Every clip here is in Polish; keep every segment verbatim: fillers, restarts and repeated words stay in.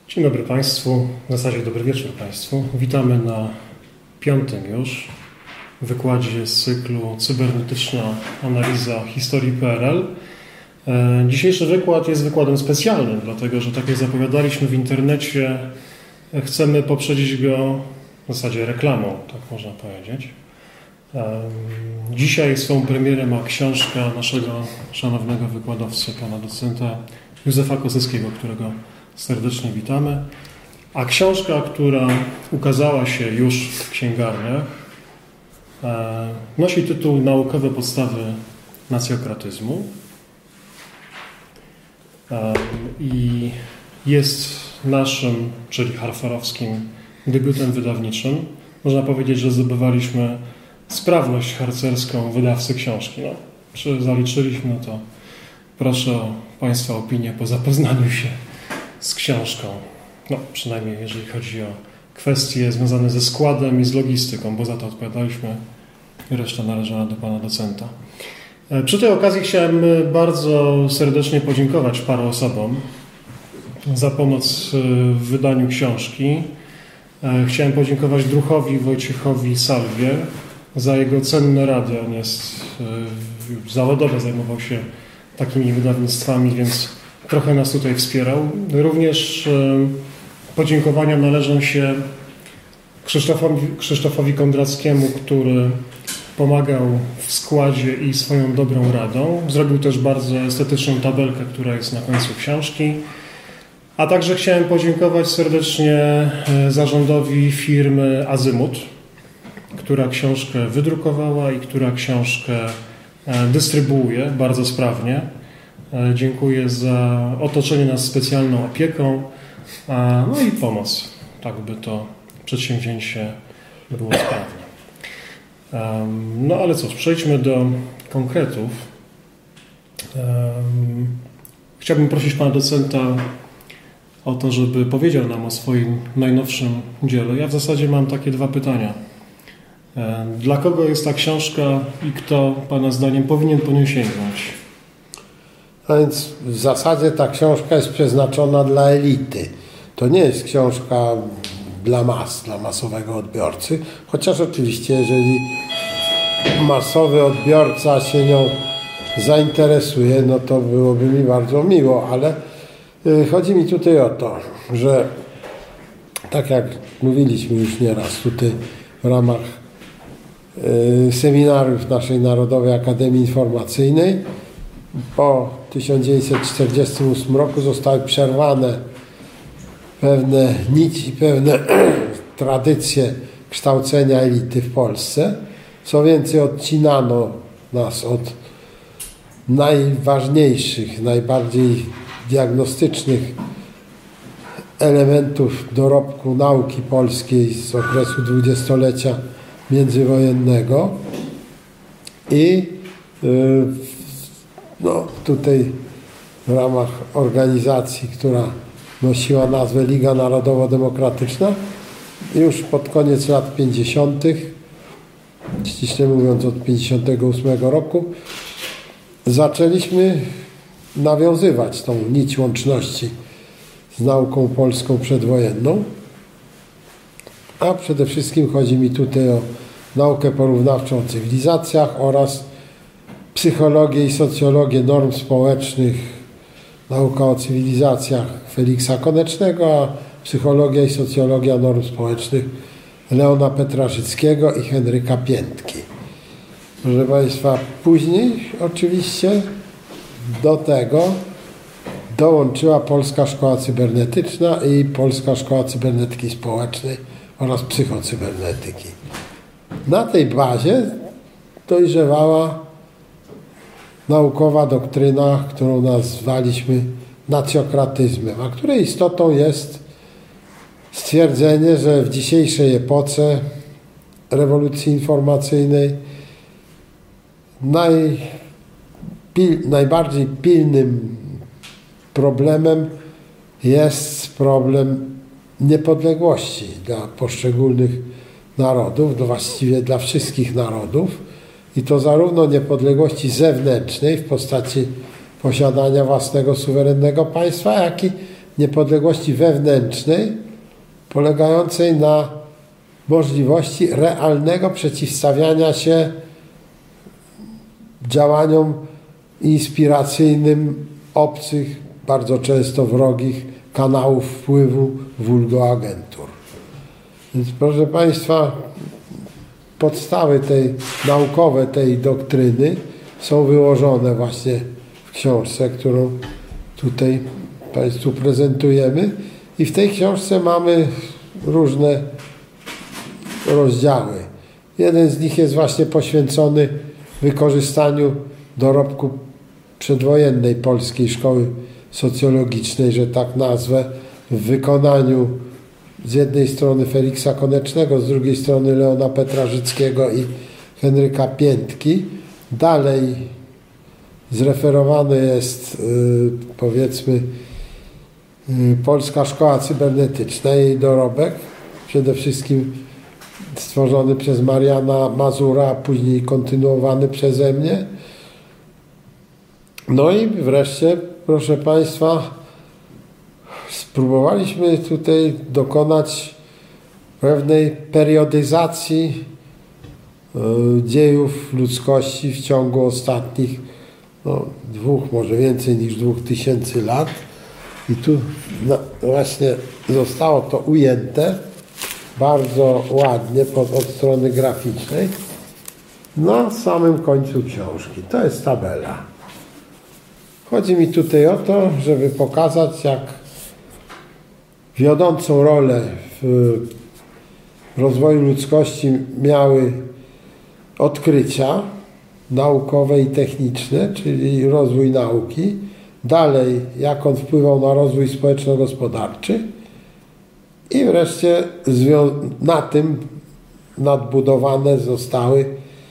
Dzień dobry Państwu, w zasadzie dobry wieczór Państwu. Witamy na piątym już wykładzie z cyklu Cybernetyczna analiza historii P R L. Dzisiejszy wykład jest wykładem specjalnym, dlatego że tak jak zapowiadaliśmy w internecie, chcemy poprzedzić go w zasadzie reklamą, tak można powiedzieć. Dzisiaj swoją premierę ma książka naszego szanownego wykładowcy, pana docenta Józefa Koseckiego, którego serdecznie witamy. A książka, która ukazała się już w księgarniach, nosi tytuł Naukowe podstawy nacjokratyzmu i jest naszym, czyli harcerowskim, debiutem wydawniczym. Można powiedzieć, że zdobywaliśmy sprawność harcerską wydawcy książki. No, czy zaliczyliśmy, no to proszę o Państwa opinię po zapoznaniu się z książką. No, przynajmniej jeżeli chodzi o kwestie związane ze składem i z logistyką, bo za to odpowiadaliśmy. Reszta należała do pana docenta. Przy tej okazji chciałem bardzo serdecznie podziękować paru osobom za pomoc w wydaniu książki. Chciałem podziękować druhowi Wojciechowi Salwie za jego cenne rady. On jest zawodowo zajmował się takimi wydawnictwami, więc trochę nas tutaj wspierał. Również podziękowania należą się Krzysztofowi, Krzysztofowi Kondrackiemu, który pomagał w składzie i swoją dobrą radą. Zrobił też bardzo estetyczną tabelkę, która jest na końcu książki. A także chciałem podziękować serdecznie zarządowi firmy Azymut, która książkę wydrukowała i która książkę dystrybuuje bardzo sprawnie. Dziękuję za otoczenie nas specjalną opieką, no i pomoc, tak by to przedsięwzięcie było sprawne. No ale cóż, przejdźmy do konkretów. Chciałbym prosić pana docenta o to, żeby powiedział nam o swoim najnowszym dziele. Ja w zasadzie mam takie dwa pytania. Dla kogo jest ta książka i kto pana zdaniem powinien po nią sięgnąć? A więc w zasadzie ta książka jest przeznaczona dla elity. To nie jest książka dla mas, dla masowego odbiorcy, chociaż oczywiście jeżeli masowy odbiorca się nią zainteresuje, no to byłoby mi bardzo miło, ale chodzi mi tutaj o to, że tak jak mówiliśmy już nieraz tutaj w ramach seminariów naszej Narodowej Akademii Informacyjnej, po tysiąc dziewięćset czterdziestym ósmym roku zostały przerwane pewne nici, pewne tradycje kształcenia elity w Polsce. Co więcej, odcinano nas od najważniejszych, najbardziej diagnostycznych elementów dorobku nauki polskiej z okresu dwudziestolecia międzywojennego i yy, no, tutaj w ramach organizacji, która nosiła nazwę Liga Narodowo-Demokratyczna, już pod koniec lat pięćdziesiątych, ściśle mówiąc od pięćdziesiątego ósmego roku, zaczęliśmy nawiązywać tą nić łączności z nauką polską przedwojenną. A przede wszystkim chodzi mi tutaj o naukę porównawczą o cywilizacjach oraz psychologię i socjologię norm społecznych, nauka o cywilizacjach Feliksa Konecznego, a psychologia i socjologia norm społecznych Leona Petraszyckiego i Henryka Piętki. Proszę Państwa, później oczywiście do tego dołączyła Polska Szkoła Cybernetyczna i Polska Szkoła Cybernetyki Społecznej oraz psychocybernetyki. Na tej bazie dojrzewała naukowa doktryna, którą nazwaliśmy nacjokratyzmem, a której istotą jest stwierdzenie, że w dzisiejszej epoce rewolucji informacyjnej naj, pil, najbardziej pilnym problemem jest problem niepodległości dla poszczególnych narodów, właściwie dla wszystkich narodów, i to zarówno niepodległości zewnętrznej w postaci posiadania własnego suwerennego państwa, jak i niepodległości wewnętrznej polegającej na możliwości realnego przeciwstawiania się działaniom inspiracyjnym obcych, bardzo często wrogich kanałów wpływu wulgoagentur. Więc proszę Państwa, podstawy tej naukowe tej doktryny są wyłożone właśnie w książce, którą tutaj Państwu prezentujemy. I w tej książce mamy różne rozdziały. Jeden z nich jest właśnie poświęcony wykorzystaniu dorobku przedwojennej polskiej szkoły socjologicznej, że tak nazwę, w wykonaniu z jednej strony Feliksa Konecznego, z drugiej strony Leona Petrażyckiego i Henryka Piętki. Dalej zreferowany jest yy, powiedzmy yy, Polska Szkoła Cybernetyczna, jej dorobek, przede wszystkim stworzony przez Mariana Mazura, a później kontynuowany przeze mnie. No i wreszcie, proszę Państwa, spróbowaliśmy tutaj dokonać pewnej periodyzacji y, dziejów ludzkości w ciągu ostatnich no, dwóch, może więcej niż dwóch tysięcy lat. I tu no, właśnie zostało to ujęte bardzo ładnie pod, od strony graficznej na samym końcu książki. To jest tabela. Chodzi mi tutaj o to, żeby pokazać, jak wiodącą rolę w rozwoju ludzkości miały odkrycia naukowe i techniczne, czyli rozwój nauki. Dalej, jak on wpływał na rozwój społeczno-gospodarczy. I wreszcie na tym nadbudowane zostały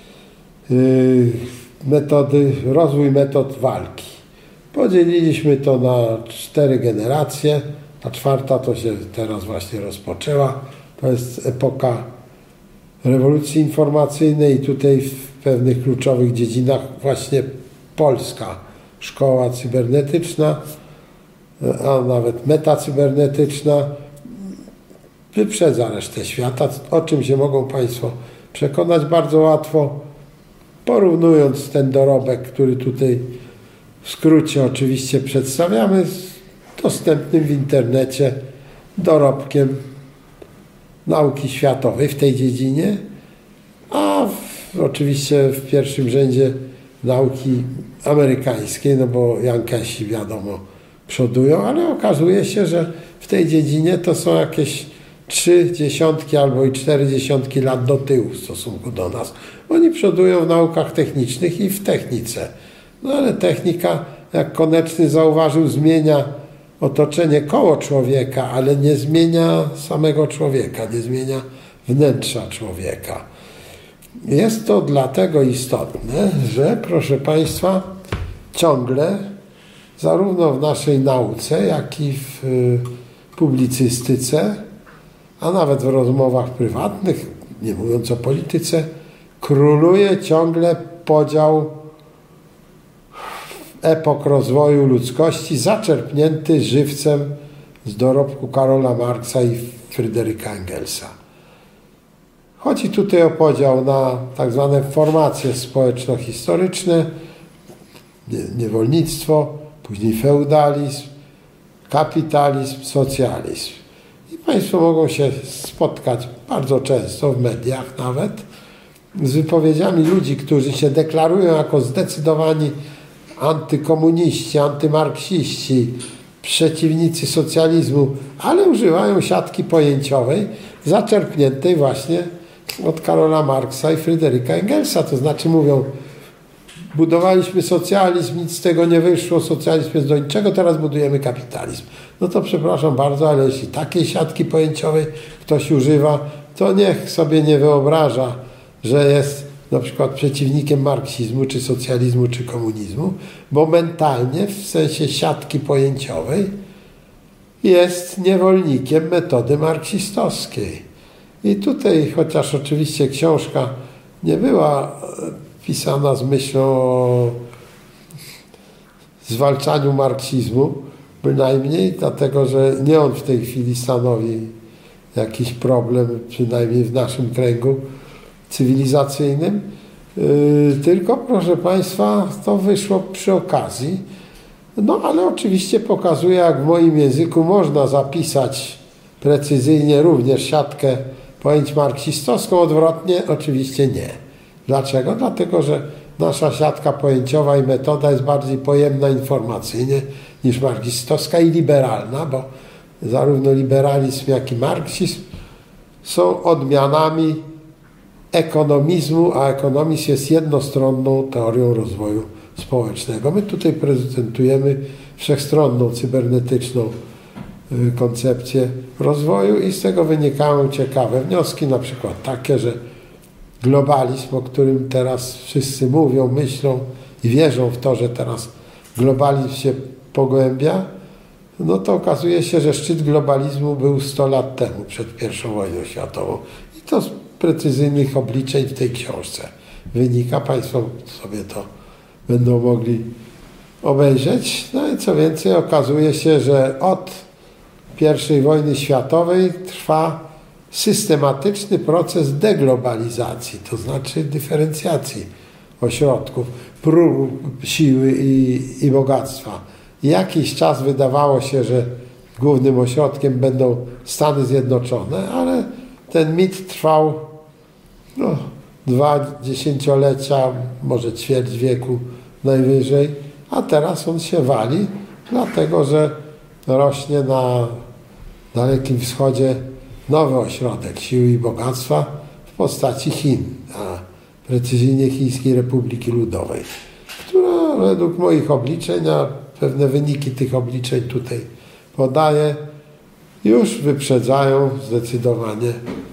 metody, rozwój metod walki. Podzieliliśmy to na cztery generacje. Ta czwarta to się teraz właśnie rozpoczęła. To jest epoka rewolucji informacyjnej i tutaj w pewnych kluczowych dziedzinach właśnie polska szkoła cybernetyczna, a nawet metacybernetyczna wyprzedza resztę świata, o czym się mogą Państwo przekonać bardzo łatwo, porównując ten dorobek, który tutaj w skrócie oczywiście przedstawiamy, z dostępnym w internecie dorobkiem nauki światowej w tej dziedzinie, a w, oczywiście w pierwszym rzędzie nauki amerykańskiej, no bo Jankesi wiadomo przodują, ale okazuje się, że w tej dziedzinie to są jakieś trzy dziesiątki albo i cztery dziesiątki lat do tyłu w stosunku do nas. Oni przodują w naukach technicznych i w technice. No ale technika, jak Koneczny zauważył, zmienia otoczenie koło człowieka, ale nie zmienia samego człowieka, nie zmienia wnętrza człowieka. Jest to dlatego istotne, że, proszę Państwa, ciągle zarówno w naszej nauce, jak i w publicystyce, a nawet w rozmowach prywatnych, nie mówiąc o polityce, króluje ciągle podział epok rozwoju ludzkości zaczerpnięty żywcem z dorobku Karola Marksa i Fryderyka Engelsa. Chodzi tutaj o podział na tak zwane formacje społeczno-historyczne, niewolnictwo, później feudalizm, kapitalizm, socjalizm. I Państwo mogą się spotkać bardzo często w mediach nawet z wypowiedziami ludzi, którzy się deklarują jako zdecydowani antykomuniści, antymarksiści, przeciwnicy socjalizmu, ale używają siatki pojęciowej zaczerpniętej właśnie od Karola Marksa i Fryderyka Engelsa. To znaczy mówią, budowaliśmy socjalizm, nic z tego nie wyszło, socjalizm jest do niczego, teraz budujemy kapitalizm. No to przepraszam bardzo, ale jeśli takiej siatki pojęciowej ktoś używa, to niech sobie nie wyobraża, że jest na przykład przeciwnikiem marksizmu, czy socjalizmu, czy komunizmu, bo mentalnie, w sensie siatki pojęciowej, jest niewolnikiem metody marksistowskiej. I tutaj, chociaż oczywiście książka nie była pisana z myślą o zwalczaniu marksizmu, bynajmniej, dlatego że nie on w tej chwili stanowi jakiś problem, przynajmniej w naszym kręgu cywilizacyjnym, yy, tylko proszę Państwa, to wyszło przy okazji. No ale oczywiście pokazuje, jak w moim języku można zapisać precyzyjnie również siatkę pojęć marksistowską, odwrotnie oczywiście nie. Dlaczego? Dlatego, że nasza siatka pojęciowa i metoda jest bardziej pojemna informacyjnie niż marksistowska i liberalna, bo zarówno liberalizm, jak i marksizm są odmianami ekonomizmu, a ekonomizm jest jednostronną teorią rozwoju społecznego. My tutaj prezentujemy wszechstronną, cybernetyczną koncepcję rozwoju i z tego wynikają ciekawe wnioski, na przykład takie, że globalizm, o którym teraz wszyscy mówią, myślą i wierzą w to, że teraz globalizm się pogłębia, no to okazuje się, że szczyt globalizmu był sto lat temu, przed pierwszą wojną światową. I to z precyzyjnych obliczeń w tej książce wynika. Państwo sobie to będą mogli obejrzeć. No i co więcej, okazuje się, że od pierwszej wojny światowej trwa systematyczny proces deglobalizacji, to znaczy dyferencjacji ośrodków, prób siły i, i bogactwa. Jakiś czas wydawało się, że głównym ośrodkiem będą Stany Zjednoczone, ale ten mit trwał no, dwa dziesięciolecia, może ćwierć wieku najwyżej, a teraz on się wali, dlatego że rośnie na Dalekim Wschodzie nowy ośrodek siły i bogactwa w postaci Chin, a precyzyjnie Chińskiej Republiki Ludowej, która według moich obliczeń, a pewne wyniki tych obliczeń tutaj podaję, już wyprzedzają zdecydowanie,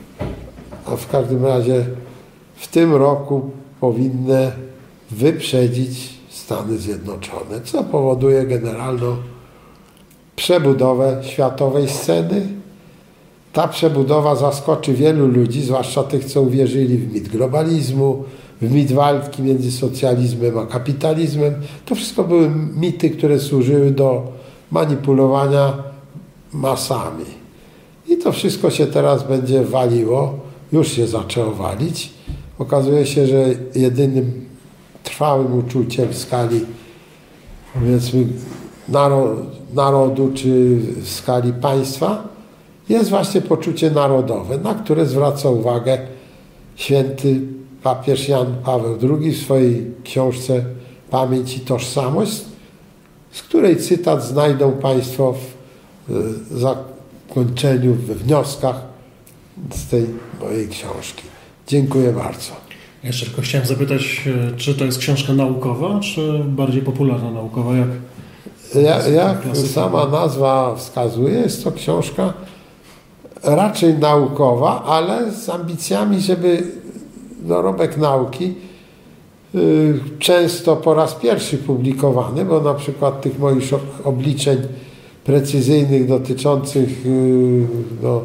a w każdym razie w tym roku powinny wyprzedzić Stany Zjednoczone, co powoduje generalną przebudowę światowej sceny. Ta przebudowa zaskoczy wielu ludzi, zwłaszcza tych, co uwierzyli w mit globalizmu, w mit walki między socjalizmem a kapitalizmem. To wszystko były mity, które służyły do manipulowania masami. I to wszystko się teraz będzie waliło, już się zaczęło walić. Okazuje się, że jedynym trwałym uczuciem w skali, powiedzmy, narodu czy w skali państwa jest właśnie poczucie narodowe, na które zwraca uwagę święty papież Jan Paweł drugi w swojej książce Pamięć i Tożsamość, z której cytat znajdą Państwo w zakończeniu, we wnioskach z tej mojej książki. Dziękuję bardzo. Jeszcze tylko chciałem zapytać, czy to jest książka naukowa, czy bardziej popularna naukowa? Jak, ja, jak sama nazwa wskazuje, jest to książka raczej naukowa, ale z ambicjami, żeby dorobek nauki, yy, często po raz pierwszy publikowany, bo na przykład tych moich obliczeń precyzyjnych dotyczących yy, no,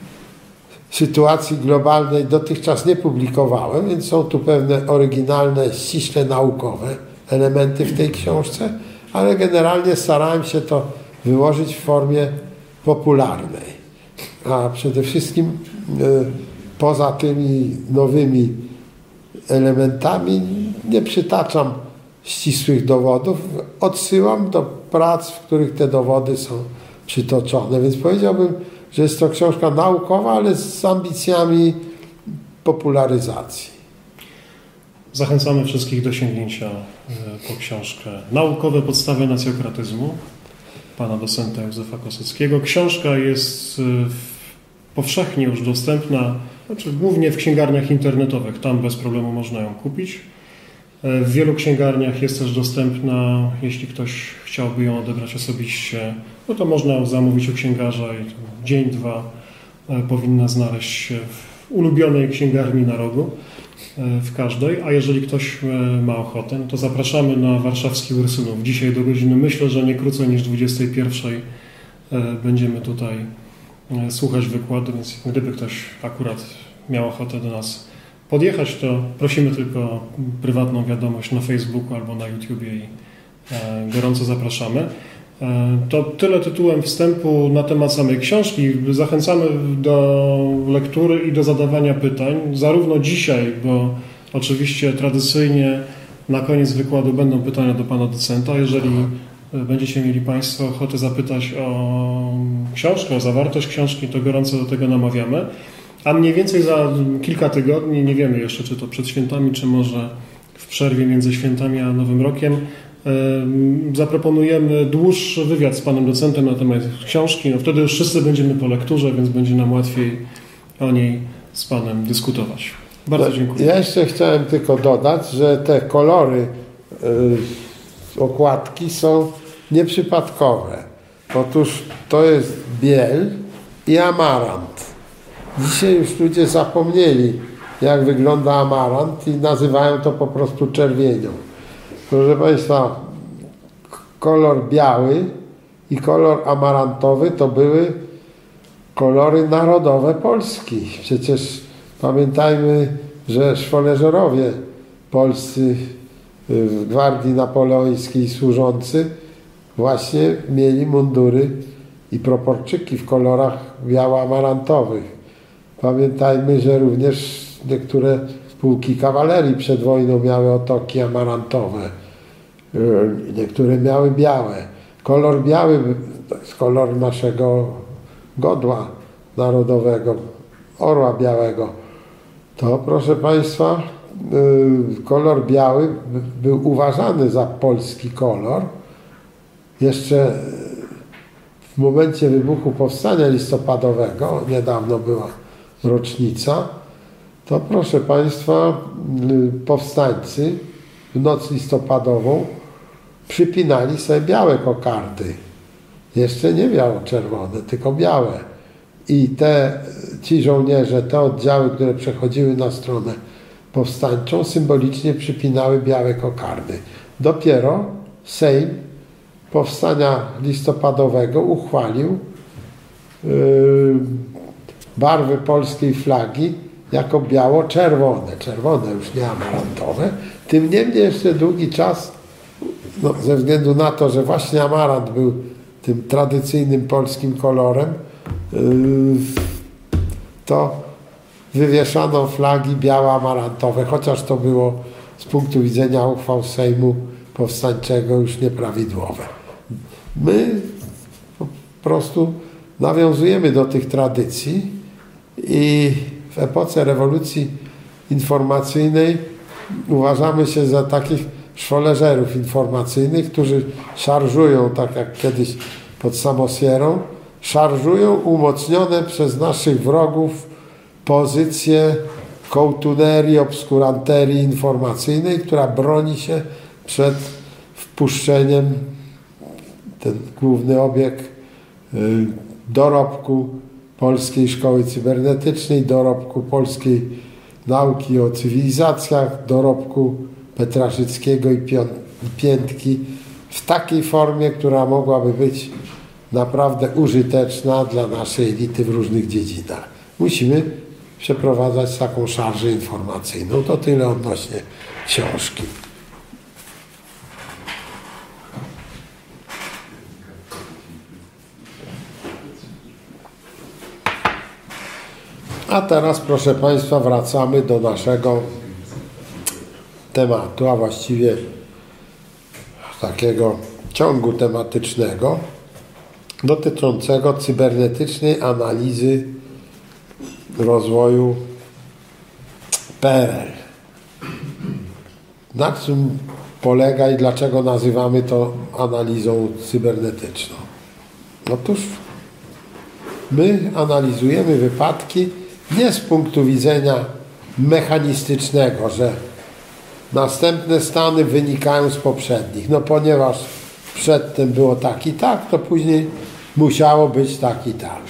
sytuacji globalnej dotychczas nie publikowałem, więc są tu pewne oryginalne, ściśle naukowe elementy w tej książce, ale generalnie starałem się to wyłożyć w formie popularnej. A przede wszystkim y, poza tymi nowymi elementami nie przytaczam ścisłych dowodów, odsyłam do prac, w których te dowody są przytoczone, więc powiedziałbym, że jest to książka naukowa, ale z ambicjami popularyzacji. Zachęcamy wszystkich do sięgnięcia po książkę Naukowe podstawy nacjokratyzmu pana docenta Józefa Koseckiego. Książka jest powszechnie już dostępna, znaczy głównie w księgarniach internetowych, tam bez problemu można ją kupić. W wielu księgarniach jest też dostępna, jeśli ktoś chciałby ją odebrać osobiście, no to można zamówić u księgarza i dzień, dwa powinna znaleźć się w ulubionej księgarni na rogu, w każdej, a jeżeli ktoś ma ochotę, to zapraszamy na warszawski Ursynów. Dzisiaj do godziny, myślę, że nie krócej niż dwudziestej pierwszej będziemy tutaj słuchać wykładu, więc gdyby ktoś akurat miał ochotę do nas podjechać, to prosimy tylko o prywatną wiadomość na Facebooku albo na YouTubie i gorąco zapraszamy. To tyle tytułem wstępu na temat samej książki. Zachęcamy do lektury i do zadawania pytań, zarówno dzisiaj, bo oczywiście tradycyjnie na koniec wykładu będą pytania do pana docenta. Jeżeli będziecie mieli państwo ochotę zapytać o książkę, o zawartość książki, to gorąco do tego namawiamy. A mniej więcej za kilka tygodni, nie wiemy jeszcze, czy to przed świętami, czy może w przerwie między świętami a Nowym Rokiem, zaproponujemy dłuższy wywiad z panem docentem na temat książki. No wtedy już wszyscy będziemy po lekturze, więc będzie nam łatwiej o niej z panem dyskutować. Bardzo dziękuję. Ja jeszcze chciałem tylko dodać, że te kolory yy, okładki są nieprzypadkowe. Otóż to jest biel i amarant. Dzisiaj już ludzie zapomnieli, jak wygląda amarant i nazywają to po prostu czerwienią. Proszę Państwa, kolor biały i kolor amarantowy to były kolory narodowe Polski. Przecież pamiętajmy, że szwoleżerowie polscy w Gwardii Napoleońskiej służący właśnie mieli mundury i proporczyki w kolorach biało-amarantowych. Pamiętajmy, że również niektóre pułki kawalerii przed wojną miały otoki amarantowe. Niektóre miały białe. Kolor biały to jest kolor naszego godła narodowego, orła białego. To, proszę Państwa, kolor biały był uważany za polski kolor. Jeszcze w momencie wybuchu powstania listopadowego, niedawno była rocznica, to proszę Państwa, powstańcy w noc listopadową przypinali sobie białe kokardy. Jeszcze nie biało-czerwone, tylko białe. I te, ci żołnierze, te oddziały, które przechodziły na stronę powstańczą, symbolicznie przypinały białe kokardy. Dopiero Sejm powstania listopadowego uchwalił yy, barwy polskiej flagi jako biało-czerwone. Czerwone już nie amarantowe. Tym niemniej jeszcze długi czas, no, ze względu na to, że właśnie amarant był tym tradycyjnym polskim kolorem, yy, to wywieszano flagi biało-amarantowe, chociaż to było z punktu widzenia uchwał Sejmu Powstańczego już nieprawidłowe. My po prostu nawiązujemy do tych tradycji i w epoce rewolucji informacyjnej uważamy się za takich szwoleżerów informacyjnych, którzy szarżują, tak jak kiedyś pod Samosierą, szarżują umocnione przez naszych wrogów pozycje kołtunerii, obskuranterii informacyjnej, która broni się przed wpuszczeniem ten główny obieg dorobku Polskiej Szkoły Cybernetycznej, dorobku polskiej nauki o cywilizacjach, dorobku Petraszyckiego i Piętki w takiej formie, która mogłaby być naprawdę użyteczna dla naszej elity w różnych dziedzinach. Musimy przeprowadzać taką szarżę informacyjną. To tyle odnośnie książki. A teraz, proszę Państwa, wracamy do naszego tematu, a właściwie takiego ciągu tematycznego dotyczącego cybernetycznej analizy rozwoju P R L. Na czym polega i dlaczego nazywamy to analizą cybernetyczną? Otóż my analizujemy wypadki nie z punktu widzenia mechanistycznego, że następne stany wynikają z poprzednich. No ponieważ przedtem było tak i tak, to później musiało być tak i tak.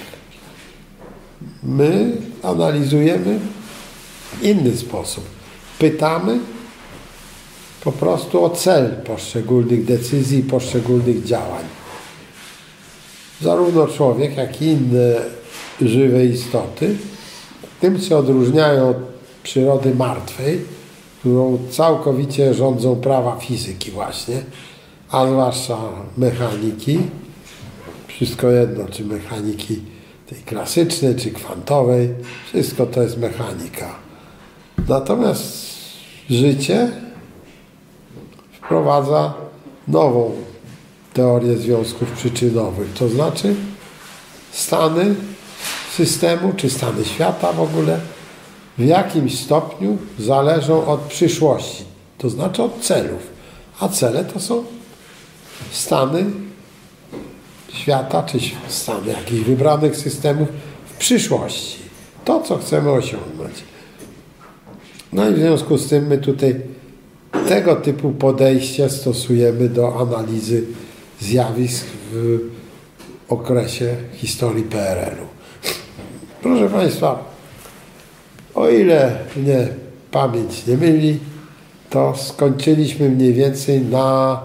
My analizujemy w inny sposób. Pytamy po prostu o cel poszczególnych decyzji i poszczególnych działań. Zarówno człowiek, jak i inne żywe istoty tym się odróżniają od przyrody martwej, którą całkowicie rządzą prawa fizyki właśnie, a zwłaszcza mechaniki, wszystko jedno, czy mechaniki tej klasycznej, czy kwantowej, wszystko to jest mechanika. Natomiast życie wprowadza nową teorię związków przyczynowych, to znaczy stany systemu, czy stany świata w ogóle w jakimś stopniu zależą od przyszłości, to znaczy od celów, a cele to są stany świata, czy stany jakichś wybranych systemów w przyszłości. To, co chcemy osiągnąć. No i w związku z tym my tutaj tego typu podejście stosujemy do analizy zjawisk w okresie historii P R L u. Proszę Państwa, o ile mnie pamięć nie myli, to skończyliśmy mniej więcej na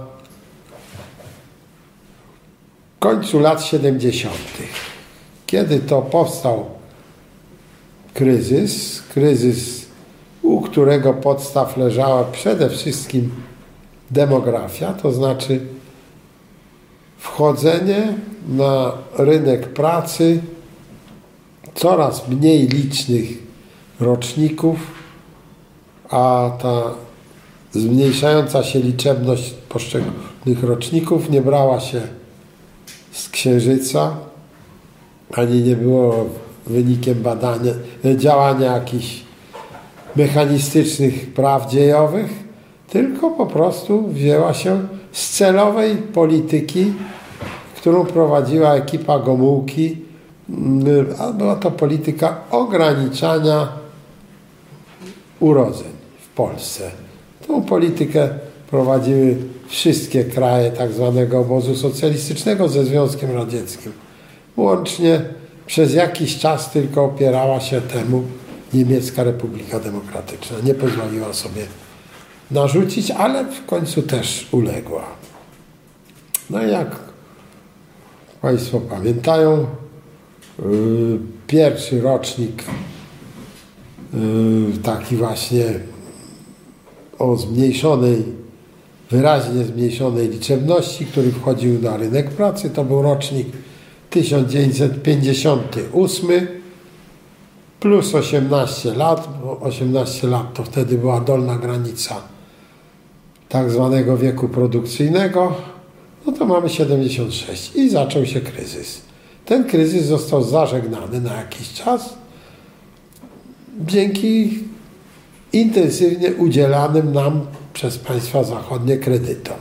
końcu lat siedemdziesiątych. Kiedy to powstał kryzys, kryzys, u którego podstaw leżała przede wszystkim demografia, to znaczy wchodzenie na rynek pracy coraz mniej licznych roczników, a ta zmniejszająca się liczebność poszczególnych roczników nie brała się z księżyca, ani nie było wynikiem badania, działania jakichś mechanistycznych praw dziejowych, tylko po prostu wzięła się z celowej polityki, którą prowadziła ekipa Gomułki, a była to polityka ograniczania urodzeń w Polsce. Tą politykę prowadziły wszystkie kraje tak zwanego obozu socjalistycznego ze Związkiem Radzieckim. Łącznie przez jakiś czas tylko opierała się temu Niemiecka Republika Demokratyczna. Nie pozwoliła sobie narzucić, ale w końcu też uległa. No i jak Państwo pamiętają, pierwszy rocznik taki właśnie o zmniejszonej, wyraźnie zmniejszonej liczebności, który wchodził na rynek pracy, to był rocznik tysiąc dziewięćset pięćdziesiąty ósmy plus osiemnaście lat, bo osiemnaście lat to wtedy była dolna granica tak zwanego wieku produkcyjnego, no to mamy siedemdziesiąt sześć i zaczął się kryzys. Ten kryzys został zażegnany na jakiś czas dzięki intensywnie udzielanym nam przez państwa zachodnie kredytom.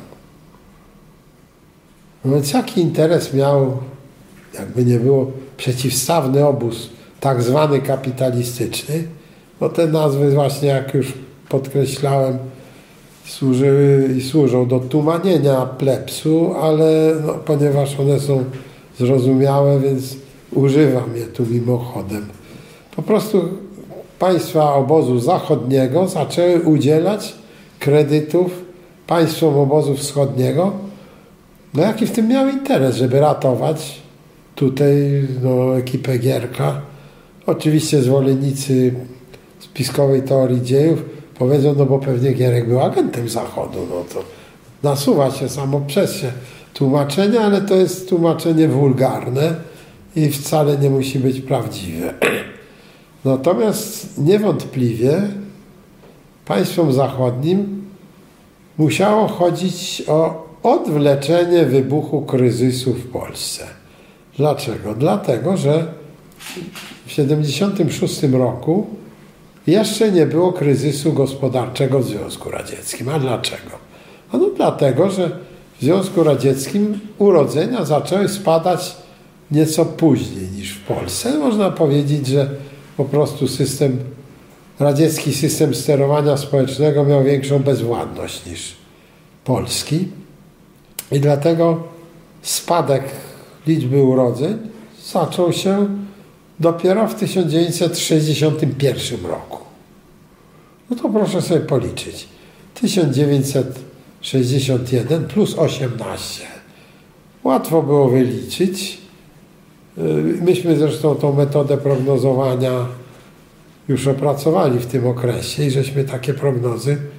No więc jaki interes miał, jakby nie było, przeciwstawny obóz, tak zwany kapitalistyczny, bo te nazwy właśnie, jak już podkreślałem, służyły i służą do tumanienia plebsu, ale no, ponieważ one są zrozumiałe, więc używam je tu mimochodem. Po prostu państwa obozu zachodniego zaczęły udzielać kredytów państwom obozu wschodniego. No jaki w tym miał interes, żeby ratować tutaj no, ekipę Gierka. Oczywiście zwolennicy spiskowej teorii dziejów powiedzą, no bo pewnie Gierek był agentem Zachodu. No to nasuwa się samo przez się tłumaczenie, ale to jest tłumaczenie wulgarne i wcale nie musi być prawdziwe. Natomiast niewątpliwie państwom zachodnim musiało chodzić o odwleczenie wybuchu kryzysu w Polsce. Dlaczego? Dlatego, że w tysiąc dziewięćset siedemdziesiątym szóstym roku jeszcze nie było kryzysu gospodarczego w Związku Radzieckim. A dlaczego? Ano dlatego, że w Związku Radzieckim urodzenia zaczęły spadać nieco później niż w Polsce. Można powiedzieć, że po prostu system, radziecki system sterowania społecznego miał większą bezwładność niż polski. I dlatego spadek liczby urodzeń zaczął się dopiero w tysiąc dziewięćset sześćdziesiątym pierwszym roku. No to proszę sobie policzyć. tysiąc dziewięćset sześćdziesiąty pierwszy plus osiemnaście. Łatwo było wyliczyć. Myśmy zresztą tą metodę prognozowania już opracowali w tym okresie i żeśmy takie prognozy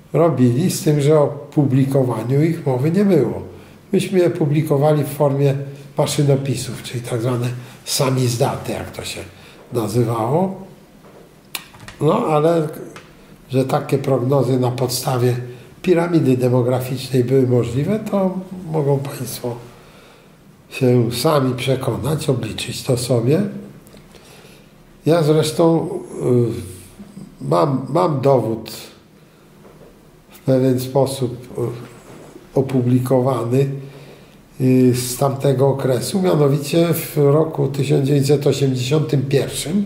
robili, z tym, że o publikowaniu ich mowy nie było. Myśmy je publikowali w formie maszynopisów, czyli tak zwane samizdaty, jak to się nazywało. No ale że takie prognozy na podstawie piramidy demograficznej były możliwe, to mogą Państwo się sami przekonać, obliczyć to sobie. Ja zresztą y, mam, mam dowód w pewien sposób y, opublikowany y, z tamtego okresu, mianowicie w roku tysiąc dziewięćset osiemdziesiątym pierwszym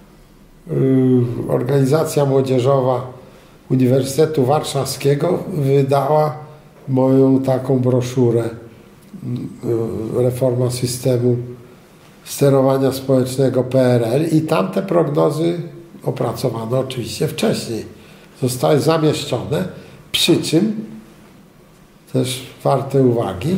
y, organizacja młodzieżowa Uniwersytetu Warszawskiego wydała moją taką broszurę y, Reforma systemu sterowania społecznego P R L i tamte prognozy opracowano oczywiście wcześniej. Zostały zamieszczone, przy czym też warte uwagi,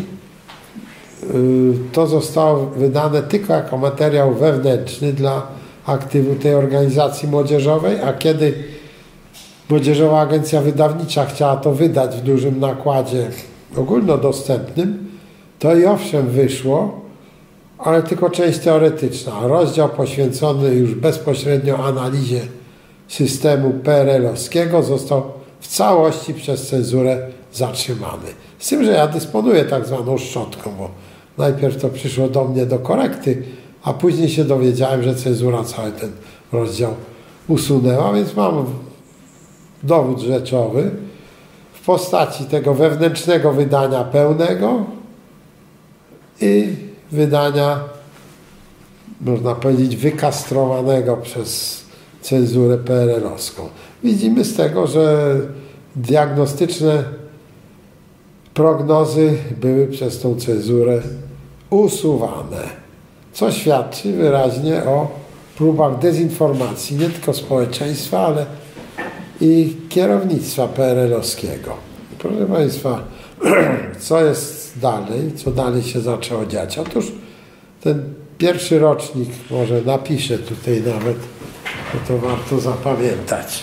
to zostało wydane tylko jako materiał wewnętrzny dla aktywu tej organizacji młodzieżowej, a kiedy Młodzieżowa Agencja Wydawnicza chciała to wydać w dużym nakładzie ogólnodostępnym, to i owszem wyszło, ale tylko część teoretyczna. Rozdział poświęcony już bezpośrednio analizie systemu P R L-owskiego został w całości przez cenzurę zatrzymany. Z tym, że ja dysponuję tak zwaną szczotką, bo najpierw to przyszło do mnie do korekty, a później się dowiedziałem, że cenzura cały ten rozdział usunęła, więc mam dowód rzeczowy w postaci tego wewnętrznego wydania pełnego i wydania, można powiedzieć, wykastrowanego przez cenzurę P R L-owską. Widzimy z tego, że diagnostyczne prognozy były przez tą cenzurę usuwane, co świadczy wyraźnie o próbach dezinformacji nie tylko społeczeństwa, ale i kierownictwa P R L-owskiego. Proszę Państwa, co jest dalej, co dalej się zaczęło dziać? Otóż ten pierwszy rocznik, może napiszę tutaj nawet, bo to warto zapamiętać.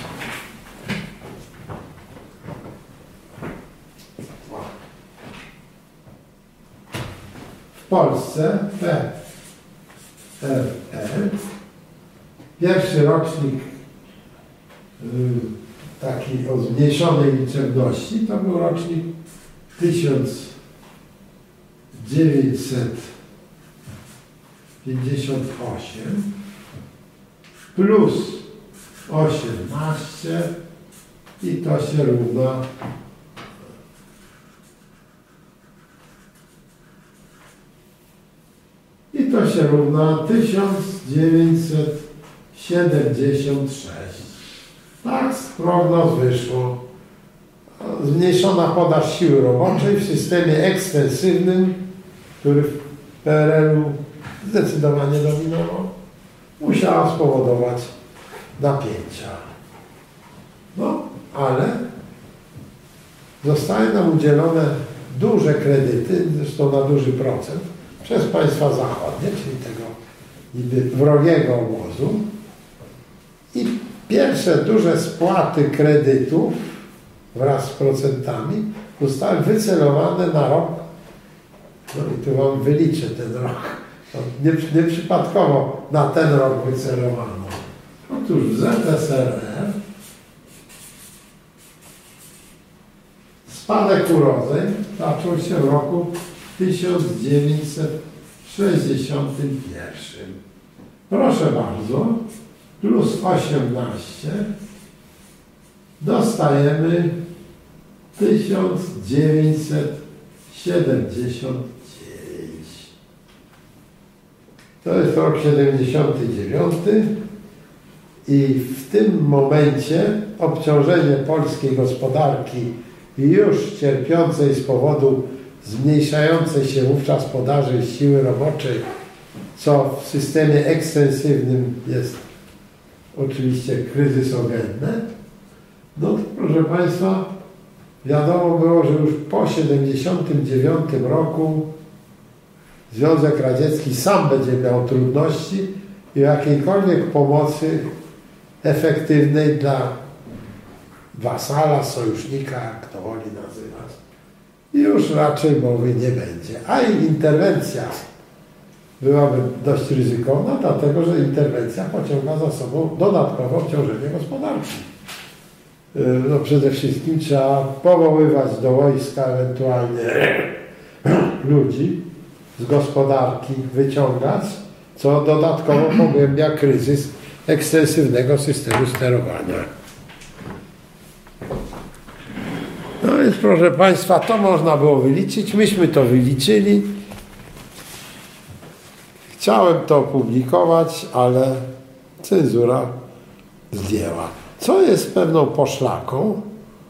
W Polsce P R L, pierwszy rocznik taki o zmniejszonej liczebności, to był rocznik tysiąc dziewięćset pięćdziesiąt osiem plus osiemnaście i to się równa i to się równa tysiąc dziewięćset siedemdziesiąt sześć. Tak, z prognoz wyszło. Zmniejszona podaż siły roboczej w systemie ekstensywnym, który w P R L-u zdecydowanie dominował, musiała spowodować napięcia. No, ale zostały nam udzielone duże kredyty, zresztą na duży procent, przez państwa zachodnie, czyli tego niby wrogiego obozu. I pierwsze duże spłaty kredytów wraz z procentami zostały wycelowane na rok, no i tu wam wyliczę ten rok, no, nie, nie przypadkowo na ten rok wycelowano. Otóż w Z S R R spadek urodzeń zaczął się w roku tysiąc dziewięćset sześćdziesiątym pierwszym. Proszę bardzo, plus osiemnaście dostajemy tysiąc dziewięćset siedemdziesiąt dziewięć. To jest rok siedemdziesiąty dziewiąty i w tym momencie obciążenie polskiej gospodarki już cierpiącej z powodu zmniejszającej się wówczas podaży siły roboczej, co w systemie ekstensywnym jest oczywiście kryzysogenne, no proszę Państwa, wiadomo było, że już po siedemdziesiątym dziewiątym roku Związek Radziecki sam będzie miał trudności i jakiejkolwiek pomocy efektywnej dla wasala, sojusznika, jak to woli nazywać, już raczej mowy nie będzie. A i interwencja byłaby dość ryzykowna, dlatego że interwencja pociąga za sobą dodatkowe obciążenie gospodarki. No przede wszystkim trzeba powoływać do wojska ewentualnie ludzi z gospodarki, wyciągać, co dodatkowo pogłębia kryzys ekstensywnego systemu sterowania. No więc proszę Państwa, to można było wyliczyć, myśmy to wyliczyli. Chciałem to opublikować, ale cenzura zdjęła. Co jest pewną poszlaką,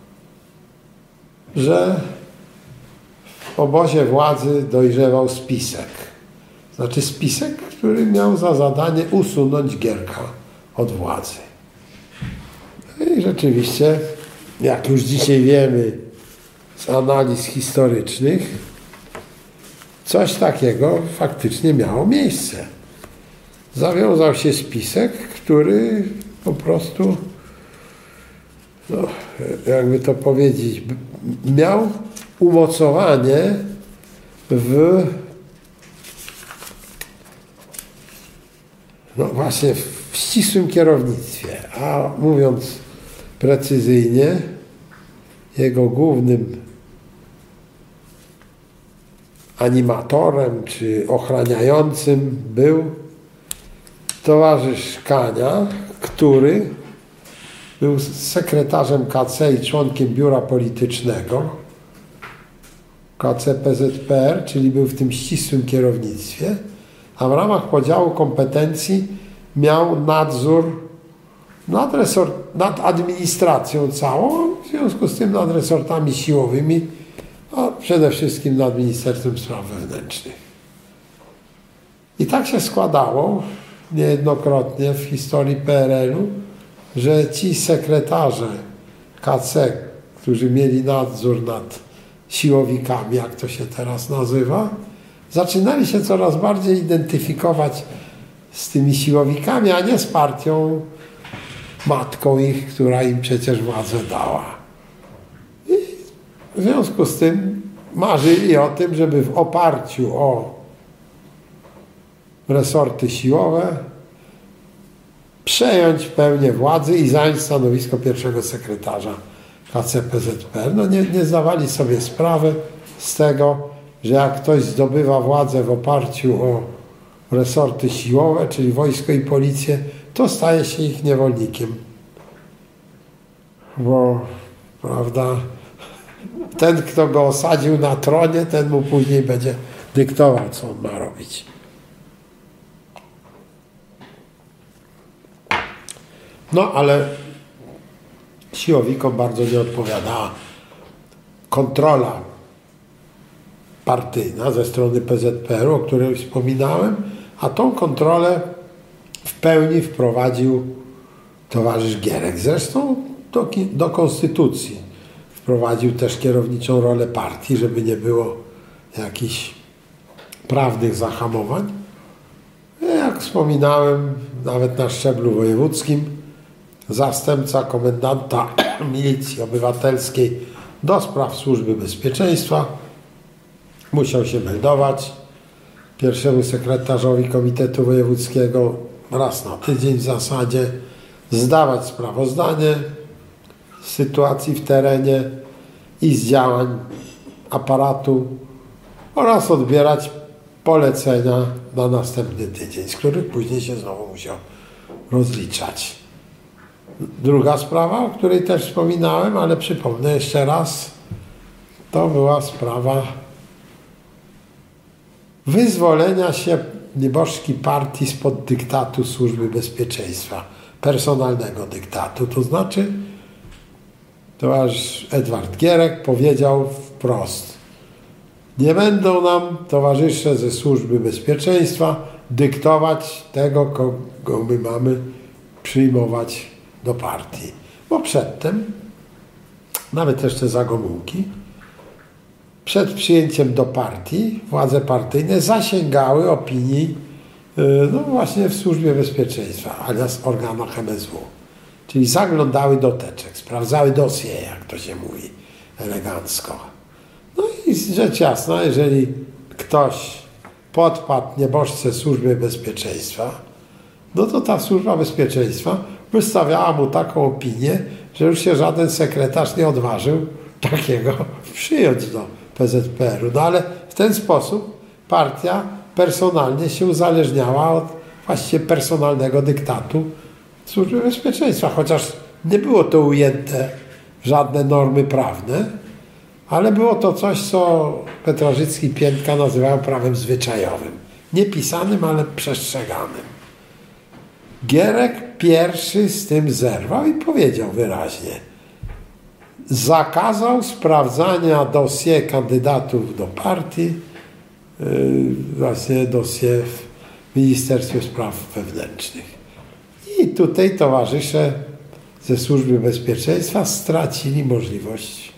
że w obozie władzy dojrzewał spisek. Znaczy spisek, który miał za zadanie usunąć Gierka od władzy. I rzeczywiście, jak już dzisiaj wiemy z analiz historycznych, coś takiego faktycznie miało miejsce. Zawiązał się spisek, który po prostu, no, jakby to powiedzieć, miał umocowanie w, no właśnie, w ścisłym kierownictwie, a mówiąc precyzyjnie, jego głównym animatorem czy ochraniającym był towarzysz Kania, który był sekretarzem K C i członkiem biura politycznego K C P Z P R, czyli był w tym ścisłym kierownictwie, a w ramach podziału kompetencji miał nadzór nad, resort, nad administracją całą, w związku z tym nad resortami siłowymi, a przede wszystkim nad Ministerstwem Spraw Wewnętrznych. I tak się składało niejednokrotnie w historii P R L-u, że ci sekretarze K C, którzy mieli nadzór nad siłowikami, jak to się teraz nazywa, zaczynali się coraz bardziej identyfikować z tymi siłowikami, a nie z partią matką ich, która im przecież władzę dała. I w związku z tym marzyli o tym, żeby w oparciu o resorty siłowe przejąć pełnię władzy i zająć stanowisko pierwszego sekretarza K C P Z P R. No nie, nie zdawali sobie sprawy z tego, że jak ktoś zdobywa władzę w oparciu o resorty siłowe, czyli wojsko i policję, to staje się ich niewolnikiem. Bo, prawda, ten, kto go osadził na tronie, ten mu później będzie dyktował, co on ma robić. No, ale siłowikom bardzo nie odpowiadała kontrola partyjna ze strony P Z P R u, o której wspominałem, a tą kontrolę w pełni wprowadził towarzysz Gierek. Zresztą do, do konstytucji wprowadził też kierowniczą rolę partii, żeby nie było jakichś prawnych zahamowań. Jak wspominałem, nawet na szczeblu wojewódzkim zastępca komendanta milicji obywatelskiej do spraw służby bezpieczeństwa musiał się meldować pierwszemu sekretarzowi Komitetu Wojewódzkiego raz na tydzień w zasadzie, zdawać sprawozdanie z sytuacji w terenie i z działań aparatu oraz odbierać polecenia na następny tydzień, z których później się znowu musiał rozliczać. Druga sprawa, o której też wspominałem, ale przypomnę jeszcze raz, to była sprawa wyzwolenia się nieboszczki partii spod dyktatu Służby Bezpieczeństwa, personalnego dyktatu. To znaczy towarzysz Edward Gierek powiedział wprost: nie będą nam towarzysze ze Służby Bezpieczeństwa dyktować tego, kogo my mamy przyjmować do partii. Bo przedtem, nawet jeszcze za Gomułki, przed przyjęciem do partii władze partyjne zasięgały opinii no właśnie w Służbie Bezpieczeństwa, alias organach M S W. Czyli zaglądały do teczek, sprawdzały dossier, jak to się mówi elegancko. No i rzecz jasna, jeżeli ktoś podpadł nieboszce Służby Bezpieczeństwa, no to ta Służba Bezpieczeństwa wystawiała mu taką opinię, że już się żaden sekretarz nie odważył takiego przyjąć do P Z P R u. No ale w ten sposób partia personalnie się uzależniała od właściwie personalnego dyktatu Służby Bezpieczeństwa, chociaż nie było to ujęte w żadne normy prawne, ale było to coś, co Petrarzycki i Piętka nazywają prawem zwyczajowym. Nie pisanym, ale przestrzeganym. Gierek pierwszy z tym zerwał i powiedział wyraźnie: zakazał sprawdzania dossier kandydatów do partii, yy, właśnie dossier w Ministerstwie Spraw Wewnętrznych. I tutaj towarzysze ze Służby Bezpieczeństwa stracili możliwość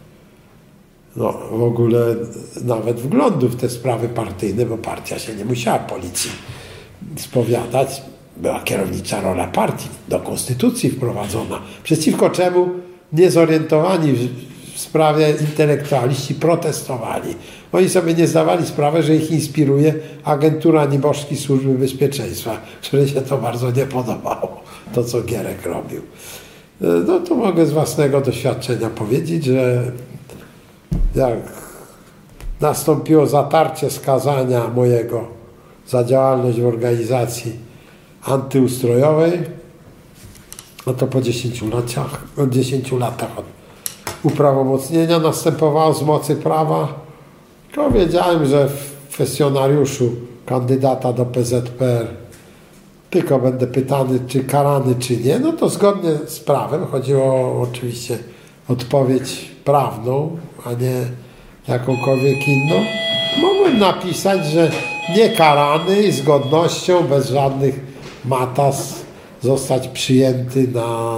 no, w ogóle nawet wglądu w te sprawy partyjne, bo partia się nie musiała policji spowiadać. Była kierownicza rola partii, do konstytucji wprowadzona, przeciwko czemu niezorientowani w sprawie intelektualiści protestowali. Oni sobie nie zdawali sprawy, że ich inspiruje agentura nieboszki Służby Bezpieczeństwa, której się to bardzo nie podobało, to co Gierek robił. No to mogę z własnego doświadczenia powiedzieć, że jak nastąpiło zatarcie skazania mojego za działalność w organizacji antyustrojowej, no to po dziesięciu latach, od dziesięciu latach od uprawomocnienia następowało z mocy prawa, to wiedziałem, że w kwestionariuszu kandydata do P Z P R tylko będę pytany, czy karany, czy nie, no to zgodnie z prawem, chodziło oczywiście o odpowiedź prawną, a nie jakąkolwiek inną, mogłem napisać, że nie karany i z godnością, bez żadnych matas zostać przyjęty na,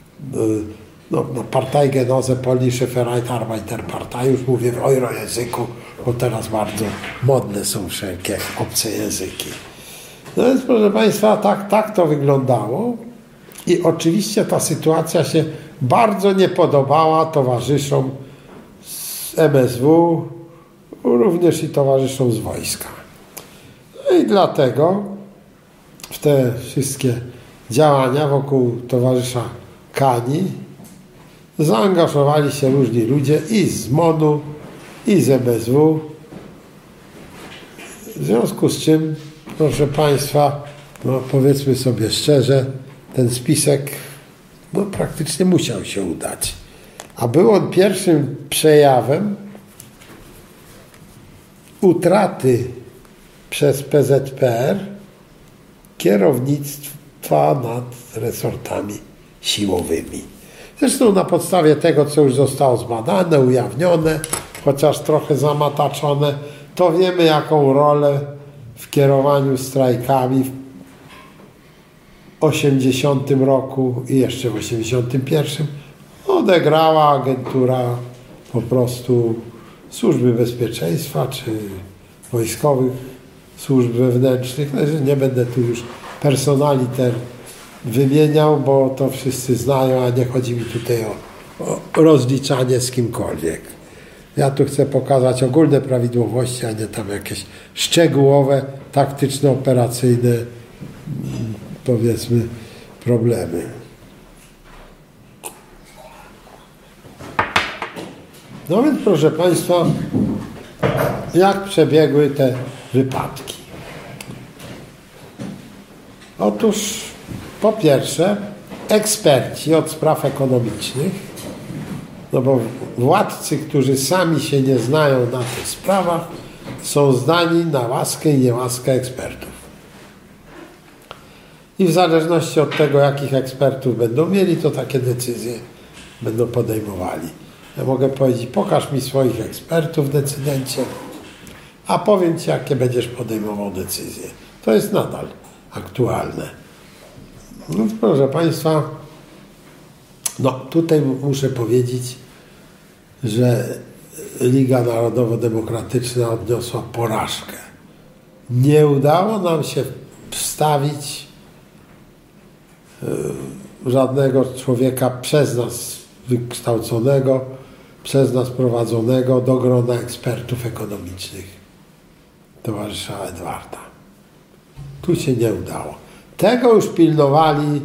no, na Parteigenose Polnische Vereinarbeiterpartei, już mówię w eurojęzyku, bo teraz bardzo modne są wszelkie obce języki. No więc proszę Państwa, tak, tak to wyglądało i oczywiście ta sytuacja się bardzo nie podobała towarzyszom z M S W, również i towarzyszom z wojska. No i dlatego w te wszystkie działania wokół towarzysza Kani zaangażowali się różni ludzie i z M O N-u, i z M S W. W związku z czym, proszę Państwa, no powiedzmy sobie szczerze, ten spisek no, praktycznie musiał się udać. A był on pierwszym przejawem utraty przez P Z P R kierownictwa nad resortami siłowymi. Zresztą na podstawie tego, co już zostało zbadane, ujawnione, chociaż trochę zamataczone, to wiemy, jaką rolę w kierowaniu strajkami w osiemdziesiątym roku i jeszcze w osiemdziesiątym pierwszym odegrała agentura po prostu Służby Bezpieczeństwa czy wojskowych służb wewnętrznych. Nie będę tu już personaliter wymieniał, bo to wszyscy znają, a nie chodzi mi tutaj o, o rozliczanie z kimkolwiek. Ja tu chcę pokazać ogólne prawidłowości, a nie tam jakieś szczegółowe, taktyczno-operacyjne, powiedzmy, problemy. No więc, proszę Państwa, jak przebiegły te wypadki? Otóż, po pierwsze, eksperci od spraw ekonomicznych, no bo władcy, którzy sami się nie znają na tych sprawach, są zdani na łaskę i niełaskę ekspertów. I w zależności od tego, jakich ekspertów będą mieli, to takie decyzje będą podejmowali. Ja mogę powiedzieć, pokaż mi swoich ekspertów, decydencie, a powiem Ci, jakie będziesz podejmował decyzje. To jest nadal aktualne. No, proszę Państwa, no tutaj muszę powiedzieć, że Liga Narodowo-Demokratyczna odniosła porażkę. Nie udało nam się wstawić żadnego człowieka przez nas wykształconego, przez nas prowadzonego do grona ekspertów ekonomicznych towarzysza Edwarda. Tu się nie udało. Tego już pilnowali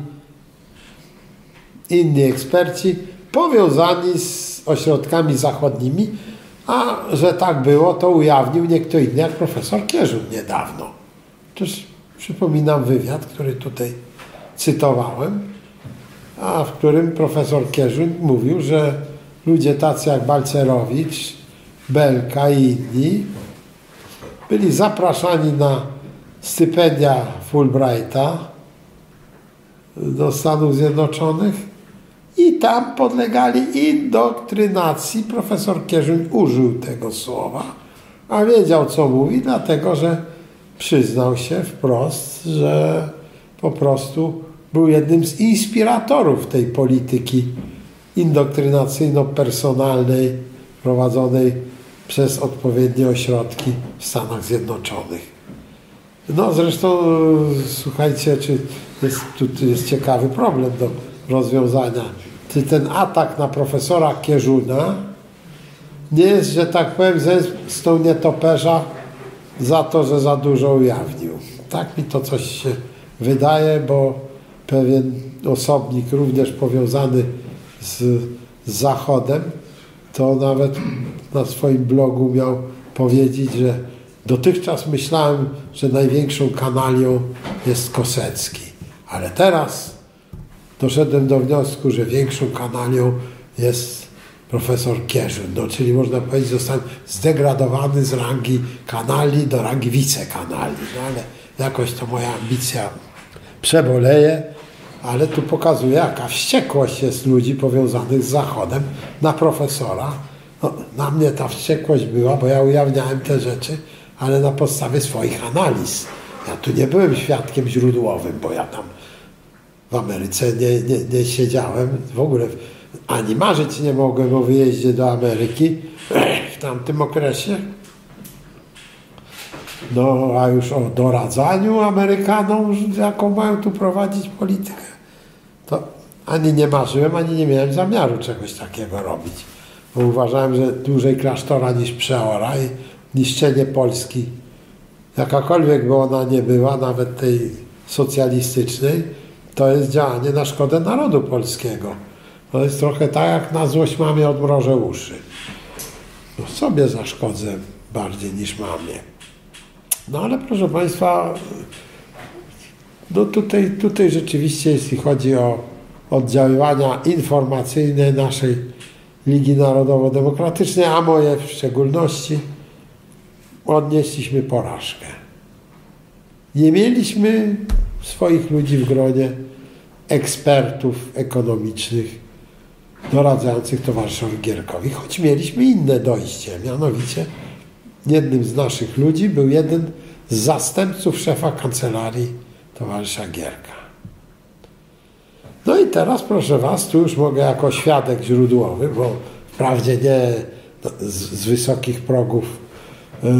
inni eksperci powiązani z ośrodkami zachodnimi, a że tak było, to ujawnił nie kto inny jak profesor Kierzun niedawno. Otóż przypominam wywiad, który tutaj cytowałem, a w którym profesor Kierzun mówił, że ludzie tacy jak Balcerowicz, Belka i inni byli zapraszani na stypendia Fulbrighta do Stanów Zjednoczonych i tam podlegali indoktrynacji. Profesor Kierzun użył tego słowa, a wiedział, co mówi, dlatego że przyznał się wprost, że po prostu był jednym z inspiratorów tej polityki indoktrynacyjno-personalnej prowadzonej przez odpowiednie ośrodki w Stanach Zjednoczonych. No zresztą, słuchajcie, czy jest, tu jest ciekawy problem do rozwiązania. Czy ten atak na profesora Kierzuna nie jest, że tak powiem, zemstą nietoperza za to, że za dużo ujawnił? Tak mi to coś się wydaje, bo pewien osobnik również powiązany z, z Zachodem, to nawet na swoim blogu miał powiedzieć, że dotychczas myślałem, że największą kanalią jest Kosecki, ale teraz doszedłem do wniosku, że większą kanalią jest profesor Kierzun. No, czyli można powiedzieć, że zostałem zdegradowany z rangi kanali do rangi wicekanali. No, ale jakoś to moja ambicja przeboleje, ale tu pokazuje, jaka wściekłość jest ludzi powiązanych z Zachodem na profesora. No, na mnie ta wściekłość była, bo ja ujawniałem te rzeczy, ale na podstawie swoich analiz. Ja tu nie byłem świadkiem źródłowym, bo ja tam w Ameryce nie, nie, nie siedziałem. W ogóle ani marzyć nie mogłem o wyjeździe do Ameryki w tamtym okresie. No, a już o doradzaniu Amerykanom, jaką mają tu prowadzić politykę, to ani nie marzyłem, ani nie miałem zamiaru czegoś takiego robić. Bo uważałem, że dłużej klasztora niż przeora i niszczenie Polski, jakakolwiek by ona nie była, nawet tej socjalistycznej, to jest działanie na szkodę narodu polskiego. To jest trochę tak, jak na złość mamie odmrożę uszy. No, sobie zaszkodzę bardziej niż mamie. No ale proszę Państwa, no tutaj, tutaj rzeczywiście, jeśli chodzi o oddziaływania informacyjne naszej Ligi Narodowo-Demokratycznej, a moje w szczególności, odnieśliśmy porażkę. Nie mieliśmy swoich ludzi w gronie ekspertów ekonomicznych doradzających towarzyszowi Gierkowi, choć mieliśmy inne dojście. Mianowicie jednym z naszych ludzi był jeden z zastępców szefa kancelarii towarzysza Gierka. No i teraz, proszę Was, tu już mogę jako świadek źródłowy, bo wprawdzie nie z, z wysokich progów yy,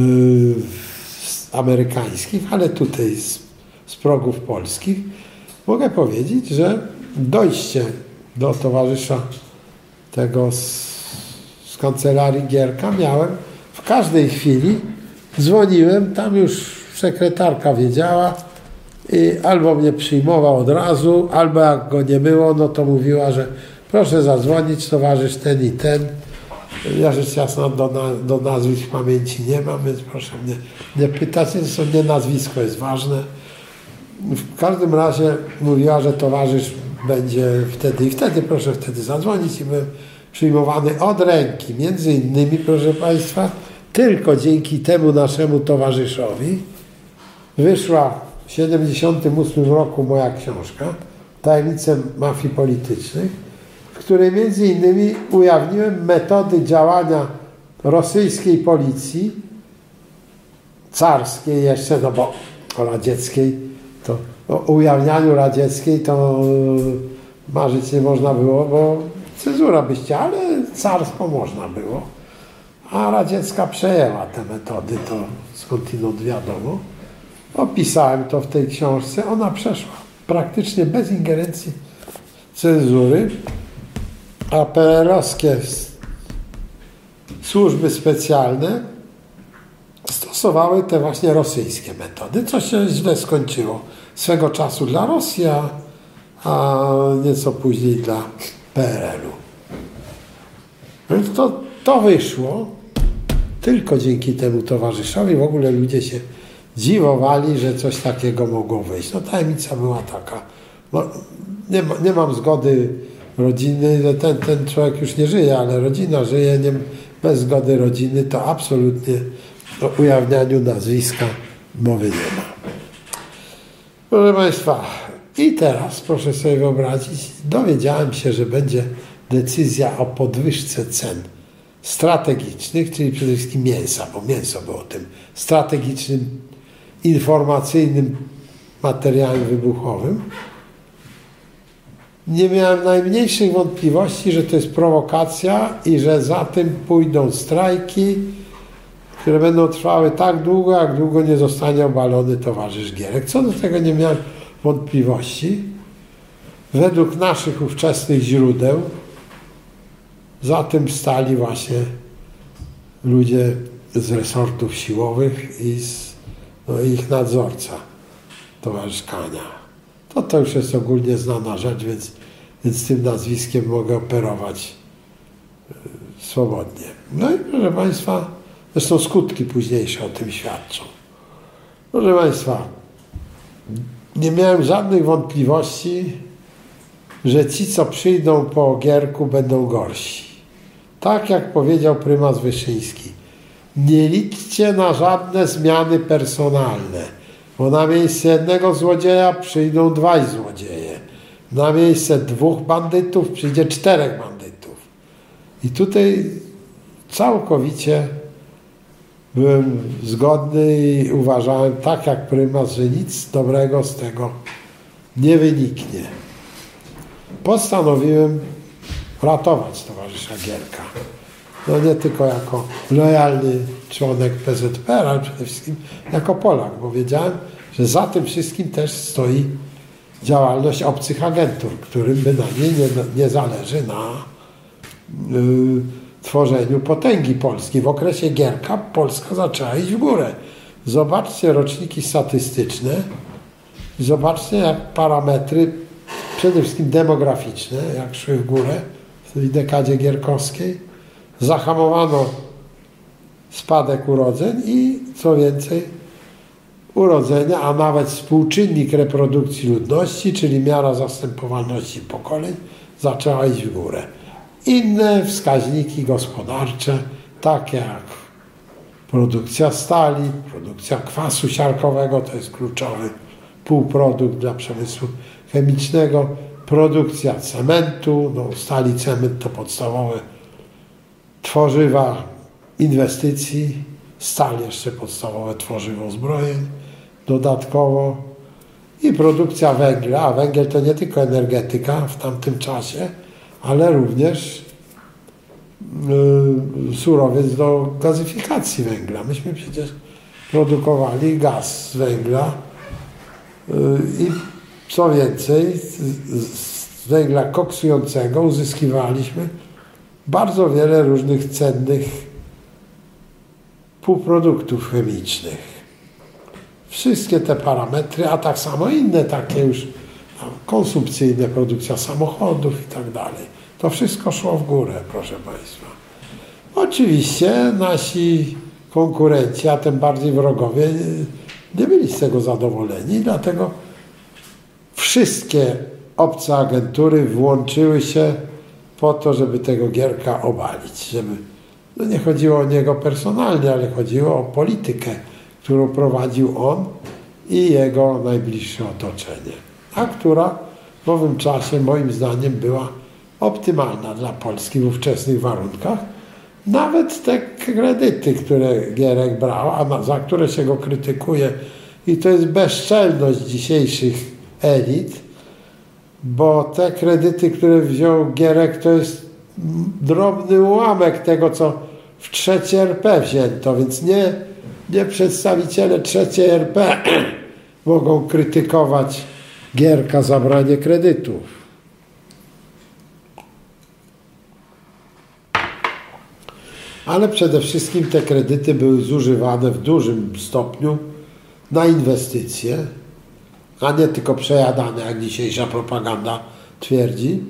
amerykańskich, ale tutaj z, z progów polskich, mogę powiedzieć, że dojście do towarzysza tego z, z kancelarii Gierka miałem w każdej chwili. Dzwoniłem, tam już sekretarka wiedziała i albo mnie przyjmował od razu, albo jak go nie było, no to mówiła, że proszę zadzwonić, towarzysz ten i ten. Ja rzecz jasna do, do nazwisk w pamięci nie mam, więc proszę mnie nie pytać, to nie nazwisko jest ważne. W każdym razie mówiła, że towarzysz będzie wtedy i wtedy, proszę wtedy zadzwonić i byłem przyjmowany od ręki. Między innymi, proszę Państwa, tylko dzięki temu naszemu towarzyszowi wyszła w tysiąc dziewięćset siedemdziesiątym ósmym roku moja książka Tajemnice mafii politycznych, w której między innymi ujawniłem metody działania rosyjskiej policji, carskiej jeszcze, no bo o radzieckiej, to o ujawnianiu radzieckiej to marzyć nie można było, bo cenzura by chciała, ale carsko można było. A radziecka przejęła te metody, to skądinąd wiadomo. Opisałem to w tej książce, ona przeszła praktycznie bez ingerencji cenzury, a P R L-owskie służby specjalne stosowały te właśnie rosyjskie metody, co się źle skończyło swego czasu dla Rosji, a, a nieco później dla P R L-u. Więc to, to wyszło tylko dzięki temu towarzyszowi. W ogóle ludzie się dziwowali, że coś takiego mogło wyjść. No tajemnica była taka. No, nie, ma, nie mam zgody rodziny, ten, ten człowiek już nie żyje, ale rodzina żyje. Nie, bez zgody rodziny to absolutnie o ujawnianiu nazwiska mowy nie ma. Proszę Państwa, i teraz proszę sobie wyobrazić, dowiedziałem się, że będzie decyzja o podwyżce cen strategicznych, czyli przede wszystkim mięsa, bo mięso było tym strategicznym, informacyjnym materiałem wybuchowym. Nie miałem najmniejszych wątpliwości, że to jest prowokacja i że za tym pójdą strajki, które będą trwały tak długo, jak długo nie zostanie obalony towarzysz Gierek. Co do tego nie miałem wątpliwości. Według naszych ówczesnych źródeł za tym stali właśnie ludzie z resortów siłowych i z, no, ich nadzorca, towarzysz Kania. To, to już jest ogólnie znana rzecz, więc, więc tym nazwiskiem mogę operować y, swobodnie. No i proszę Państwa, zresztą skutki późniejsze o tym świadczą. Proszę Państwa, nie miałem żadnych wątpliwości, że ci, co przyjdą po Gierku, będą gorsi. Tak jak powiedział prymas Wyszyński, nie liczcie na żadne zmiany personalne, bo na miejsce jednego złodzieja przyjdą dwaj złodzieje. Na miejsce dwóch bandytów przyjdzie czterech bandytów. I tutaj całkowicie byłem zgodny i uważałem, tak jak prymas, że nic dobrego z tego nie wyniknie. Postanowiłem ratować towarzysza Gierka. No nie tylko jako lojalny członek P Z P R, ale przede wszystkim jako Polak, bo wiedziałem, że za tym wszystkim też stoi działalność obcych agentur, którym bynajmniej nie, nie zależy na y, tworzeniu potęgi Polski. W okresie Gierka Polska zaczęła iść w górę. Zobaczcie roczniki statystyczne, zobaczcie jak parametry przede wszystkim demograficzne, jak szły w górę w tej dekadzie gierkowskiej. Zahamowano spadek urodzeń i co więcej urodzenia, a nawet współczynnik reprodukcji ludności, czyli miara zastępowalności pokoleń, zaczęła iść w górę. Inne wskaźniki gospodarcze, takie jak produkcja stali, produkcja kwasu siarkowego, to jest kluczowy półprodukt dla przemysłu chemicznego, produkcja cementu, no stali, cement to podstawowe tworzywa inwestycji, stal jeszcze podstawowe tworzywo zbrojeń dodatkowo i produkcja węgla, a węgiel to nie tylko energetyka w tamtym czasie, ale również y, surowiec do gazyfikacji węgla. Myśmy przecież produkowali gaz z węgla y, i co więcej z, z węgla koksującego uzyskiwaliśmy bardzo wiele różnych cennych półproduktów chemicznych. Wszystkie te parametry, a tak samo inne takie już konsumpcyjne, produkcja samochodów i tak dalej. To wszystko szło w górę, proszę Państwa. Oczywiście nasi konkurenci, a tym bardziej wrogowie, nie byli z tego zadowoleni, dlatego wszystkie obce agentury włączyły się po to, żeby tego Gierka obalić. Żeby, no nie chodziło o niego personalnie, ale chodziło o politykę, którą prowadził on i jego najbliższe otoczenie, a która w owym czasie moim zdaniem była optymalna dla Polski w ówczesnych warunkach. Nawet te kredyty, które Gierek brał, a za które się go krytykuje, i to jest bezczelność dzisiejszych elit, bo te kredyty, które wziął Gierek, to jest drobny ułamek tego, co w trzeciej R P wzięto, więc nie, nie przedstawiciele trzeciej R P mogą krytykować Gierka za branie kredytów. Ale przede wszystkim te kredyty były zużywane w dużym stopniu na inwestycje, a nie tylko przejadane, jak dzisiejsza propaganda twierdzi.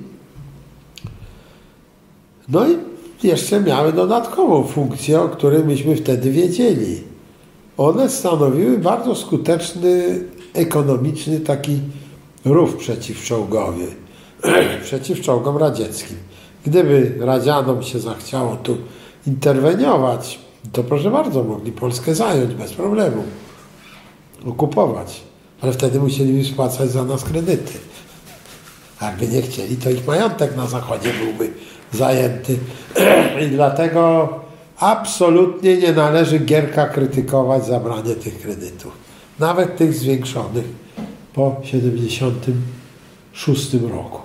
No i jeszcze miały dodatkową funkcję, o której myśmy wtedy wiedzieli. One stanowiły bardzo skuteczny, ekonomiczny taki rów przeciwczołgowy, przeciw czołgom radzieckim. Gdyby Radzianom się zachciało tu interweniować, to proszę bardzo, mogli Polskę zająć bez problemu, okupować. Ale wtedy musieliby spłacać za nas kredyty. A jakby nie chcieli, to ich majątek na zachodzie byłby zajęty. I dlatego absolutnie nie należy Gierka krytykować za branie tych kredytów. Nawet tych zwiększonych po siedemdziesiątym szóstym roku.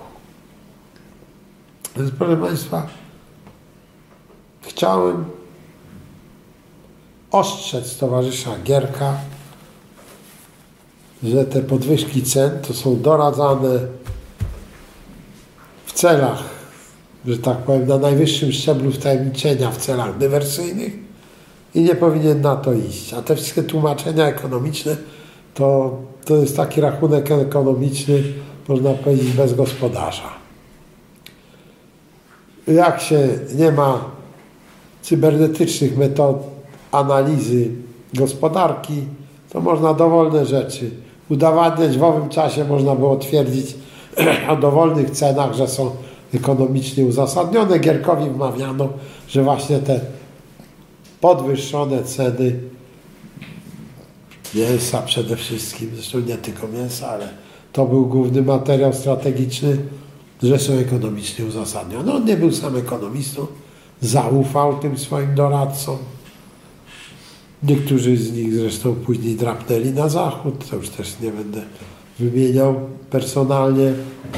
Więc proszę Państwa, chciałem ostrzec towarzysza Gierka, że te podwyżki cen to są doradzane w celach, że tak powiem, na najwyższym szczeblu wtajemniczenia, w celach dywersyjnych i nie powinien na to iść. A te wszystkie tłumaczenia ekonomiczne to, to jest taki rachunek ekonomiczny, można powiedzieć, bez gospodarza. Jak się nie ma cybernetycznych metod analizy gospodarki, to można dowolne rzeczy udowadniać. W owym czasie można było twierdzić o dowolnych cenach, że są ekonomicznie uzasadnione. Gierkowi wmawiano, że właśnie te podwyższone ceny mięsa przede wszystkim, zresztą nie tylko mięsa, ale to był główny materiał strategiczny, że są ekonomicznie uzasadnione. On nie był sam ekonomistą, zaufał tym swoim doradcom. Niektórzy z nich zresztą później drapnęli na zachód, to już też nie będę wymieniał personalnie.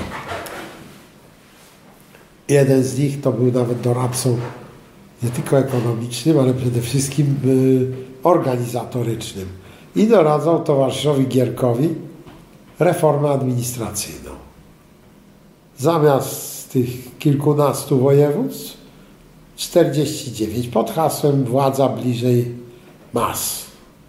Jeden z nich to był nawet doradcą nie tylko ekonomicznym, ale przede wszystkim y, organizatorycznym. I doradzał towarzyszowi Gierkowi reformę administracyjną. Zamiast tych kilkunastu województw czterdzieści dziewięć pod hasłem władza bliżej mas.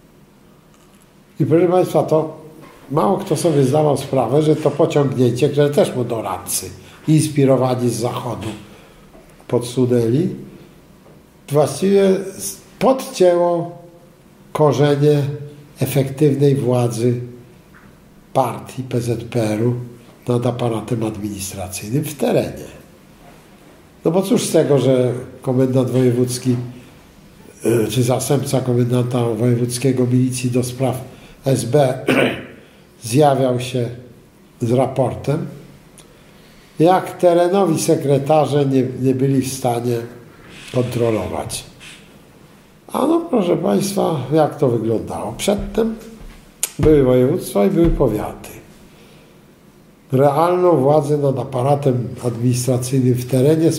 I proszę Państwa, to mało kto sobie zdawał sprawę, że to pociągnięcie, które też mu doradcy inspirowani z zachodu podsunęli, właściwie podcięło korzenie efektywnej władzy partii P Z P R u nad aparatem administracyjnym w terenie. No bo cóż z tego, że komendant wojewódzki czy zastępca komendanta wojewódzkiego milicji do spraw S B zjawiał się z raportem, jak terenowi sekretarze nie, nie byli w stanie kontrolować. A no proszę Państwa, jak to wyglądało? Przedtem były województwa i były powiaty. Realną władzę nad aparatem administracyjnym w terenie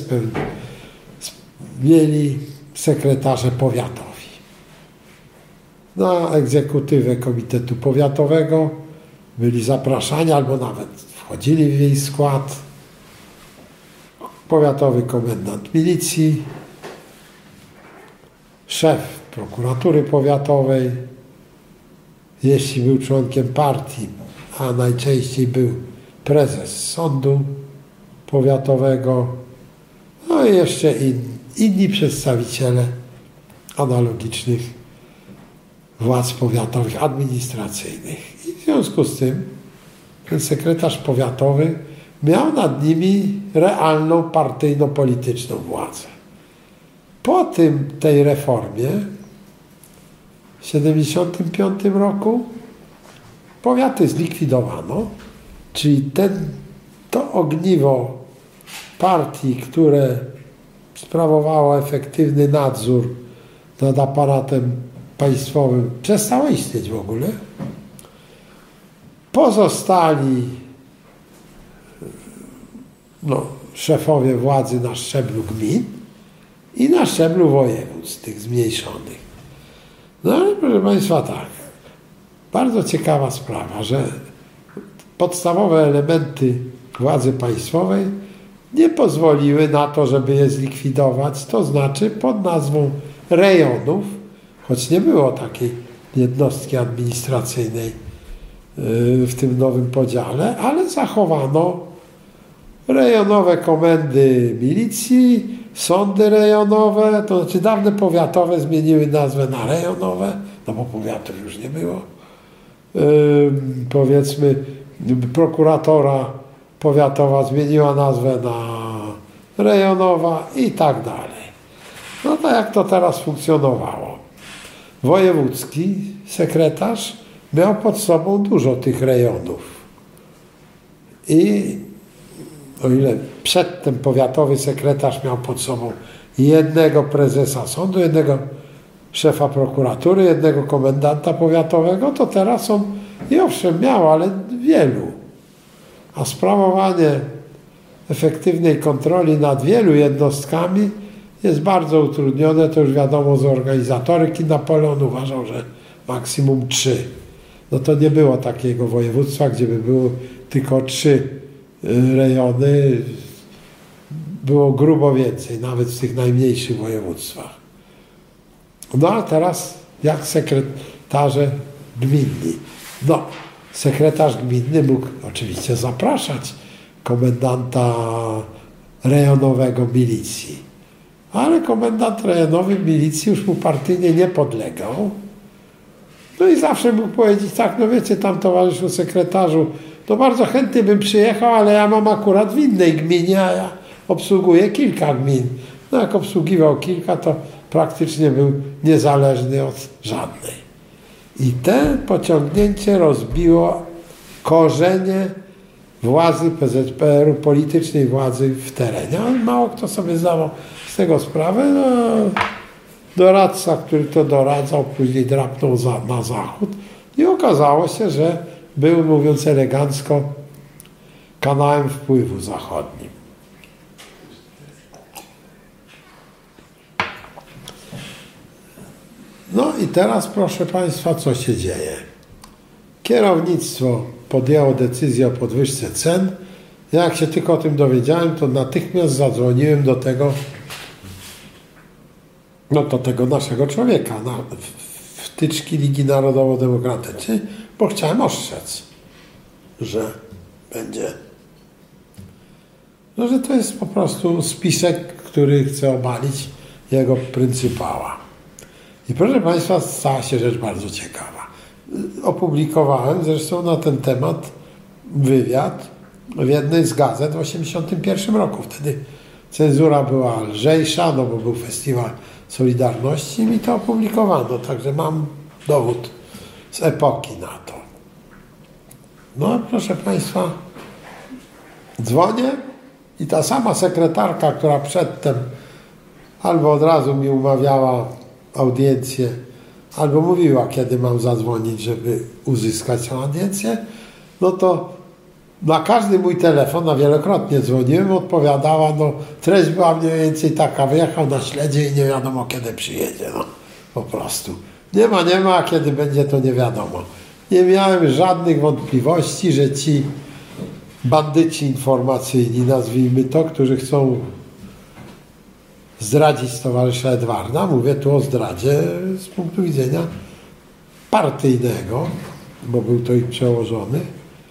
mieli sekretarze powiatowi. Na egzekutywę Komitetu Powiatowego byli zapraszani albo nawet wchodzili w jej skład powiatowy komendant milicji, szef prokuratury powiatowej, jeśli był członkiem partii, a najczęściej był prezes sądu powiatowego, no i jeszcze in, inni przedstawiciele analogicznych władz powiatowych, administracyjnych. I w związku z tym ten sekretarz powiatowy miał nad nimi realną partyjno-polityczną władzę. Po tym, tej reformie w siedemdziesiątym piątym roku powiaty zlikwidowano, czyli ten, to ogniwo partii, które sprawowało efektywny nadzór nad aparatem państwowym, przestało istnieć w ogóle. Pozostali no, szefowie władzy na szczeblu gmin i na szczeblu województw, tych zmniejszonych. No ale proszę Państwa, tak, bardzo ciekawa sprawa, że podstawowe elementy władzy państwowej nie pozwoliły na to, żeby je zlikwidować, to znaczy pod nazwą rejonów, choć nie było takiej jednostki administracyjnej w tym nowym podziale, ale zachowano rejonowe komendy milicji, sądy rejonowe, to znaczy dawne powiatowe zmieniły nazwę na rejonowe, no bo powiatów już nie było. Yy, powiedzmy, prokuratora powiatowa zmieniła nazwę na rejonowa i tak dalej. No to jak to teraz funkcjonowało? Wojewódzki sekretarz miał pod sobą dużo tych rejonów. I o ile przedtem powiatowy sekretarz miał pod sobą jednego prezesa sądu, jednego szefa prokuratury, jednego komendanta powiatowego, to teraz są, i owszem miał, ale wielu. A sprawowanie efektywnej kontroli nad wielu jednostkami jest bardzo utrudnione, to już wiadomo z organizatoryki. Napoleon uważał, że maksimum trzy. No to nie było takiego województwa, gdzie by było tylko trzy rejony. Było grubo więcej, nawet w tych najmniejszych województwach. No a teraz jak sekretarze gminni? No, sekretarz gminny mógł oczywiście zapraszać komendanta rejonowego milicji, ale komendant rejonowy milicji już mu partyjnie nie podlegał. No i zawsze mógł powiedzieć tak, no wiecie, tam towarzyszu sekretarzu, to bardzo chętnie bym przyjechał, ale ja mam akurat w innej gminie, a ja obsługuję kilka gmin. No jak obsługiwał kilka, to praktycznie był niezależny od żadnej. I te pociągnięcie rozbiło korzenie władzy P Z P R u, politycznej władzy w terenie. Ale mało kto sobie zdawał z tego sprawę. No, doradca, który to doradzał, później drapnął za, na zachód i okazało się, że był, mówiąc elegancko, kanałem wpływu zachodnim. No i teraz, proszę Państwa, co się dzieje? Kierownictwo podjęło decyzję o podwyżce cen. Jak się tylko o tym dowiedziałem, to natychmiast zadzwoniłem do tego, no do tego naszego człowieka, na wtyczki Ligi Narodowo-Demokratycznej, bo chciałem ostrzec, że będzie, no, że to jest po prostu spisek, który chce obalić jego pryncypała. I proszę Państwa, stała się rzecz bardzo ciekawa. Opublikowałem zresztą na ten temat wywiad w jednej z gazet w tysiąc dziewięćset osiemdziesiątym pierwszym roku. Wtedy cenzura była lżejsza, no bo był Festiwal Solidarności i mi to opublikowano, także mam dowód z epoki na to. No proszę Państwa, dzwonię i ta sama sekretarka, która przedtem albo od razu mi umawiała audiencję, albo mówiła, kiedy mam zadzwonić, żeby uzyskać tę audiencję, no to na każdy mój telefon, na wielokrotnie dzwoniłem, odpowiadała, no treść była mniej więcej taka, wyjechał na śledzie i nie wiadomo kiedy przyjedzie, no po prostu. Nie ma, nie ma, a kiedy będzie, to nie wiadomo. Nie miałem żadnych wątpliwości, że ci bandyci informacyjni, nazwijmy to, którzy chcą zdradzić towarzysza Edwarda, mówię tu o zdradzie z punktu widzenia partyjnego, bo był to ich przełożony,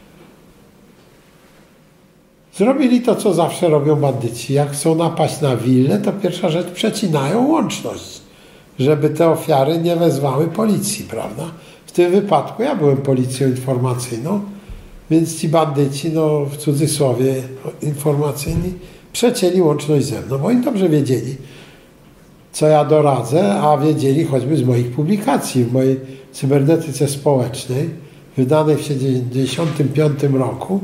zrobili to, co zawsze robią bandyci. Jak chcą napaść na willę, to pierwsza rzecz, przecinają łączność, żeby te ofiary nie wezwały policji, prawda? W tym wypadku ja byłem policją informacyjną, więc ci bandyci, no w cudzysłowie informacyjni, przecięli łączność ze mną, bo oni dobrze wiedzieli, co ja doradzę, a wiedzieli choćby z moich publikacji w mojej cybernetyce społecznej, wydanej w tysiąc dziewięćset siedemdziesiątym piątym roku,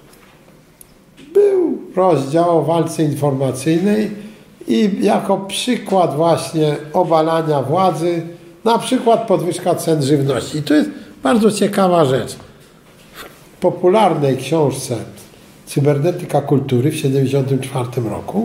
był rozdział o walce informacyjnej i jako przykład właśnie obalania władzy, na przykład podwyżka cen żywności. I to jest bardzo ciekawa rzecz. W popularnej książce Cybernetyka kultury w tysiąc dziewięćset siedemdziesiątym czwartym roku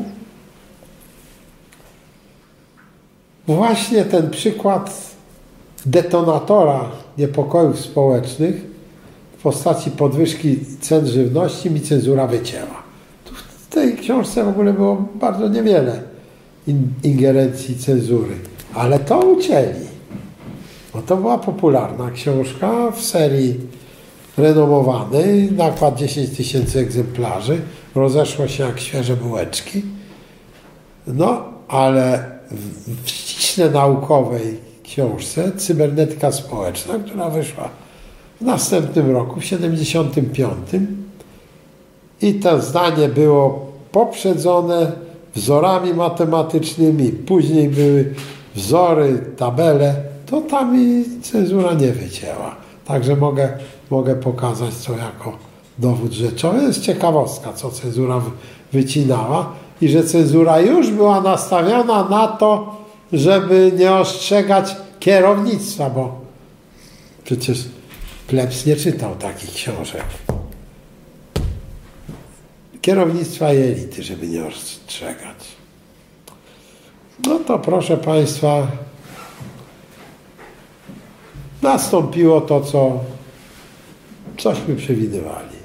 właśnie ten przykład detonatora niepokojów społecznych w postaci podwyżki cen żywności mi cenzura wycięła. tej książce w ogóle było bardzo niewiele in, ingerencji cenzury, ale to ucięli. Bo to była popularna książka w serii renomowanej, nakład dziesięć tysięcy egzemplarzy, rozeszło się jak świeże bułeczki. No, ale w, w ściśle naukowej książce Cybernetyka społeczna, która wyszła w następnym roku, w siedemdziesiątym piątym, i to zdanie było poprzedzone wzorami matematycznymi, później były wzory, tabele, to tam i cenzura nie wycięła. Także mogę, mogę pokazać to jako dowód rzeczowy. To jest ciekawostka, co cenzura wycinała i że cenzura już była nastawiona na to, żeby nie ostrzegać kierownictwa, bo przecież plebs nie czytał takich książek. Kierownictwa i elity, żeby nie ostrzegać. No to proszę Państwa, nastąpiło to, co cośmy przewidywali.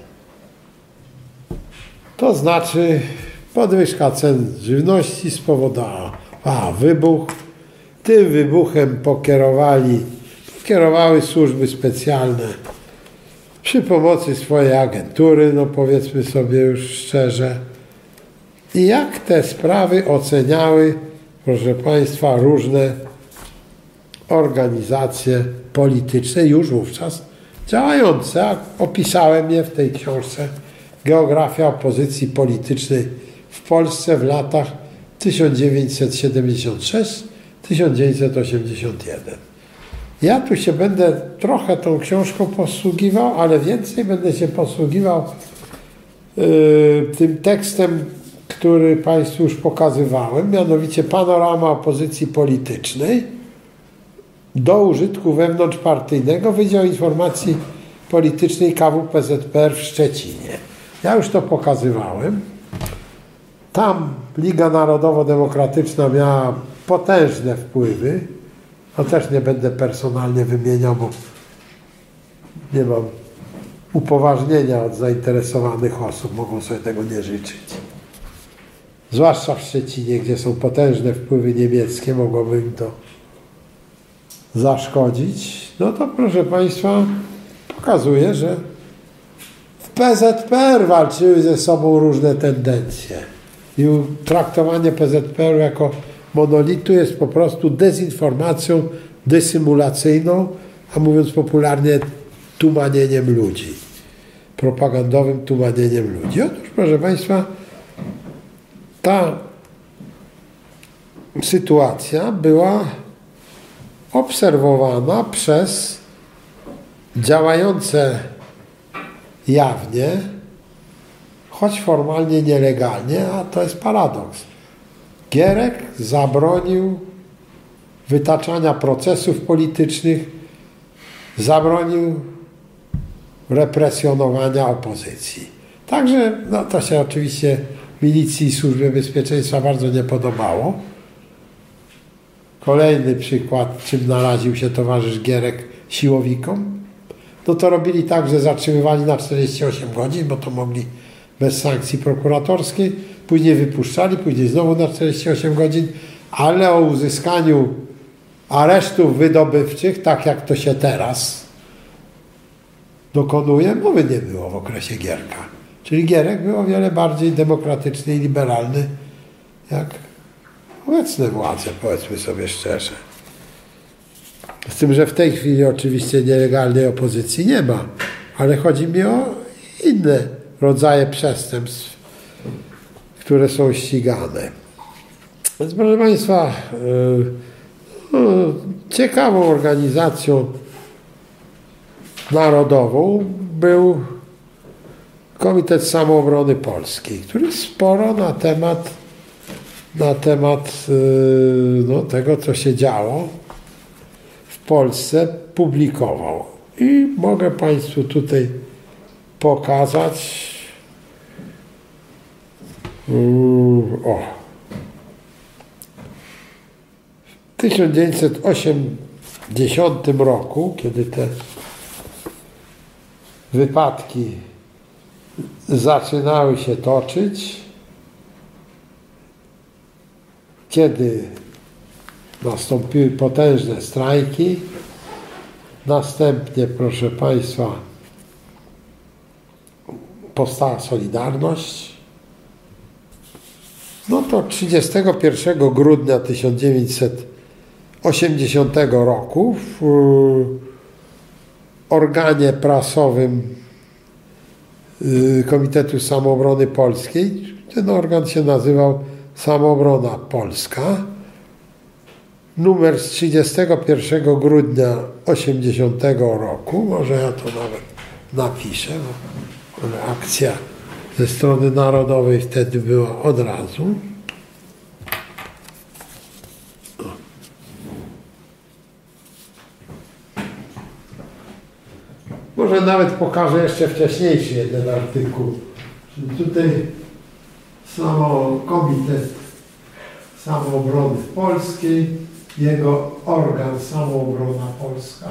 To znaczy podwyżka cen żywności spowodowała wybuch. Tym wybuchem pokierowali, pokierowały służby specjalne przy pomocy swojej agentury, no powiedzmy sobie już szczerze. I jak te sprawy oceniały, proszę Państwa, różne organizacje polityczne już wówczas działające. Jak opisałem je w tej książce Geografia opozycji politycznej w Polsce w latach tysiąc dziewięćset siedemdziesiąt sześć do tysiąc dziewięćset osiemdziesiąt jeden. Ja tu się będę trochę tą książką posługiwał, ale więcej będę się posługiwał yy, tym tekstem, który Państwu już pokazywałem, mianowicie Panorama opozycji politycznej do użytku wewnątrzpartyjnego, Wydział Informacji Politycznej K W P Z P R w Szczecinie. Ja już to pokazywałem. Tam Liga Narodowo-Demokratyczna miała potężne wpływy. No też nie będę personalnie wymieniał, bo nie mam upoważnienia od zainteresowanych osób. Mogą sobie tego nie życzyć. Zwłaszcza w Szczecinie, gdzie są potężne wpływy niemieckie, mogłoby im to zaszkodzić. No to proszę Państwa, pokazuje, że w P Z P R walczyły ze sobą różne tendencje. I traktowanie P Z P R jako monolitu jest po prostu dezinformacją dysymulacyjną, a mówiąc popularnie, tumanieniem ludzi. Propagandowym tumanieniem ludzi. Otóż, proszę Państwa, ta sytuacja była obserwowana przez działające jawnie, choć formalnie nielegalnie, a to jest paradoks. Gierek zabronił wytaczania procesów politycznych, zabronił represjonowania opozycji. Także no, to się oczywiście milicji i służbie bezpieczeństwa bardzo nie podobało. Kolejny przykład, czym naraził się towarzysz Gierek siłowikom. No to robili tak, że zatrzymywali na czterdzieści osiem godzin, bo to mogli bez sankcji prokuratorskiej. Później wypuszczali, później znowu na czterdzieści osiem godzin, ale o uzyskaniu aresztów wydobywczych, tak jak to się teraz dokonuje, mowy nie było w okresie Gierka. Czyli Gierek był o wiele bardziej demokratyczny i liberalny, jak obecne władze, powiedzmy sobie szczerze. Z tym, że w tej chwili oczywiście nielegalnej opozycji nie ma, ale chodzi mi o inne rodzaje przestępstw, które są ścigane. Więc proszę Państwa, yy, yy, ciekawą organizacją narodową był Komitet Samoobrony Polskiej, który sporo na temat, na temat yy, no, tego, co się działo w Polsce, publikował. I mogę Państwu tutaj pokazać. Yy, o. W tysiąc dziewięćset osiemdziesiątym roku, kiedy te wypadki zaczynały się toczyć, kiedy nastąpiły potężne strajki. Następnie, proszę Państwa, powstała Solidarność. No to trzydziestego pierwszego grudnia tysiąc dziewięćset osiemdziesiątego roku w organie prasowym Komitetu Samoobrony Polskiej, ten organ się nazywał Samoobrona Polska, numer z trzydziestego pierwszego grudnia osiemdziesiątego roku, może ja to nawet napiszę, bo reakcja ze strony narodowej wtedy była od razu. Może nawet pokażę jeszcze wcześniejszy jeden artykuł. Tutaj samo Komitet Samoobrony Polskiej, jego organ Samoobrona Polska.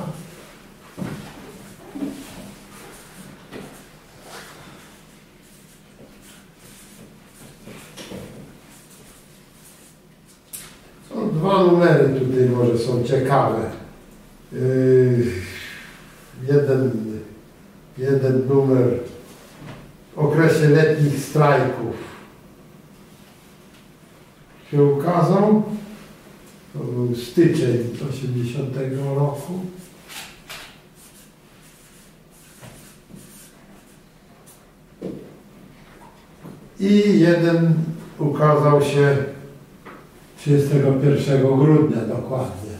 Są dwa numery tutaj może są ciekawe. Yy, jeden, jeden numer w okresie letnich strajków się ukazał. To był styczeń osiemdziesiątego roku. I jeden ukazał się trzydziestego pierwszego grudnia dokładnie.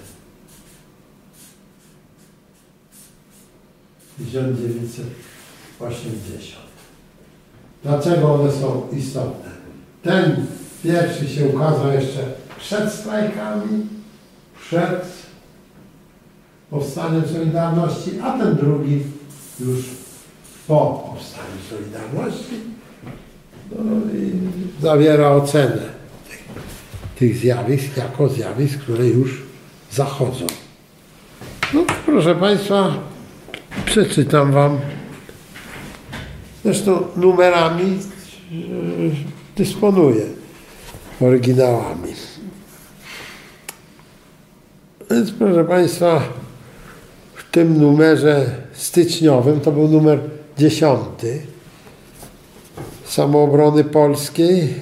tysiąc dziewięćset osiemdziesiąt. Dlaczego one są istotne? Ten pierwszy się ukazał jeszcze przed strajkami, przed powstaniem Solidarności, a ten drugi już po powstaniu Solidarności. No i zawiera ocenę tych, tych zjawisk jako zjawisk, które już zachodzą. No proszę Państwa, przeczytam Wam. Zresztą numerami dysponuję, oryginałami. Więc proszę Państwa, w tym numerze styczniowym, to był numer dziesiąty Samoobrony Polskiej,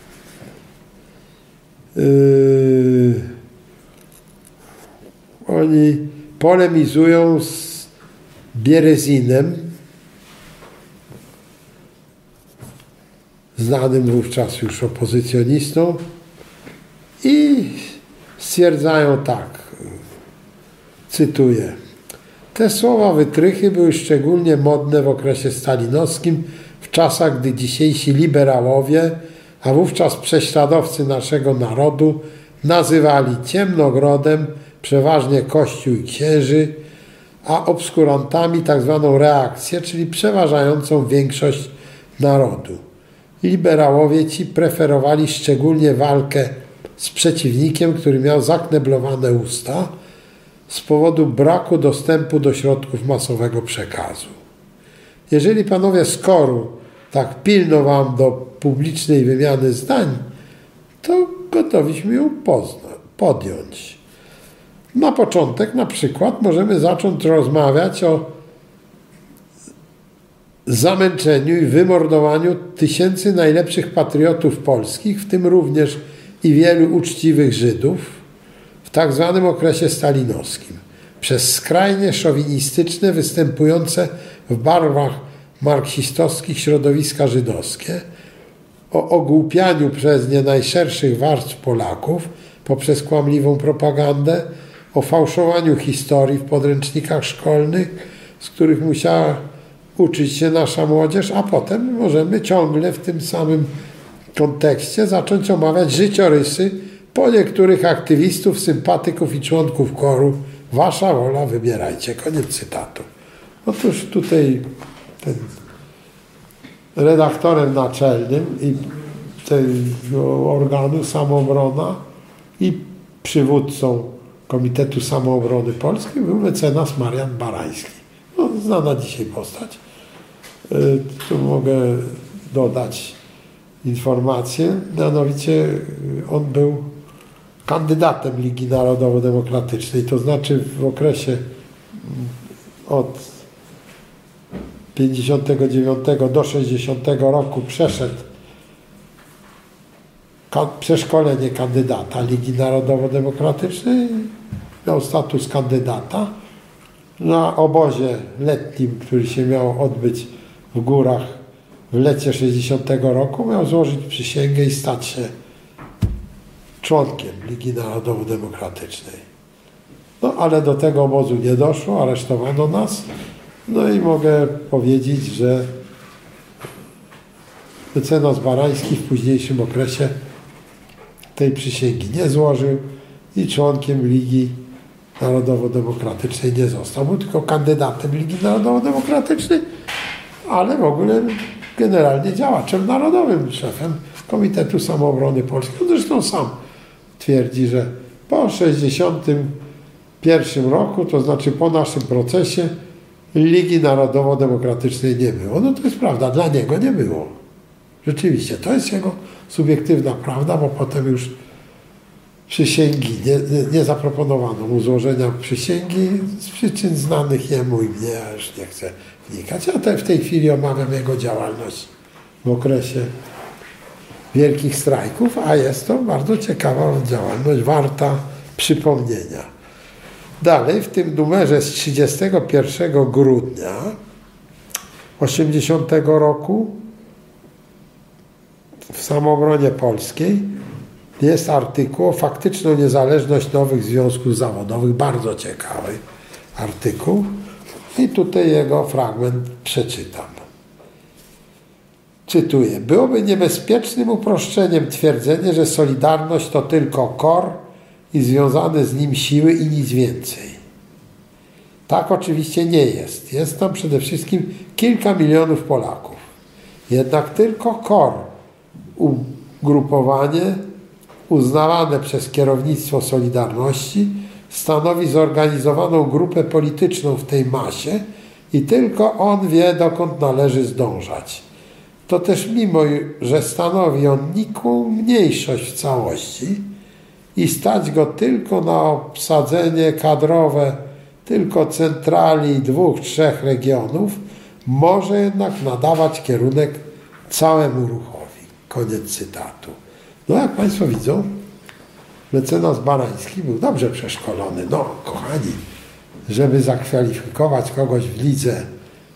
yy, oni polemizują z Bierezinem, znanym wówczas już opozycjonistą, i stwierdzają tak, cytuję: te słowa wytrychy były szczególnie modne w okresie stalinowskim, w czasach, gdy dzisiejsi liberałowie, a wówczas prześladowcy naszego narodu, nazywali ciemnogrodem przeważnie Kościół i księży, a obskurantami tak zwaną reakcję, czyli przeważającą większość narodu. Liberałowie ci preferowali szczególnie walkę z przeciwnikiem, który miał zakneblowane usta z powodu braku dostępu do środków masowego przekazu. Jeżeli panowie z koru tak pilno wam do publicznej wymiany zdań, to gotowiśmy ją pozna- podjąć. Na początek na przykład możemy zacząć rozmawiać o zamęczeniu i wymordowaniu tysięcy najlepszych patriotów polskich, w tym również i wielu uczciwych Żydów, w tak zwanym okresie stalinowskim, przez skrajnie szowinistyczne, występujące w barwach marksistowskich środowiska żydowskie, o ogłupianiu przez nie najszerszych warstw Polaków poprzez kłamliwą propagandę, o fałszowaniu historii w podręcznikach szkolnych, z których musiała uczyć się nasza młodzież, a potem możemy ciągle w tym samym kontekście zacząć omawiać życiorysy po niektórych aktywistów, sympatyków i członków koru. Wasza wola, wybierajcie. Koniec cytatu. Otóż tutaj ten redaktorem naczelnym i tego organu Samoobrona i przywódcą Komitetu Samoobrony Polskiej był mecenas Marian Barański. No, znana dzisiaj postać. Tu mogę dodać informację, mianowicie on był kandydatem Ligi Narodowo-Demokratycznej, to znaczy w okresie od pięćdziesiątego dziewiątego do sześćdziesiątego roku przeszedł przeszkolenie kandydata Ligi Narodowo-Demokratycznej, miał status kandydata. Na obozie letnim, który się miał odbyć w górach w lecie sześćdziesiątego roku, miał złożyć przysięgę i stać się członkiem Ligi Narodowo-Demokratycznej. No ale do tego obozu nie doszło, aresztowano nas. No i mogę powiedzieć, że mecenas Barański w późniejszym okresie tej przysięgi nie złożył i członkiem Ligi Narodowo-Demokratycznej nie został. Był tylko kandydatem Ligi Narodowo-Demokratycznej, ale w ogóle generalnie działaczem narodowym, szefem Komitetu Samoobrony Polskiej. Zresztą sam twierdzi, że po sześćdziesiątym pierwszym roku, to znaczy po naszym procesie, Ligi Narodowo-Demokratycznej nie było. No to jest prawda, dla niego nie było. Rzeczywiście, to jest jego subiektywna prawda, bo potem już przysięgi, nie, nie, nie zaproponowano mu złożenia przysięgi z przyczyn znanych jemu i mnie, ja już nie chcę wnikać. Ja te, w tej chwili omawiam jego działalność w okresie wielkich strajków, a jest to bardzo ciekawa działalność, warta przypomnienia. Dalej, w tym numerze z trzydziestego pierwszego grudnia osiemdziesiątego roku w Samoobronie Polskiej jest artykuł o faktyczną niezależność nowych związków zawodowych, bardzo ciekawy artykuł i tutaj jego fragment przeczytam. Cytuję. Byłoby niebezpiecznym uproszczeniem twierdzenie, że Solidarność to tylko KOR i związane z nim siły i nic więcej. Tak oczywiście nie jest. Jest tam przede wszystkim kilka milionów Polaków. Jednak tylko KOR, ugrupowanie uznawane przez kierownictwo Solidarności, stanowi zorganizowaną grupę polityczną w tej masie i tylko on wie, dokąd należy zdążać. To też mimo, że stanowi on nikłą mniejszość w całości i stać go tylko na obsadzenie kadrowe tylko centrali dwóch, trzech regionów, może jednak nadawać kierunek całemu ruchowi. Koniec cytatu. No jak Państwo widzą, mecenas Barański był dobrze przeszkolony. No, kochani, żeby zakwalifikować kogoś w lidze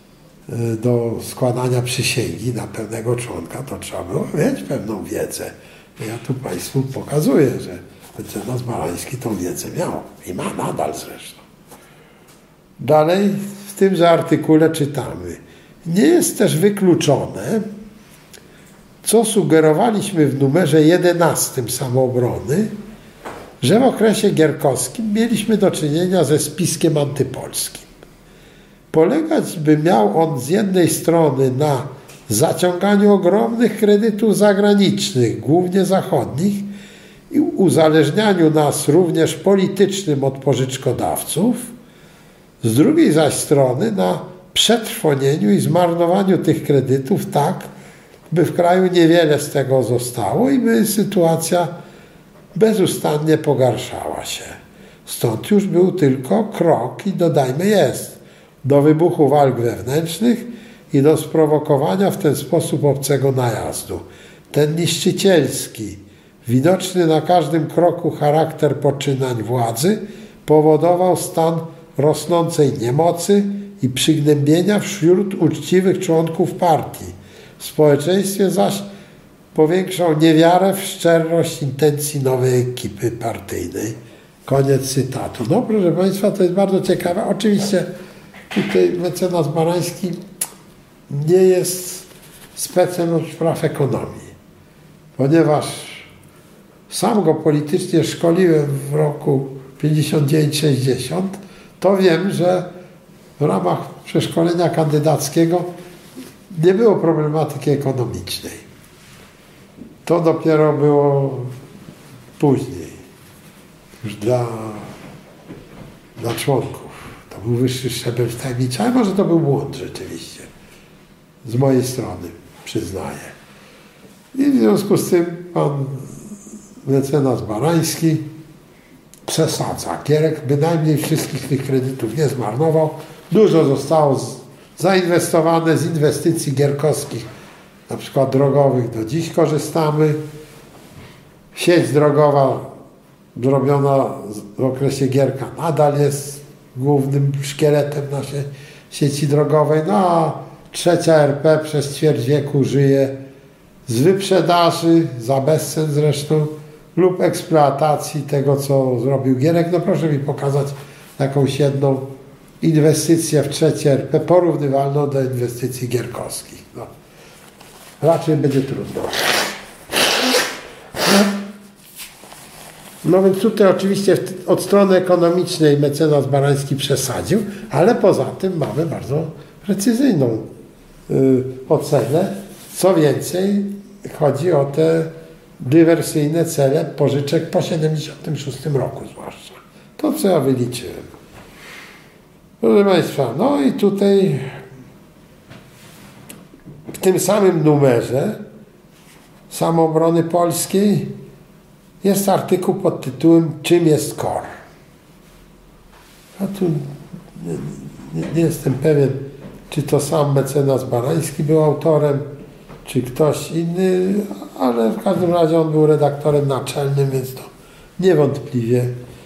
do składania przysięgi na pewnego członka, to trzeba było mieć pewną wiedzę. Ja tu Państwu pokazuję, że mecenas Barański tą wiedzę miał i ma nadal zresztą. Dalej w tymże artykule czytamy. Nie jest też wykluczone, co sugerowaliśmy w numerze jedenastym Samoobrony, że w okresie gierkowskim mieliśmy do czynienia ze spiskiem antypolskim. Polegać by miał on z jednej strony na zaciąganiu ogromnych kredytów zagranicznych, głównie zachodnich, i uzależnianiu nas również politycznym od pożyczkodawców, z drugiej zaś strony na przetrwonieniu i zmarnowaniu tych kredytów tak, by w kraju niewiele z tego zostało i by sytuacja bezustannie pogarszała się. Stąd już był tylko krok i dodajmy jest do wybuchu walk wewnętrznych i do sprowokowania w ten sposób obcego najazdu. Ten niszczycielski, widoczny na każdym kroku charakter poczynań władzy powodował stan rosnącej niemocy i przygnębienia wśród uczciwych członków partii. W społeczeństwie zaś powiększał niewiarę w szczerość intencji nowej ekipy partyjnej. Koniec cytatu. No proszę Państwa, to jest bardzo ciekawe. Oczywiście tutaj mecenas Barański nie jest specem od spraw ekonomii, ponieważ sam go politycznie szkoliłem w roku pięćdziesiąt dziewięć sześćdziesiąt, to wiem, że w ramach przeszkolenia kandydackiego nie było problematyki ekonomicznej. To dopiero było później, już dla, dla członków. To był wyższy szczebel tajemniczy, ale może to był błąd rzeczywiście. Z mojej strony, przyznaję. I w związku z tym pan mecenas Barański przesadza. Gierek bynajmniej wszystkich tych kredytów nie zmarnował. Dużo zostało z, zainwestowane z inwestycji gierkowskich, na przykład drogowych. Do dziś korzystamy. Sieć drogowa zrobiona w okresie Gierka nadal jest głównym szkieletem naszej sieci drogowej. No a trzecia R P przez ćwierć wieku żyje z wyprzedaży, za bezcen zresztą, lub eksploatacji tego, co zrobił Gierek. No proszę mi pokazać jakąś jedną inwestycję w trzecie R P porównywalną do inwestycji gierkowskich. No, raczej będzie trudno. No więc tutaj oczywiście od strony ekonomicznej mecenas Barański przesadził, ale poza tym mamy bardzo precyzyjną y, ocenę. Co więcej, chodzi o te dywersyjne cele pożyczek po siedemdziesiątym szóstym roku zwłaszcza. To, co ja wyliczyłem. Proszę Państwa, no i tutaj w tym samym numerze Samoobrony Polskiej jest artykuł pod tytułem Czym jest K O R? Ja tu nie, nie, nie jestem pewien, czy to sam mecenas Barański był autorem, czy ktoś inny, ale w każdym razie on był redaktorem naczelnym, więc to niewątpliwie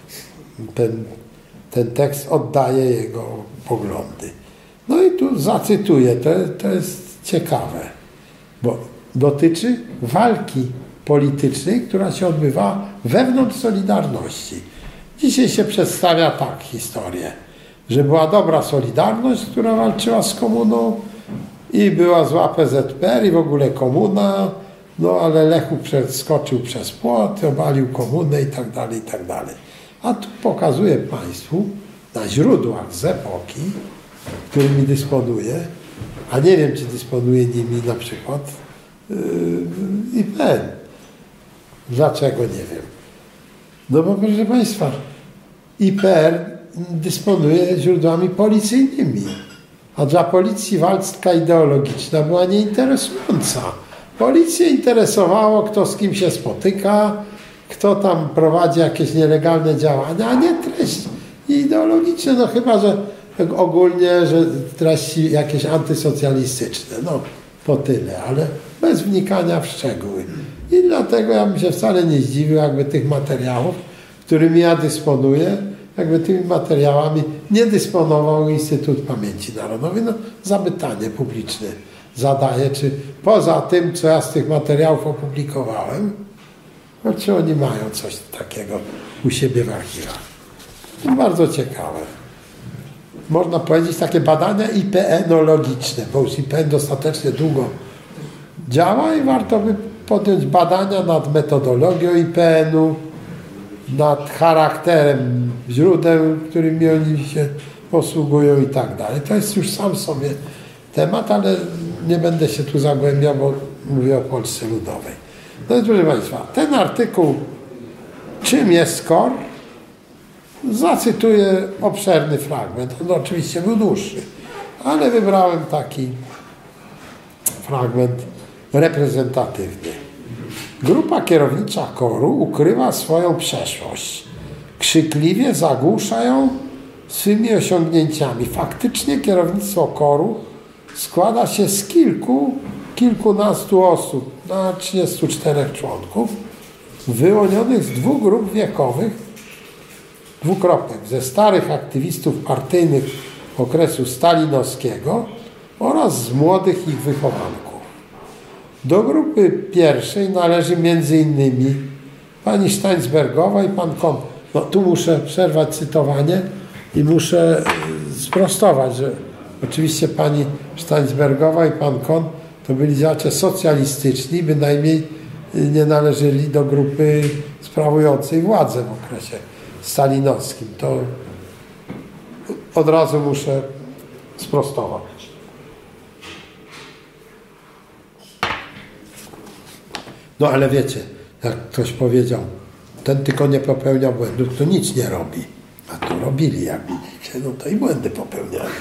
ten, ten tekst oddaje jego poglądy. No i tu zacytuję, to, to jest ciekawe, bo dotyczy walki politycznej, która się odbywa wewnątrz Solidarności. Dzisiaj się przedstawia tak historię, że była dobra Solidarność, która walczyła z komuną i była zła P Z P R i w ogóle komuna, no ale Lechu przeskoczył przez płot, obalił komunę i tak dalej, i tak dalej. A tu pokazuję Państwu na źródłach z epoki, którymi dysponuję, a nie wiem, czy dysponuje nimi na przykład yy, I P N. Dlaczego? Nie wiem. No bo proszę Państwa, I P R dysponuje źródłami policyjnymi, a dla policji walka ideologiczna była nieinteresująca. Policję interesowało, kto z kim się spotyka, kto tam prowadzi jakieś nielegalne działania, a nie treści ideologiczne, no chyba, że ogólnie, że treści jakieś antysocjalistyczne, no to tyle, ale bez wnikania w szczegóły. I dlatego ja bym się wcale nie zdziwił, jakby tych materiałów, którymi ja dysponuję, jakby tymi materiałami nie dysponował Instytut Pamięci Narodowej. No, zapytanie publiczne zadaję, czy poza tym, co ja z tych materiałów opublikowałem, no, czy oni mają coś takiego u siebie w archiwach. To bardzo ciekawe. Można powiedzieć takie badania I P N-ologiczne, bo już I P N dostatecznie długo działa i warto by podjąć badania nad metodologią I P N-u, nad charakterem źródeł, którymi oni się posługują i tak dalej. To jest już sam sobie temat, ale nie będę się tu zagłębiał, bo mówię o Polsce Ludowej. No i proszę Państwa, ten artykuł Czym jest K O R? Zacytuję obszerny fragment. On oczywiście był dłuższy, ale wybrałem taki fragment reprezentatywny. Grupa kierownicza K O R-u ukrywa swoją przeszłość. Krzykliwie zagłusza ją swymi osiągnięciami. Faktycznie kierownictwo K O R-u składa się z kilku, kilkunastu osób, na trzydziestu czterech członków, wyłonionych z dwóch grup wiekowych, dwukropek, ze starych aktywistów partyjnych okresu stalinowskiego oraz z młodych ich wychowanków. Do grupy pierwszej należy między innymi pani Steinsbergowa i pan Kohn. No tu muszę przerwać cytowanie i muszę sprostować, że oczywiście pani Steinsbergowa i pan Kohn to byli działacze socjalistyczni, bynajmniej nie należeli do grupy sprawującej władzę w okresie stalinowskim. To od razu muszę sprostować. No ale wiecie, jak ktoś powiedział, ten tylko nie popełnia błędów, to nic nie robi. A tu robili, jak widzicie, no to i błędy popełniali.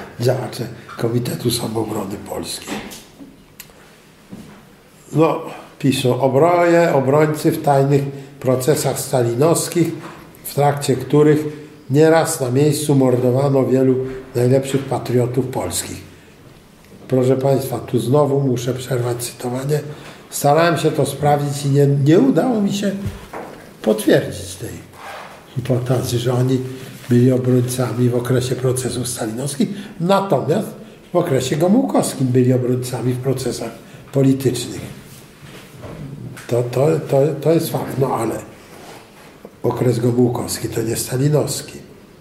Działacze Komitetu Samoobrony Polskiej. No, piszą obroje, obrońcy w tajnych procesach stalinowskich, w trakcie których nieraz na miejscu mordowano wielu najlepszych patriotów polskich. Proszę Państwa, tu znowu muszę przerwać cytowanie. Starałem się to sprawdzić i nie, nie udało mi się potwierdzić tej hipotezy, że oni byli obrońcami w okresie procesów stalinowskich, natomiast w okresie gomułkowskim byli obrońcami w procesach politycznych. To, to, to, to jest fakt, no ale okres gomułkowski to nie stalinowski.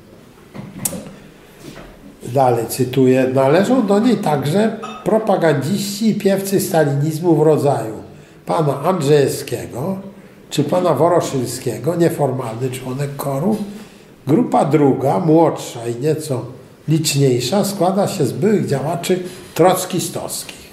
Dalej cytuję. Należą do niej także propagandziści i piewcy stalinizmu w rodzaju pana Andrzejewskiego czy pana Woroszylskiego, nieformalny członek koru. Grupa druga, młodsza i nieco liczniejsza, składa się z byłych działaczy trockistowskich.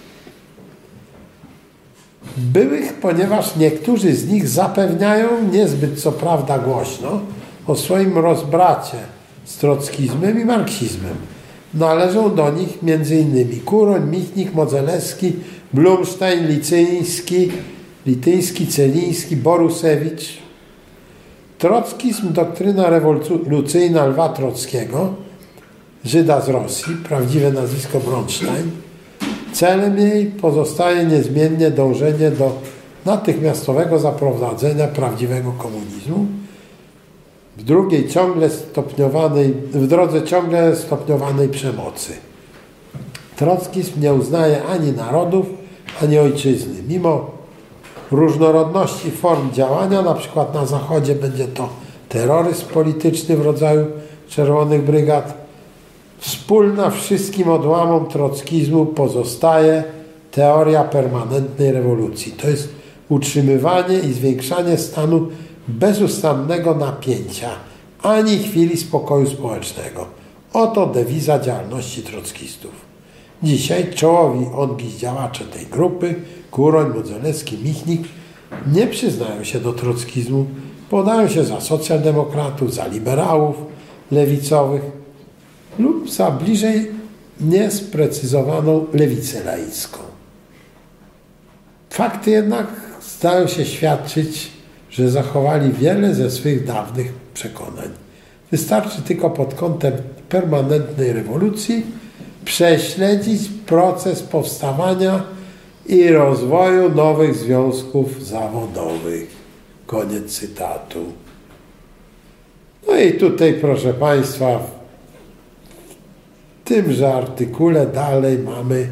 Byłych, ponieważ niektórzy z nich zapewniają niezbyt co prawda głośno o swoim rozbracie z trockizmem i marksizmem. Należą do nich między innymi Kuroń, Michnik, Modzelewski, Blumstein, Licyński, Lityński, Celiński, Borusewicz. Trockizm, doktryna rewolucyjna Lwa Trockiego, Żyda z Rosji, prawdziwe nazwisko Bronstein. Celem jej pozostaje niezmiennie dążenie do natychmiastowego zaprowadzenia prawdziwego komunizmu w drugiej ciągle stopniowanej, w drodze ciągle stopniowanej przemocy. Trockizm nie uznaje ani narodów, ani ojczyzny. Mimo różnorodności form działania, na przykład na Zachodzie będzie to terroryzm polityczny w rodzaju Czerwonych Brygad, wspólna wszystkim odłamom trockizmu pozostaje teoria permanentnej rewolucji. To jest utrzymywanie i zwiększanie stanu bezustannego napięcia, ani chwili spokoju społecznego. Oto dewiza działalności trockistów. Dzisiaj czołowi ongi działacze tej grupy, Kuroń, Modzelewski, Michnik, nie przyznają się do trockizmu, podają się za socjaldemokratów, za liberałów lewicowych lub za bliżej niesprecyzowaną lewicę laicką. Fakty jednak zdają się świadczyć, że zachowali wiele ze swych dawnych przekonań. Wystarczy tylko pod kątem permanentnej rewolucji prześledzić proces powstawania i rozwoju nowych związków zawodowych. Koniec cytatu. No i tutaj, proszę Państwa, w tymże artykule dalej mamy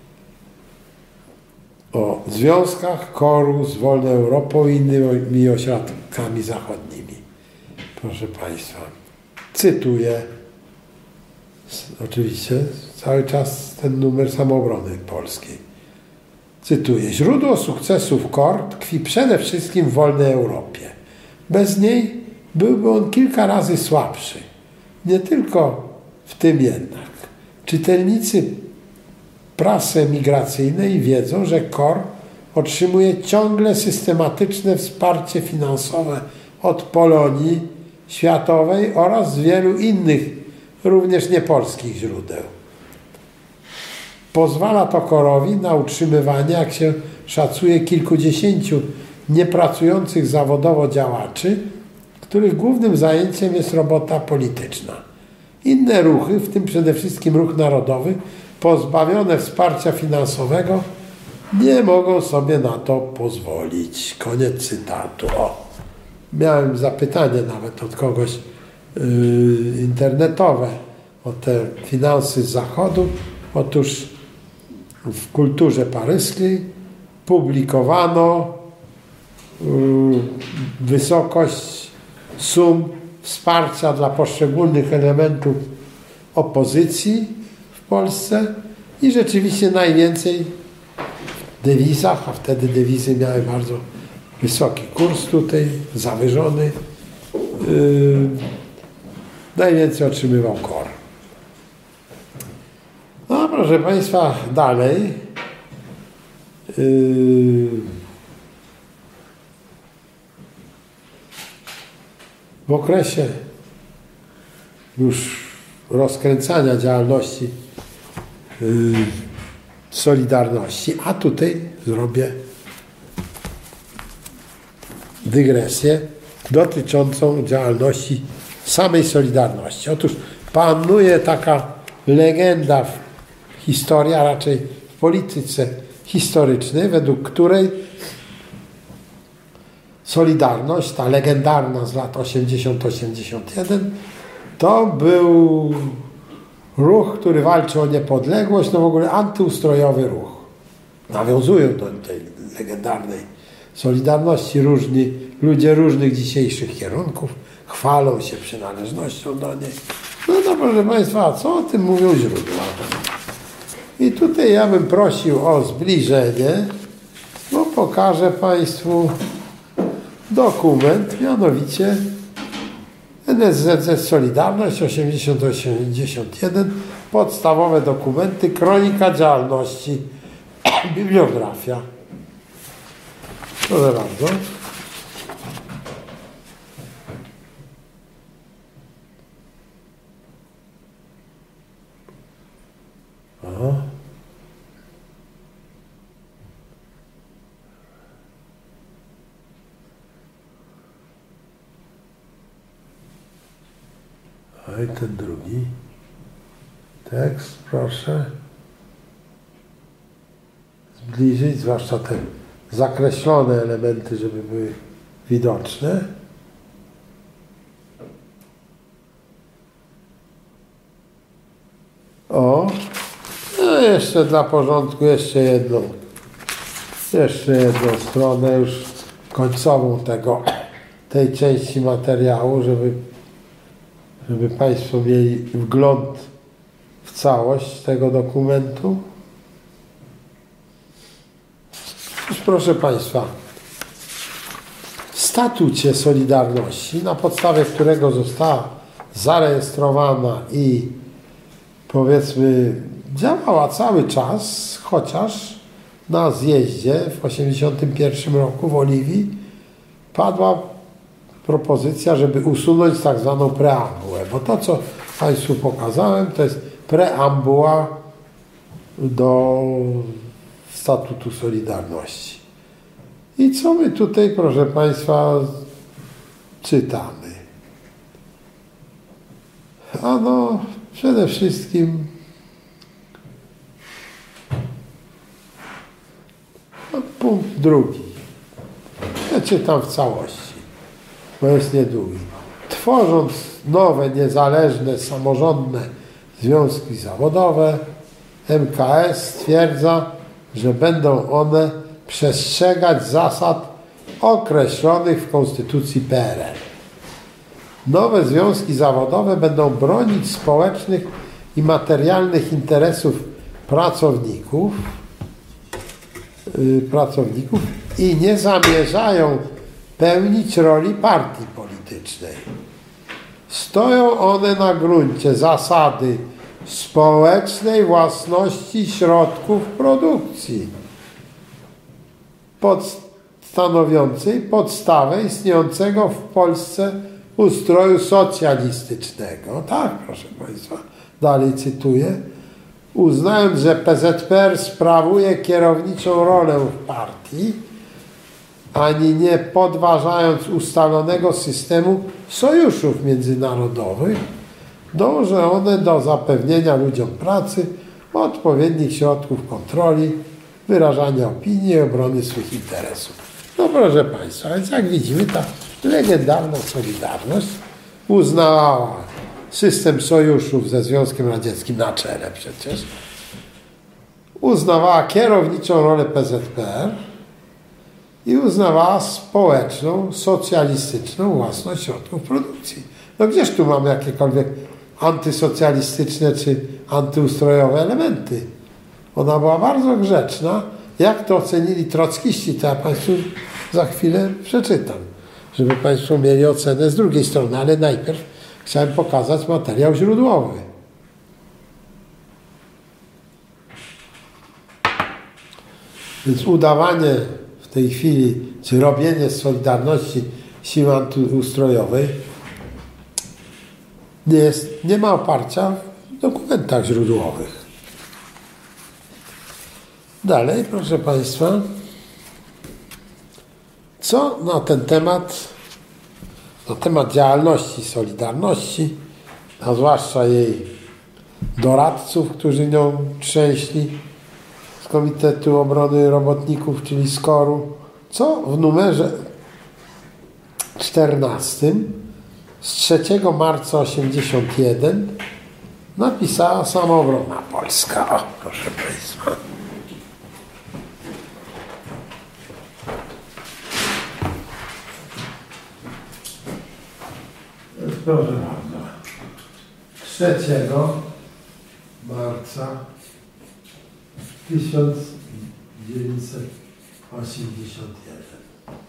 o związkach koru z wolną Europą i innymi ośrodkami zachodnimi. Proszę Państwa, cytuję oczywiście cały czas ten numer Samoobrony Polskiej. Cytuję. Źródło sukcesów K O R tkwi przede wszystkim w wolnej Europie. Bez niej byłby on kilka razy słabszy. Nie tylko w tym jednak. Czytelnicy prasy emigracyjnej wiedzą, że K O R otrzymuje ciągle systematyczne wsparcie finansowe od Polonii Światowej oraz z wielu innych, również niepolskich źródeł. Pozwala to K O R-owi na utrzymywanie, jak się szacuje, kilkudziesięciu niepracujących zawodowo działaczy, których głównym zajęciem jest robota polityczna. Inne ruchy, w tym przede wszystkim Ruch Narodowy, pozbawione wsparcia finansowego, nie mogą sobie na to pozwolić. Koniec cytatu. O, miałem zapytanie nawet od kogoś yy, internetowe o te finanse z Zachodu. Otóż w Kulturze Paryskiej publikowano yy, wysokość sum wsparcia dla poszczególnych elementów opozycji w Polsce i rzeczywiście najwięcej w dewizach, a wtedy dewizy miały bardzo wysoki kurs tutaj, zawyżony. Yy, najwięcej otrzymywał K O R. No proszę Państwa, dalej. Yy, w okresie już rozkręcania działalności yy, Solidarności, a tutaj zrobię dygresję dotyczącą działalności samej Solidarności. Otóż panuje taka legenda, historia raczej w polityce historycznej, według której Solidarność, ta legendarna z lat osiemdziesiąt osiemdziesiąt jeden, to był ruch, który walczył o niepodległość, no w ogóle antyustrojowy ruch. Nawiązują do tej legendarnej Solidarności różni ludzie różnych dzisiejszych kierunków, chwalą się przynależnością do niej. No to proszę Państwa, co o tym mówią źródła? I tutaj ja bym prosił o zbliżenie, bo pokażę Państwu dokument, mianowicie N S Z Z Solidarność osiemdziesiąt osiemdziesiąt jeden, podstawowe dokumenty, kronika działalności, bibliografia. Proszę bardzo. O. A i ten drugi tekst, proszę zbliżyć, zwłaszcza te zakreślone elementy, żeby były widoczne. O, no jeszcze dla porządku, jeszcze jedną, jeszcze jedną stronę już końcową tego, tej części materiału, żeby, żeby Państwo mieli wgląd w całość tego dokumentu. Otóż, proszę Państwa, w statucie Solidarności, na podstawie którego została zarejestrowana i powiedzmy działała cały czas, chociaż na zjeździe w tysiąc dziewięćset osiemdziesiątym pierwszym roku w Oliwii padła propozycja, żeby usunąć tak zwaną preambułę, bo to, co Państwu pokazałem, to jest preambuła do Statutu Solidarności. I co my tutaj, proszę Państwa, czytamy? Ano, przede wszystkim no, punkt drugi. Ja czytam w całości, bo jest niedługi. Tworząc nowe, niezależne, samorządne związki zawodowe, M K S stwierdza, że będą one przestrzegać zasad określonych w Konstytucji P R L. Nowe związki zawodowe będą bronić społecznych i materialnych interesów pracowników, yy, pracowników i nie zamierzają pełnić roli partii politycznej. Stoją one na gruncie zasady społecznej własności środków produkcji, pod, stanowiącej podstawę istniejącego w Polsce ustroju socjalistycznego. Tak, proszę Państwa, dalej cytuję. Uznając, że P Z P R sprawuje kierowniczą rolę w partii, ani nie podważając ustalonego systemu sojuszów międzynarodowych, dążą one do zapewnienia ludziom pracy, odpowiednich środków kontroli, wyrażania opinii i obrony swych interesów. No proszę Państwa, więc jak widzimy, ta legendarna Solidarność uznała system sojuszów ze Związkiem Radzieckim na czele przecież, uznawała kierowniczą rolę P Z P R i uznawała społeczną, socjalistyczną własność środków produkcji. No gdzież tu mamy jakiekolwiek antysocjalistyczne czy antyustrojowe elementy? Ona była bardzo grzeczna. Jak to ocenili trockiści, to ja Państwu za chwilę przeczytam, żeby Państwo mieli ocenę z drugiej strony, ale najpierw chciałem pokazać materiał źródłowy. Więc udawanie w tej chwili, czy robienie z Solidarności siły antyustrojowej nie, jest, nie ma oparcia w dokumentach źródłowych. Dalej, proszę Państwa, co na ten temat, na temat działalności Solidarności, a zwłaszcza jej doradców, którzy nią trzęśli z Komitetu Obrony Robotników, czyli skoru, co w numerze czternastym z trzeciego marca osiemdziesiątego pierwszego napisała Samoobrona Polska. O, proszę Państwa. Proszę bardzo. trzeciego marca tysiąc dziewięćset osiemdziesiątego pierwszego.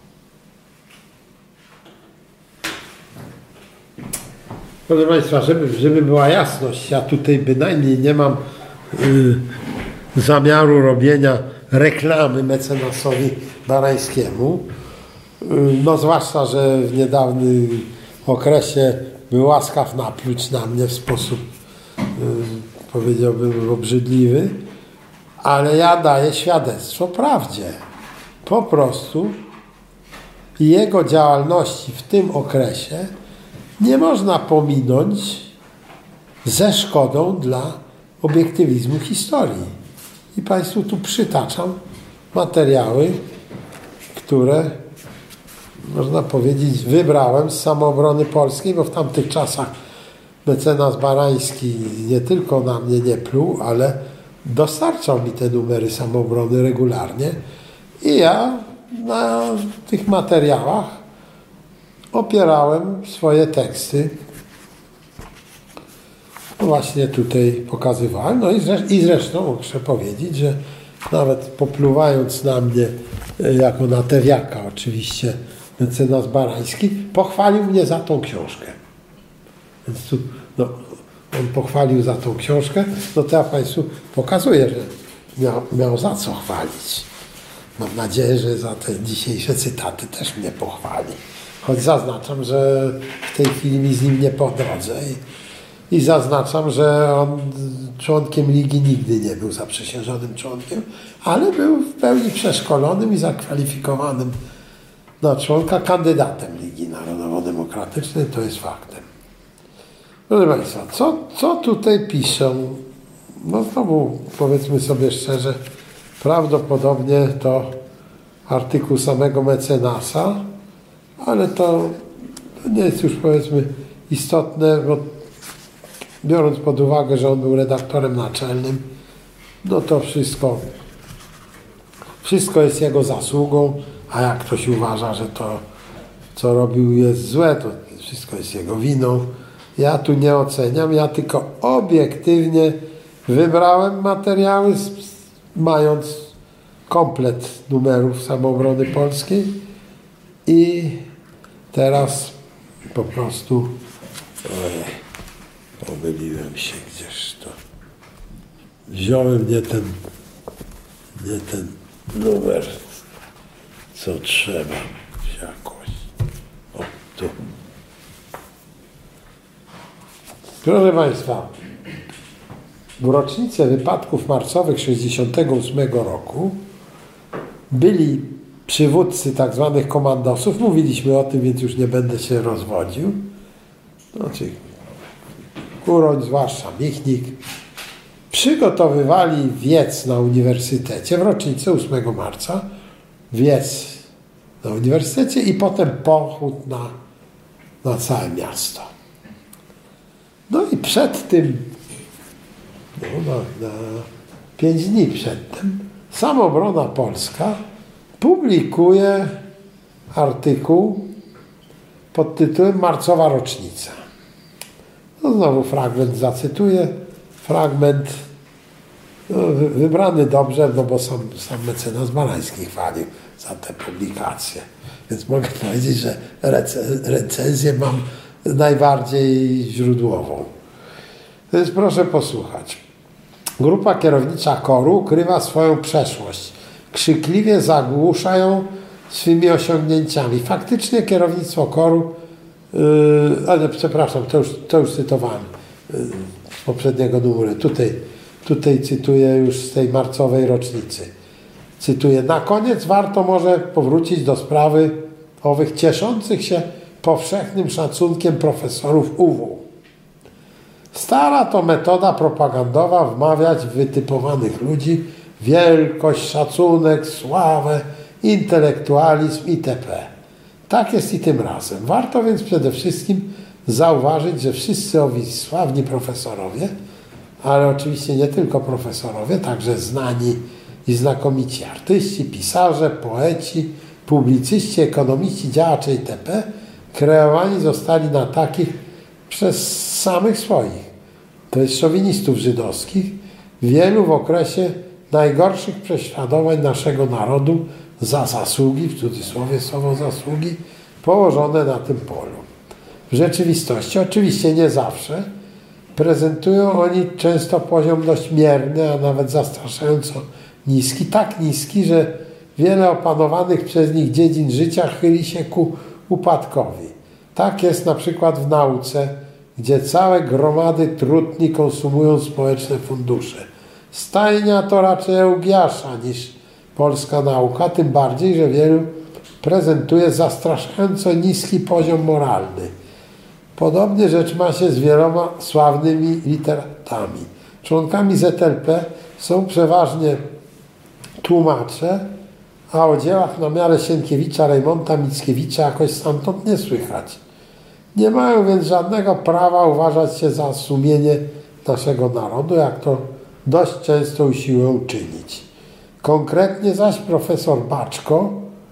Proszę Państwa, żeby, żeby była jasność, ja tutaj bynajmniej nie mam y, zamiaru robienia reklamy mecenasowi Barańskiemu. Y, no zwłaszcza, że w niedawnym okresie był łaskaw napluć na mnie w sposób, y, powiedziałbym, obrzydliwy, ale ja daję świadectwo prawdzie. Po prostu jego działalności w tym okresie nie można pominąć ze szkodą dla obiektywizmu historii. I Państwu tu przytaczam materiały, które, można powiedzieć, wybrałem z Samoobrony Polskiej, bo w tamtych czasach mecenas Barański nie tylko na mnie nie pluł, ale dostarczał mi te numery Samoobrony regularnie i ja na tych materiałach opierałem swoje teksty. Właśnie tutaj pokazywałem. No i, zresztą, i zresztą muszę powiedzieć, że nawet popluwając na mnie jako na tewiaka oczywiście mecenas Barański, pochwalił mnie za tą książkę. Więc tu, no, on pochwalił za tą książkę, no to ja Państwu pokazuję, że miał, miał za co chwalić. Mam nadzieję, że za te dzisiejsze cytaty też mnie pochwali. Choć zaznaczam, że w tej chwili mi z nim nie po drodze i, i zaznaczam, że on członkiem Ligi nigdy nie był zaprzysiężonym członkiem, ale był w pełni przeszkolonym i zakwalifikowanym na członka kandydatem Ligi Narodowo-Demokratycznej, to jest faktem. Proszę Państwa, co, co tutaj piszą? No znowu powiedzmy sobie szczerze, prawdopodobnie to artykuł samego mecenasa, ale to nie jest już powiedzmy istotne, bo biorąc pod uwagę, że on był redaktorem naczelnym, no to wszystko, wszystko jest jego zasługą, a jak ktoś uważa, że to, co robił, jest złe, to wszystko jest jego winą. Ja tu nie oceniam, ja tylko obiektywnie wybrałem materiały, mając komplet numerów Samoobrony Polskiej i teraz po prostu ojej, pomyliłem się gdzieś to. Wziąłem nie ten, nie ten numer, co trzeba jakoś. O, tu. Proszę Państwa, w rocznicę wypadków marcowych sześćdziesiątego ósmego roku byli przywódcy tak zwanych komandosów, mówiliśmy o tym, więc już nie będę się rozwodził, znaczy Kuroń, zwłaszcza Michnik, przygotowywali wiec na uniwersytecie w rocznicę ósmego marca, wiec na uniwersytecie i potem pochód na, na całe miasto. No i przed tym, no, na, na pięć dni przedtem, Samoobrona Polska publikuje artykuł pod tytułem Marcowa rocznica. No znowu fragment zacytuję. Fragment no, wybrany dobrze, no bo sam, sam mecenas Barański chwalił za tę publikację. Więc mogę powiedzieć, że recenzję mam najbardziej źródłową. Więc proszę posłuchać. Grupa kierownicza koru ukrywa swoją przeszłość. Krzykliwie zagłusza ją swymi osiągnięciami. Faktycznie kierownictwo koru, yy, ale przepraszam, to już, to już cytowałem yy, z poprzedniego numeru. Tutaj, tutaj cytuję już z tej marcowej rocznicy. Cytuję. Na koniec warto może powrócić do sprawy owych cieszących się powszechnym szacunkiem profesorów U W. Stara to metoda propagandowa wmawiać w wytypowanych ludzi wielkość, szacunek, sławę, intelektualizm itp. Tak jest i tym razem. Warto więc przede wszystkim zauważyć, że wszyscy owi sławni profesorowie, ale oczywiście nie tylko profesorowie, także znani i znakomici artyści, pisarze, poeci, publicyści, ekonomiści, działacze itp. kreowani zostali na takich przez samych swoich, to jest szowinistów żydowskich, wielu w okresie najgorszych prześladowań naszego narodu za zasługi, w cudzysłowie słowo zasługi, położone na tym polu. W rzeczywistości, oczywiście nie zawsze, prezentują oni często poziom dość mierny, a nawet zastraszająco niski, tak niski, że wiele opanowanych przez nich dziedzin życia chyli się ku upadkowi. Tak jest na przykład w nauce, gdzie całe gromady trutni konsumują społeczne fundusze. Stajnia to raczej Eugiasza niż polska nauka, tym bardziej, że wielu prezentuje zastraszająco niski poziom moralny. Podobnie rzecz ma się z wieloma sławnymi literatami. Członkami Z L P są przeważnie tłumacze, a o dziełach na miarę Sienkiewicza, Rejmonta, Mickiewicza jakoś stamtąd nie słychać. Nie mają więc żadnego prawa uważać się za sumienie naszego narodu, jak to dość często usiłują czynić. Konkretnie zaś profesor Baczko,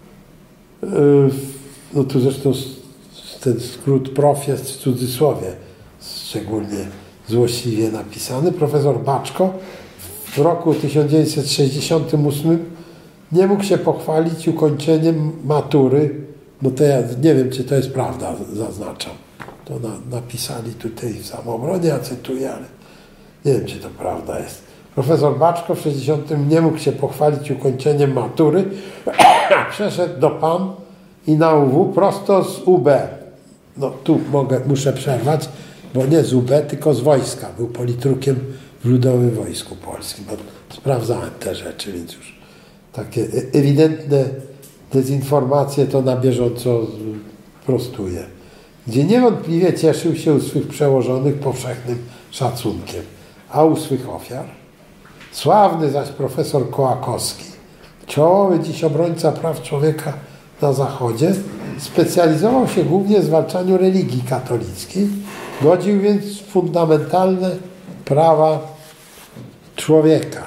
yy, no tu zresztą ten skrót prof jest w cudzysłowie szczególnie złośliwie napisany, profesor Baczko w roku tysiąc dziewięćset sześćdziesiątym ósmym nie mógł się pochwalić ukończeniem matury, no to ja nie wiem, czy to jest prawda, zaznaczam. To na, napisali tutaj w Samoobronie, ja cytuję, ale nie wiem, czy to prawda jest. Profesor Baczko w sześćdziesiątym nie mógł się pochwalić ukończeniem matury, przeszedł do P A M i na U W prosto z U B. No tu mogę, muszę przerwać, bo nie z U B, tylko z wojska. Był politrukiem w Ludowym Wojsku Polskim. Bo sprawdzałem te rzeczy, więc już takie ewidentne dezinformacje to na bieżąco prostuję. Gdzie niewątpliwie cieszył się u swych przełożonych powszechnym szacunkiem, a u swych ofiar sławny zaś profesor Kołakowski, czołowy dziś obrońca praw człowieka na Zachodzie, specjalizował się głównie w zwalczaniu religii katolickiej, godził więc w fundamentalne prawa człowieka.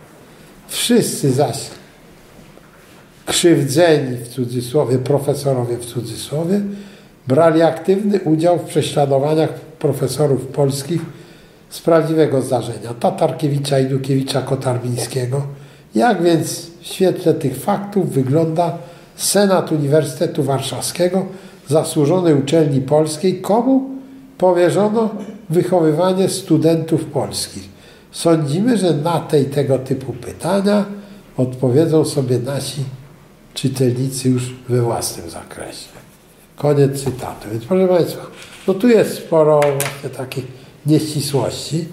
Wszyscy zaś krzywdzeni, w cudzysłowie, profesorowie w cudzysłowie, brali aktywny udział w prześladowaniach profesorów polskich z prawdziwego zdarzenia Tatarkiewicza i Dukiewicza Kotarbińskiego. Jak więc w świetle tych faktów wygląda Senat Uniwersytetu Warszawskiego, zasłużonej uczelni polskiej, komu powierzono wychowywanie studentów polskich? Sądzimy, że na te i tego typu pytania odpowiedzą sobie nasi czytelnicy już we własnym zakresie. Koniec cytatu. Więc proszę Państwa, no tu jest sporo właśnie takich nieścisłości.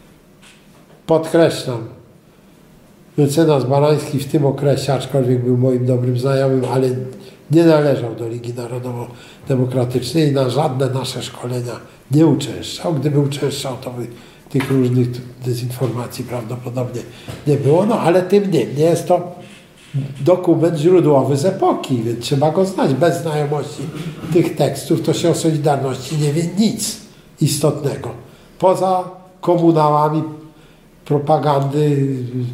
Podkreślam, mecenas Barański w tym okresie, aczkolwiek był moim dobrym znajomym, ale nie należał do Ligi Narodowo-Demokratycznej i na żadne nasze szkolenia nie uczęszczał. Gdyby uczęszczał, to by tych różnych dezinformacji prawdopodobnie nie było, no ale tym niemniej jest to dokument źródłowy z epoki, więc trzeba go znać. Bez znajomości tych tekstów to się o Solidarności nie wie nic istotnego. Poza komunałami propagandy,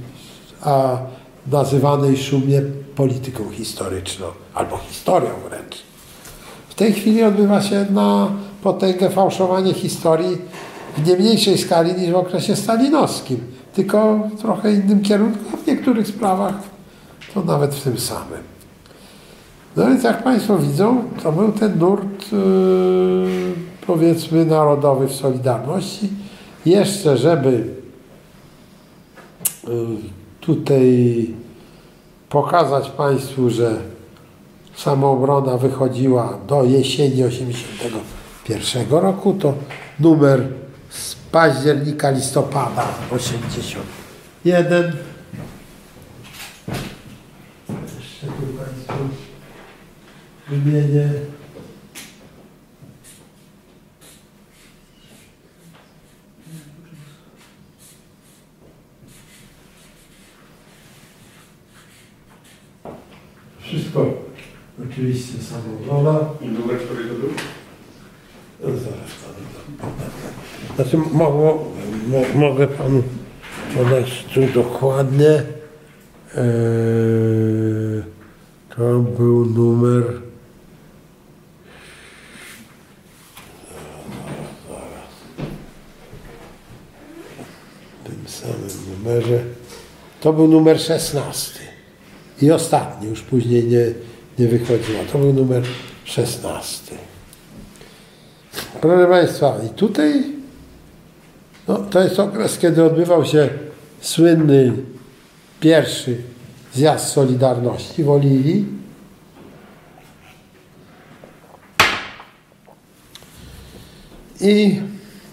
a nazywanej szumnie polityką historyczną, albo historią wręcz. W tej chwili odbywa się na potęgę fałszowanie historii w nie mniejszej skali niż w okresie stalinowskim, tylko w trochę innym kierunku, a w niektórych sprawach to nawet w tym samym. No więc jak Państwo widzą, to był ten nurt, yy, powiedzmy, narodowy w Solidarności. Jeszcze, żeby yy, tutaj pokazać Państwu, że Samoobrona wychodziła do jesieni osiemdziesiątego pierwszego roku, to numer z października, listopada osiemdziesiąt jeden. Jeszcze tu Państwu brzmienie. Wszystko oczywiście samowola. I numer którego był? No zaraz panu. Znaczy mogło, mo, mogę panu podać tu dokładnie. Eee, to był numer. W tym samym numerze. To był numer szesnasty. I ostatni, już później nie, nie wychodziła. To był numer szesnasty. Proszę Państwa, i tutaj no, to jest okres, kiedy odbywał się słynny pierwszy zjazd Solidarności w Oliwii. I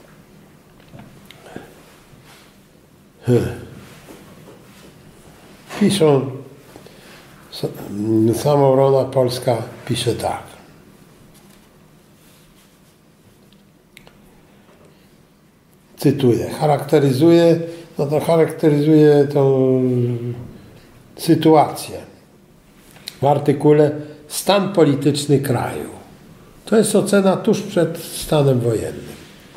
piszą, Samobrona Polska pisze tak. Cytuję, charakteryzuje, no to charakteryzuje tą sytuację w artykule Stan polityczny kraju. To jest ocena tuż przed stanem wojennym.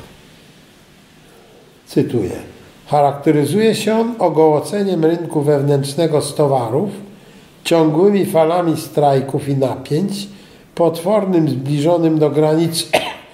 Cytuję. Charakteryzuje się on ogołoceniem rynku wewnętrznego z towarów, ciągłymi falami strajków i napięć, potwornym zbliżonym do granic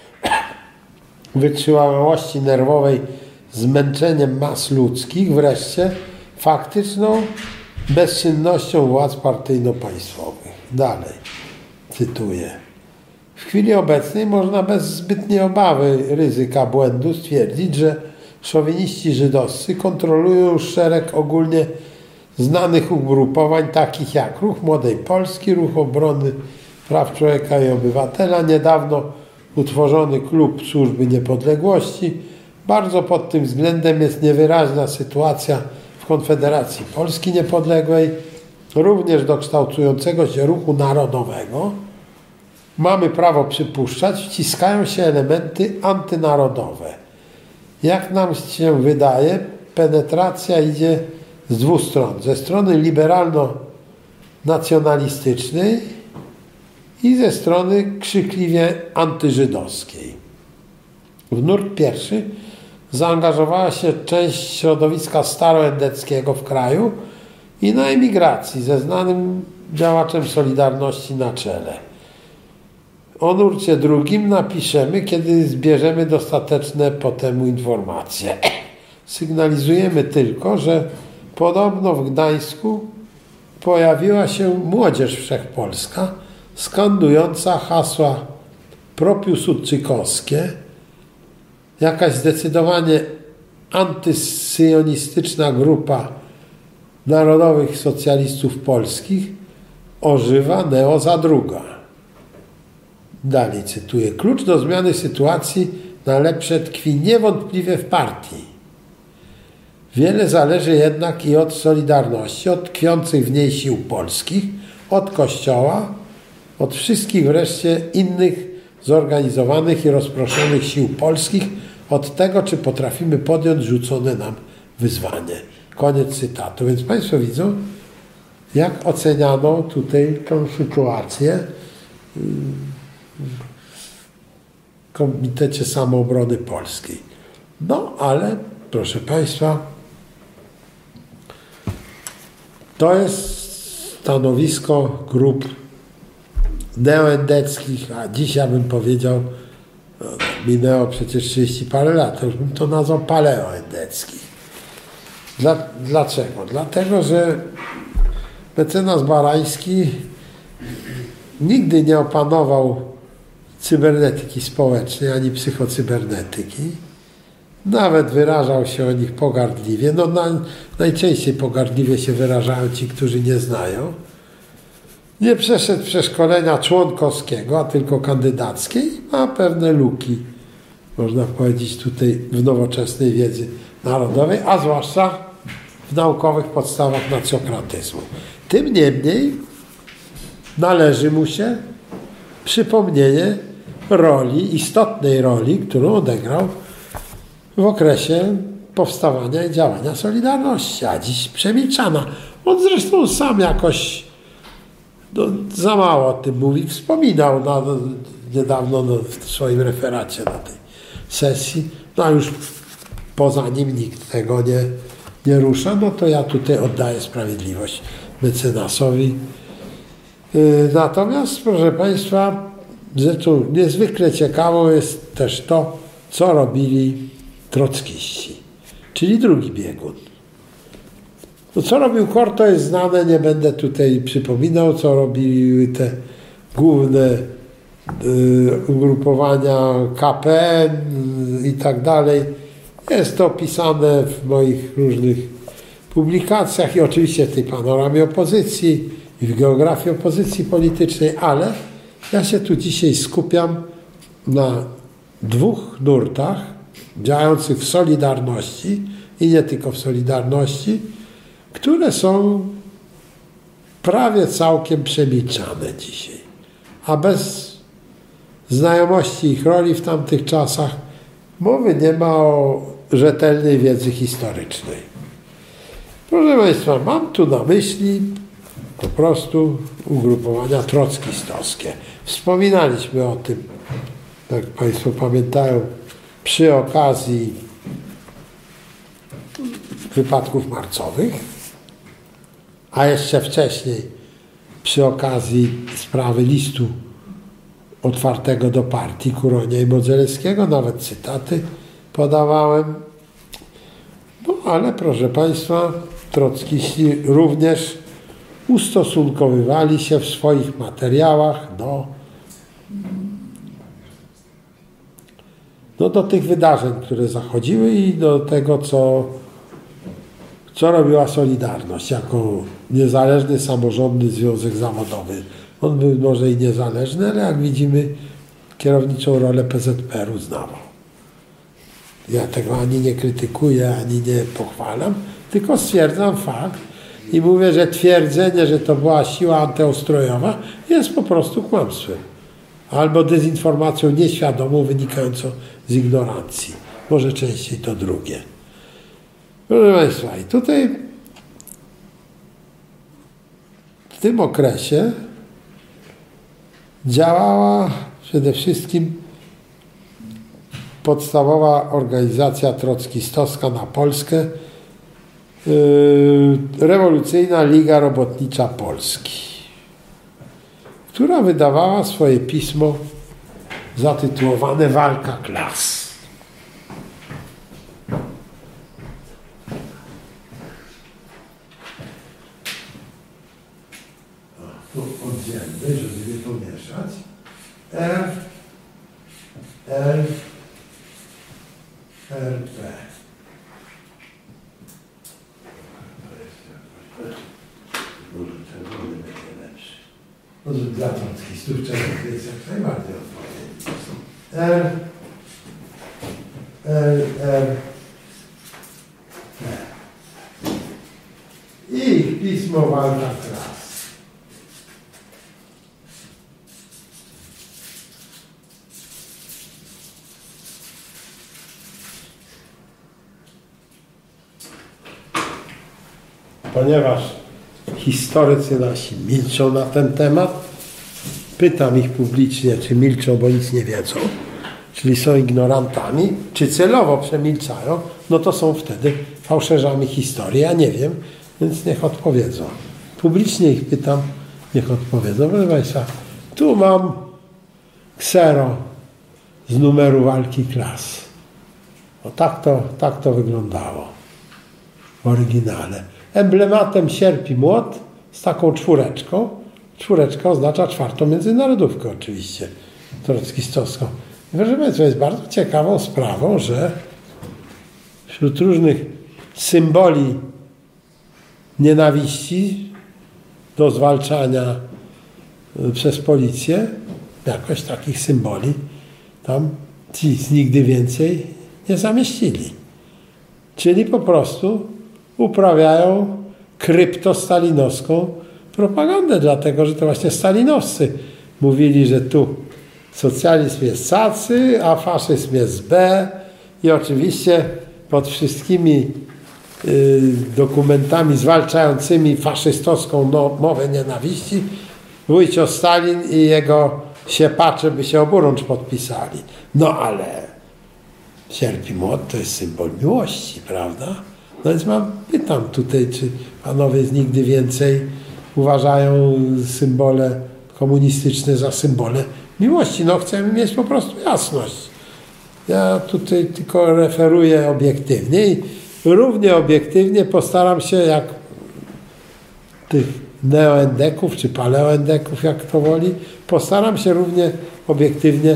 wytrzymałości nerwowej zmęczeniem mas ludzkich, wreszcie faktyczną bezczynnością władz partyjno-państwowych. Dalej, cytuję. W chwili obecnej można bez zbytniej obawy ryzyka błędu stwierdzić, że szowiniści żydowscy kontrolują już szereg ogólnie znanych ugrupowań, takich jak Ruch Młodej Polski, Ruch Obrony Praw Człowieka i Obywatela, niedawno utworzony Klub Służby Niepodległości. Bardzo pod tym względem jest niewyraźna sytuacja w Konfederacji Polski Niepodległej, również do kształtującego się ruchu narodowego. Mamy prawo przypuszczać, wciskają się elementy antynarodowe. Jak nam się wydaje, penetracja idzie z dwóch stron. Ze strony liberalno-nacjonalistycznej i ze strony krzykliwie antyżydowskiej. W nurt pierwszy zaangażowała się część środowiska staroendeckiego w kraju i na emigracji ze znanym działaczem Solidarności na czele. O nurcie drugim napiszemy, kiedy zbierzemy dostateczne po temu informacje. Sygnalizujemy tylko, że podobno w Gdańsku pojawiła się młodzież wszechpolska skandująca hasła propiłsudczykowskie, jakaś zdecydowanie antysyjonistyczna grupa narodowych socjalistów polskich ożywa neozadruga. Dalej cytuję. Klucz do zmiany sytuacji na lepsze tkwi niewątpliwie w partii. Wiele zależy jednak i od Solidarności, od tkwiących w niej sił polskich, od Kościoła, od wszystkich wreszcie innych zorganizowanych i rozproszonych sił polskich, od tego, czy potrafimy podjąć rzucone nam wyzwanie. Koniec cytatu. Więc Państwo widzą, jak oceniano tutaj tę sytuację w Komitecie Samoobrony Polskiej. No, ale proszę Państwa, to jest stanowisko grup neoendeckich, a dzisiaj bym powiedział, no, minęło przecież trzydzieści parę lat, to już bym to nazwał paleoendeckich. Dla, dlaczego? Dlatego, że mecenas Barański nigdy nie opanował cybernetyki społecznej ani psychocybernetyki. Nawet wyrażał się o nich pogardliwie. No, na, najczęściej pogardliwie się wyrażają ci, którzy nie znają. Nie przeszedł przeszkolenia członkowskiego, a tylko kandydackiej. Ma pewne luki, można powiedzieć, tutaj w nowoczesnej wiedzy narodowej, a zwłaszcza w naukowych podstawach nacjokratyzmu. Tym niemniej należy mu się przypomnienie roli, istotnej roli, którą odegrał w okresie powstawania i działania Solidarności, a dziś przemilczana. On zresztą sam jakoś no, za mało o tym mówi. Wspominał na, niedawno no, w swoim referacie na tej sesji, no a już poza nim nikt tego nie, nie rusza, no to ja tutaj oddaję sprawiedliwość mecenasowi. Yy, natomiast, proszę Państwa, rzeczą niezwykle ciekawą jest też to, co robili trockiści, czyli drugi biegun. No, co robił KOR, to jest znane, nie będę tutaj przypominał, co robiły te główne y, ugrupowania K P N y, i tak dalej. Jest to opisane w moich różnych publikacjach i oczywiście w tej panoramie opozycji i w geografii opozycji politycznej, ale ja się tu dzisiaj skupiam na dwóch nurtach działających w Solidarności i nie tylko w Solidarności, które są prawie całkiem przemilczane dzisiaj. A bez znajomości ich roli w tamtych czasach mowy nie ma o rzetelnej wiedzy historycznej. Proszę Państwa, mam tu na myśli po prostu ugrupowania trockistowskie. Wspominaliśmy o tym, jak Państwo pamiętają, przy okazji wypadków marcowych, a jeszcze wcześniej przy okazji sprawy listu otwartego do partii Kuronia i Modzelewskiego, nawet cytaty podawałem. No ale proszę Państwa, trockiści również ustosunkowywali się w swoich materiałach do, no, do tych wydarzeń, które zachodziły i do tego, co, co robiła Solidarność jako niezależny, samorządny związek zawodowy. On był może i niezależny, ale jak widzimy, kierowniczą rolę P Z P R uznawał. Ja tego ani nie krytykuję, ani nie pochwalam, tylko stwierdzam fakt i mówię, że twierdzenie, że to była siła antyustrojowa, jest po prostu kłamstwem. Albo dezinformacją nieświadomą, wynikającą z ignorancji. Może częściej to drugie. Proszę Państwa, i tutaj w tym okresie działała przede wszystkim podstawowa organizacja trockistowska na Polskę, yy, Rewolucyjna Liga Robotnicza Polski, która wydawała swoje pismo zatytułowane Walka Klas. Tu oddzielny, żeby nie pomieszać. R, L, R, P. Może czerwony będzie lepszy. Może dla trockistów czerwony jest jak najbardziej odpowiedni. R, L, R, P. I pismo Walka Klas. Ponieważ historycy nasi milczą na ten temat, pytam ich publicznie, czy milczą, bo nic nie wiedzą, czyli są ignorantami, czy celowo przemilczają, no to są wtedy fałszerzami historii. Ja nie wiem, więc niech odpowiedzą. Publicznie ich pytam, niech odpowiedzą. Proszę Państwa, tu mam ksero z numeru Walki Klas. O, tak to, tak to wyglądało w oryginale. Emblematem sierp i młot z taką czwóreczką. Czwóreczka oznacza czwartą międzynarodówkę oczywiście, trockistowską. I proszę Państwa, jest bardzo ciekawą sprawą, że wśród różnych symboli nienawiści do zwalczania przez policję, jakoś takich symboli tam ci nigdy więcej nie zamieścili. Czyli po prostu uprawiają kryptostalinowską propagandę, dlatego że to właśnie stalinowcy mówili, że tu socjalizm jest cacy, a faszyzm jest B i oczywiście pod wszystkimi y, dokumentami zwalczającymi faszystowską no, mowę nienawiści wujcio Stalin i jego siepacze by się oburącz podpisali. No ale sierp i młot to jest symbol miłości, prawda? No więc mam, pytam tutaj, czy panowie z Nigdy Więcej uważają symbole komunistyczne za symbole miłości. No chcemy mieć po prostu jasność. Ja tutaj tylko referuję obiektywnie i równie obiektywnie postaram się, jak tych neoendeków czy paleoendeków, jak to woli, postaram się równie obiektywnie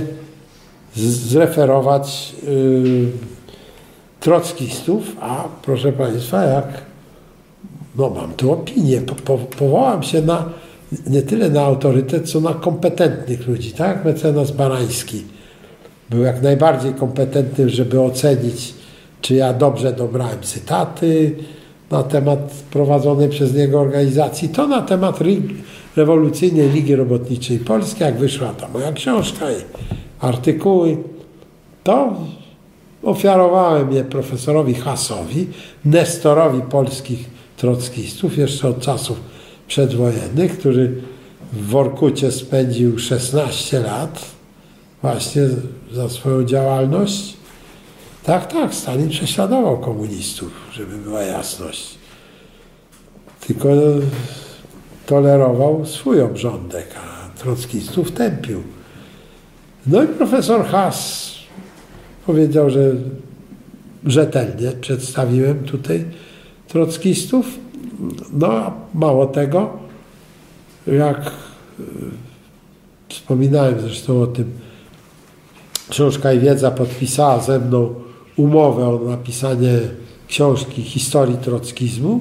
zreferować yy, trockistów, a proszę Państwa, jak no mam tu opinię, po, po, powołam się na nie tyle na autorytet, co na kompetentnych ludzi, tak? Mecenas Barański był jak najbardziej kompetentny, żeby ocenić, czy ja dobrze dobrałem cytaty na temat prowadzonej przez niego organizacji, to na temat rewolucyjnej Ligi Robotniczej Polskiej, jak wyszła ta moja książka i artykuły, to ofiarowałem je profesorowi Hasowi, nestorowi polskich trockistów, jeszcze od czasów przedwojennych, który w Workucie spędził szesnaście lat właśnie za swoją działalność. Tak, tak, Stalin prześladował komunistów, żeby była jasność. Tylko tolerował swój obrządek, a trockistów tępił. No i profesor Haas powiedział, że rzetelnie przedstawiłem tutaj trockistów. No a mało tego, jak wspominałem zresztą o tym, Książka i Wiedza podpisała ze mną umowę o napisanie książki Historii trockizmu,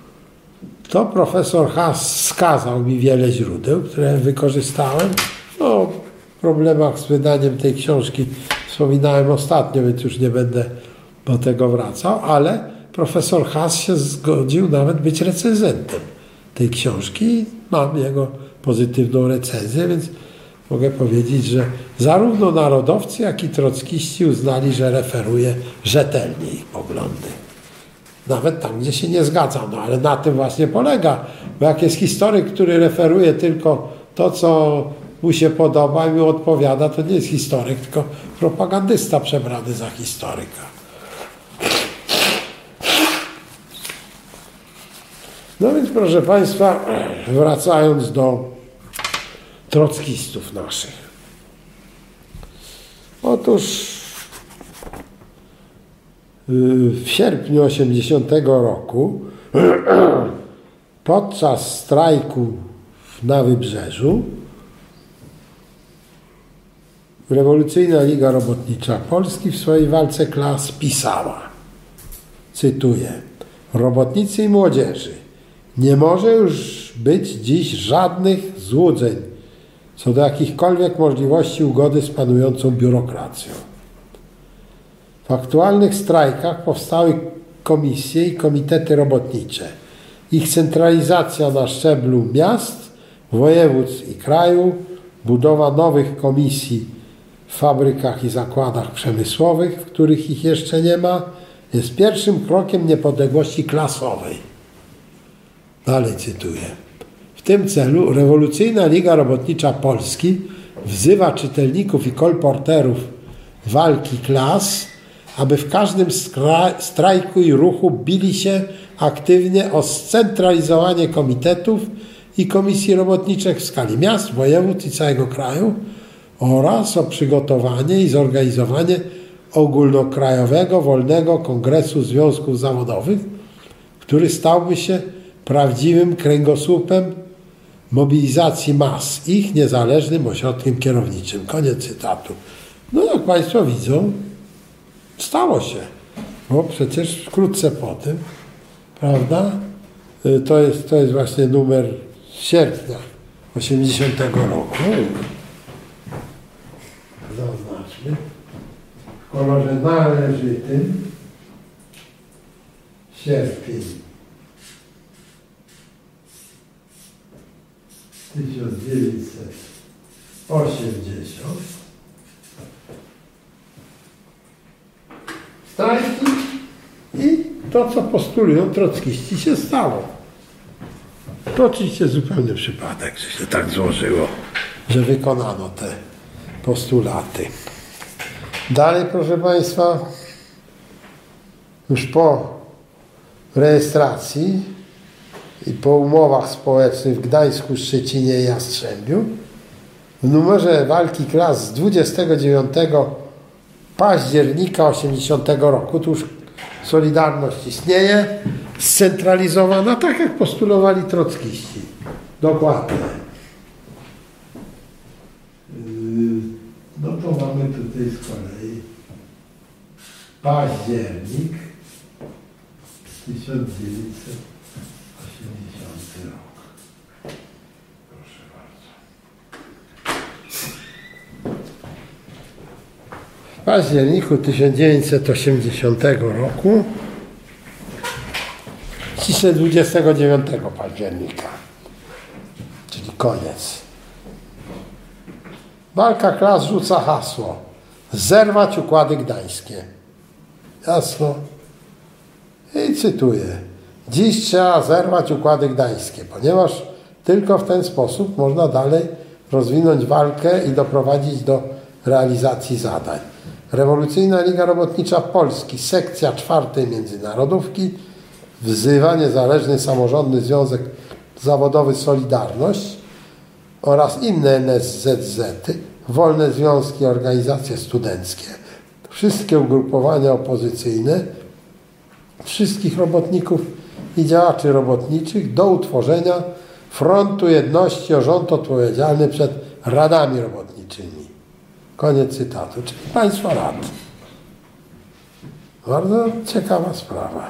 to profesor Haas wskazał mi wiele źródeł, które wykorzystałem. No, o problemach z wydaniem tej książki wspominałem ostatnio, więc już nie będę do tego wracał, ale profesor Haas się zgodził nawet być recenzentem tej książki i mam jego pozytywną recenzję, więc mogę powiedzieć, że zarówno narodowcy, jak i trockiści uznali, że referuje rzetelnie ich poglądy. Nawet tam, gdzie się nie zgadzam, no ale na tym właśnie polega. Bo jak jest historyk, który referuje tylko to, co mu się podoba i mu odpowiada, to nie jest historyk, tylko propagandysta przebrany za historyka. No więc, proszę Państwa, wracając do trockistów naszych. Otóż w sierpniu osiemdziesiątego roku podczas strajku na Wybrzeżu Rewolucyjna Liga Robotnicza Polski w swojej walce klas pisała, cytuję: robotnicy i młodzieży, nie może już być dziś żadnych złudzeń co do jakichkolwiek możliwości ugody z panującą biurokracją. W aktualnych strajkach powstały komisje i komitety robotnicze. Ich centralizacja na szczeblu miast, województw i kraju, budowa nowych komisji w fabrykach i zakładach przemysłowych, w których ich jeszcze nie ma, jest pierwszym krokiem niepodległości klasowej. Dalej cytuję. W tym celu Rewolucyjna Liga Robotnicza Polski wzywa czytelników i kolporterów walki klas, aby w każdym strajku i ruchu bili się aktywnie o scentralizowanie komitetów i komisji robotniczych w skali miast, województw i całego kraju oraz o przygotowanie i zorganizowanie ogólnokrajowego, wolnego kongresu związków zawodowych, który stałby się prawdziwym kręgosłupem mobilizacji mas, ich niezależnym ośrodkiem kierowniczym. Koniec cytatu. No jak Państwo widzą, stało się, bo przecież wkrótce po tym, prawda, to jest, to jest właśnie numer sierpnia osiemdziesiątego roku. Zaznaczmy w kolorze należytym sierpień tysiąc dziewięćset osiemdziesiąt. Strajki i to, co postulują trockiści, się stało. To oczywiście zupełny przypadek, że się tak złożyło, że wykonano te postulaty. Dalej, proszę Państwa, już po rejestracji i po umowach społecznych w Gdańsku, Szczecinie i Jastrzębiu w numerze walki klas z dwudziestego dziewiątego października osiemdziesiątego roku, tu już Solidarność istnieje, scentralizowana, tak jak postulowali trockiści. Dokładnie. No to mamy tutaj z kolei październik tysiąc dziewięćset osiemdziesiąty rok. Proszę bardzo. W październiku tysiąc dziewięćset osiemdziesiątego roku, ściśle dwudziestego dziewiątego października, czyli koniec. Walka klas rzuca hasło: zerwać układy gdańskie. Jasno. I cytuję: dziś trzeba zerwać układy gdańskie, ponieważ tylko w ten sposób można dalej rozwinąć walkę i doprowadzić do realizacji zadań. Rewolucyjna Liga Robotnicza Polski, sekcja czwartej Międzynarodówki, wzywa Niezależny Samorządny Związek Zawodowy Solidarność oraz inne N S Z Z-y, wolne związki i organizacje studenckie, wszystkie ugrupowania opozycyjne, wszystkich robotników i działaczy robotniczych do utworzenia Frontu Jedności o rząd odpowiedzialny przed radami robotniczymi. Koniec cytatu, czyli państwa rad. Bardzo ciekawa sprawa.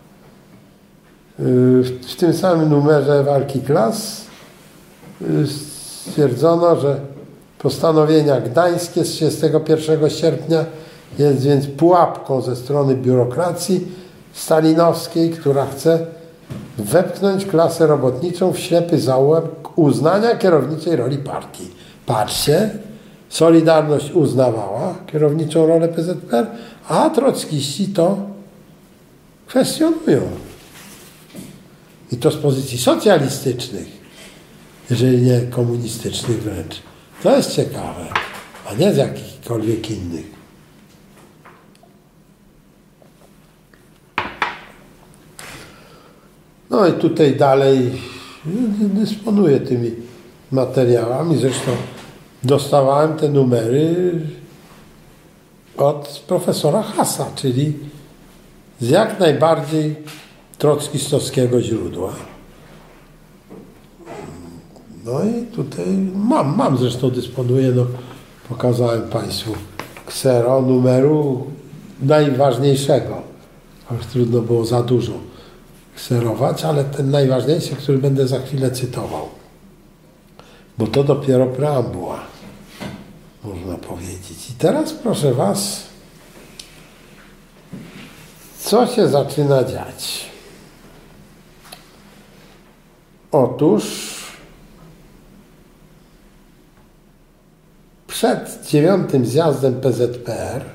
W tym samym numerze walki klas stwierdzono, że postanowienia gdańskie z trzydziestego pierwszego sierpnia jest więc pułapką ze strony biurokracji stalinowskiej, która chce wepchnąć klasę robotniczą w ślepy zaułek uznania kierowniczej roli partii. Patrzcie, Solidarność uznawała kierowniczą rolę P Z P R, a trockiści to kwestionują. I to z pozycji socjalistycznych, jeżeli nie komunistycznych wręcz. To jest ciekawe, a nie z jakichkolwiek innych. No i tutaj dalej dysponuję tymi materiałami. Zresztą dostawałem te numery od profesora Hasa, czyli z jak najbardziej trockistowskiego źródła. No i tutaj mam, mam zresztą dysponuję, no pokazałem Państwu ksero numeru najważniejszego. Już trudno było za dużo kserować, ale ten najważniejszy, który będę za chwilę cytował. Bo to dopiero preambuła, można powiedzieć. I teraz proszę Was, co się zaczyna dziać? Otóż przed dziewiątym zjazdem P Z P R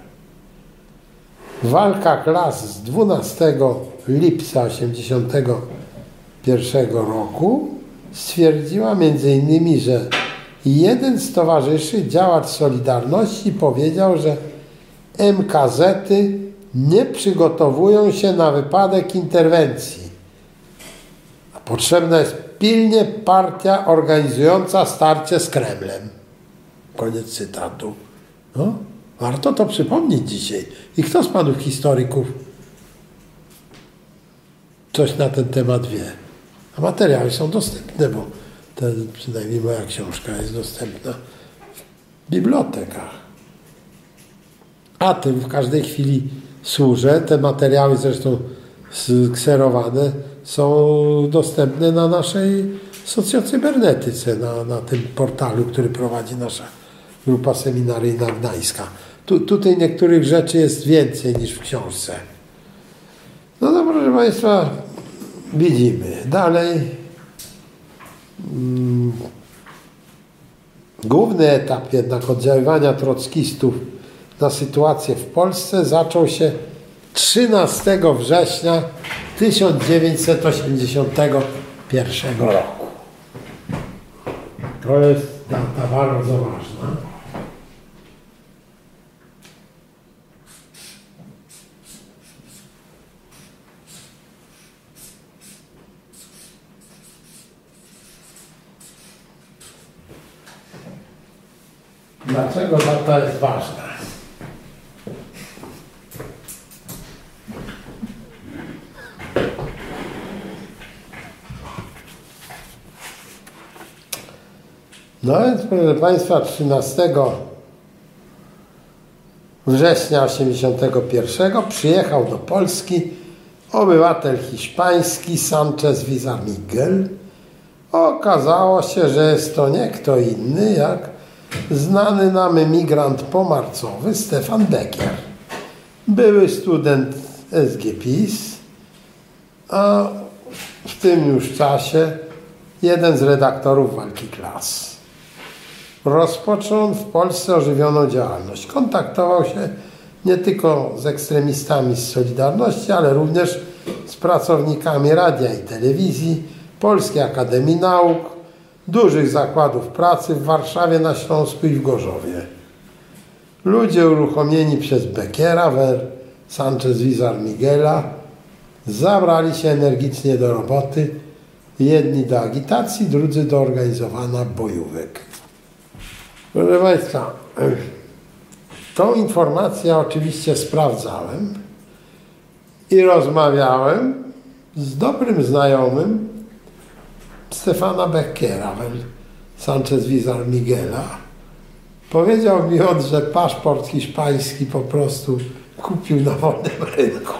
walka klas z dwunastego lipca osiemdziesiątego pierwszego roku stwierdziła między innymi, że jeden z towarzyszy, działacz Solidarności, powiedział, że M K Z-y nie przygotowują się na wypadek interwencji. A potrzebna jest pilnie partia organizująca starcie z Kremlem. Koniec cytatu. No, warto to przypomnieć dzisiaj. I kto z panów historyków coś na ten temat wie? A materiały są dostępne, bo ten, przynajmniej moja książka jest dostępna w bibliotekach. A tym w każdej chwili służę. Te materiały zresztą skserowane są dostępne na naszej socjocybernetyce, na, na tym portalu, który prowadzi nasza grupa seminaryjna gdańska. Tu, tutaj niektórych rzeczy jest więcej niż w książce. No to proszę Państwa, widzimy. Dalej Główny etap jednak oddziaływania trockistów na sytuację w Polsce zaczął się trzynastego września tysiąc dziewięćset osiemdziesiątego pierwszego roku. To jest data bardzo ważna. Dlaczego data jest ważna? No więc, proszę Państwa, trzynastego września tysiąc dziewięćset osiemdziesiątego pierwszego przyjechał do Polski obywatel hiszpański Sánchez Villamiguel. Okazało się, że jest to nie kto inny jak znany nam emigrant pomarcowy Stefan Becker. Były student S G P I S, a w tym już czasie jeden z redaktorów Walki Klas. Rozpoczął on w Polsce ożywioną działalność. Kontaktował się nie tylko z ekstremistami z Solidarności, ale również z pracownikami radia i telewizji, Polskiej Akademii Nauk, dużych zakładów pracy w Warszawie, na Śląsku i w Gorzowie. Ludzie uruchomieni przez Beckera, Sánchez Villamiguela, zabrali się energicznie do roboty, jedni do agitacji, drudzy do organizowania bojówek. Proszę Państwa, tą informację oczywiście sprawdzałem i rozmawiałem z dobrym znajomym Stefana Beckera, Sánchez Villamiguela. Powiedział mi on, że paszport hiszpański po prostu kupił na wolnym rynku.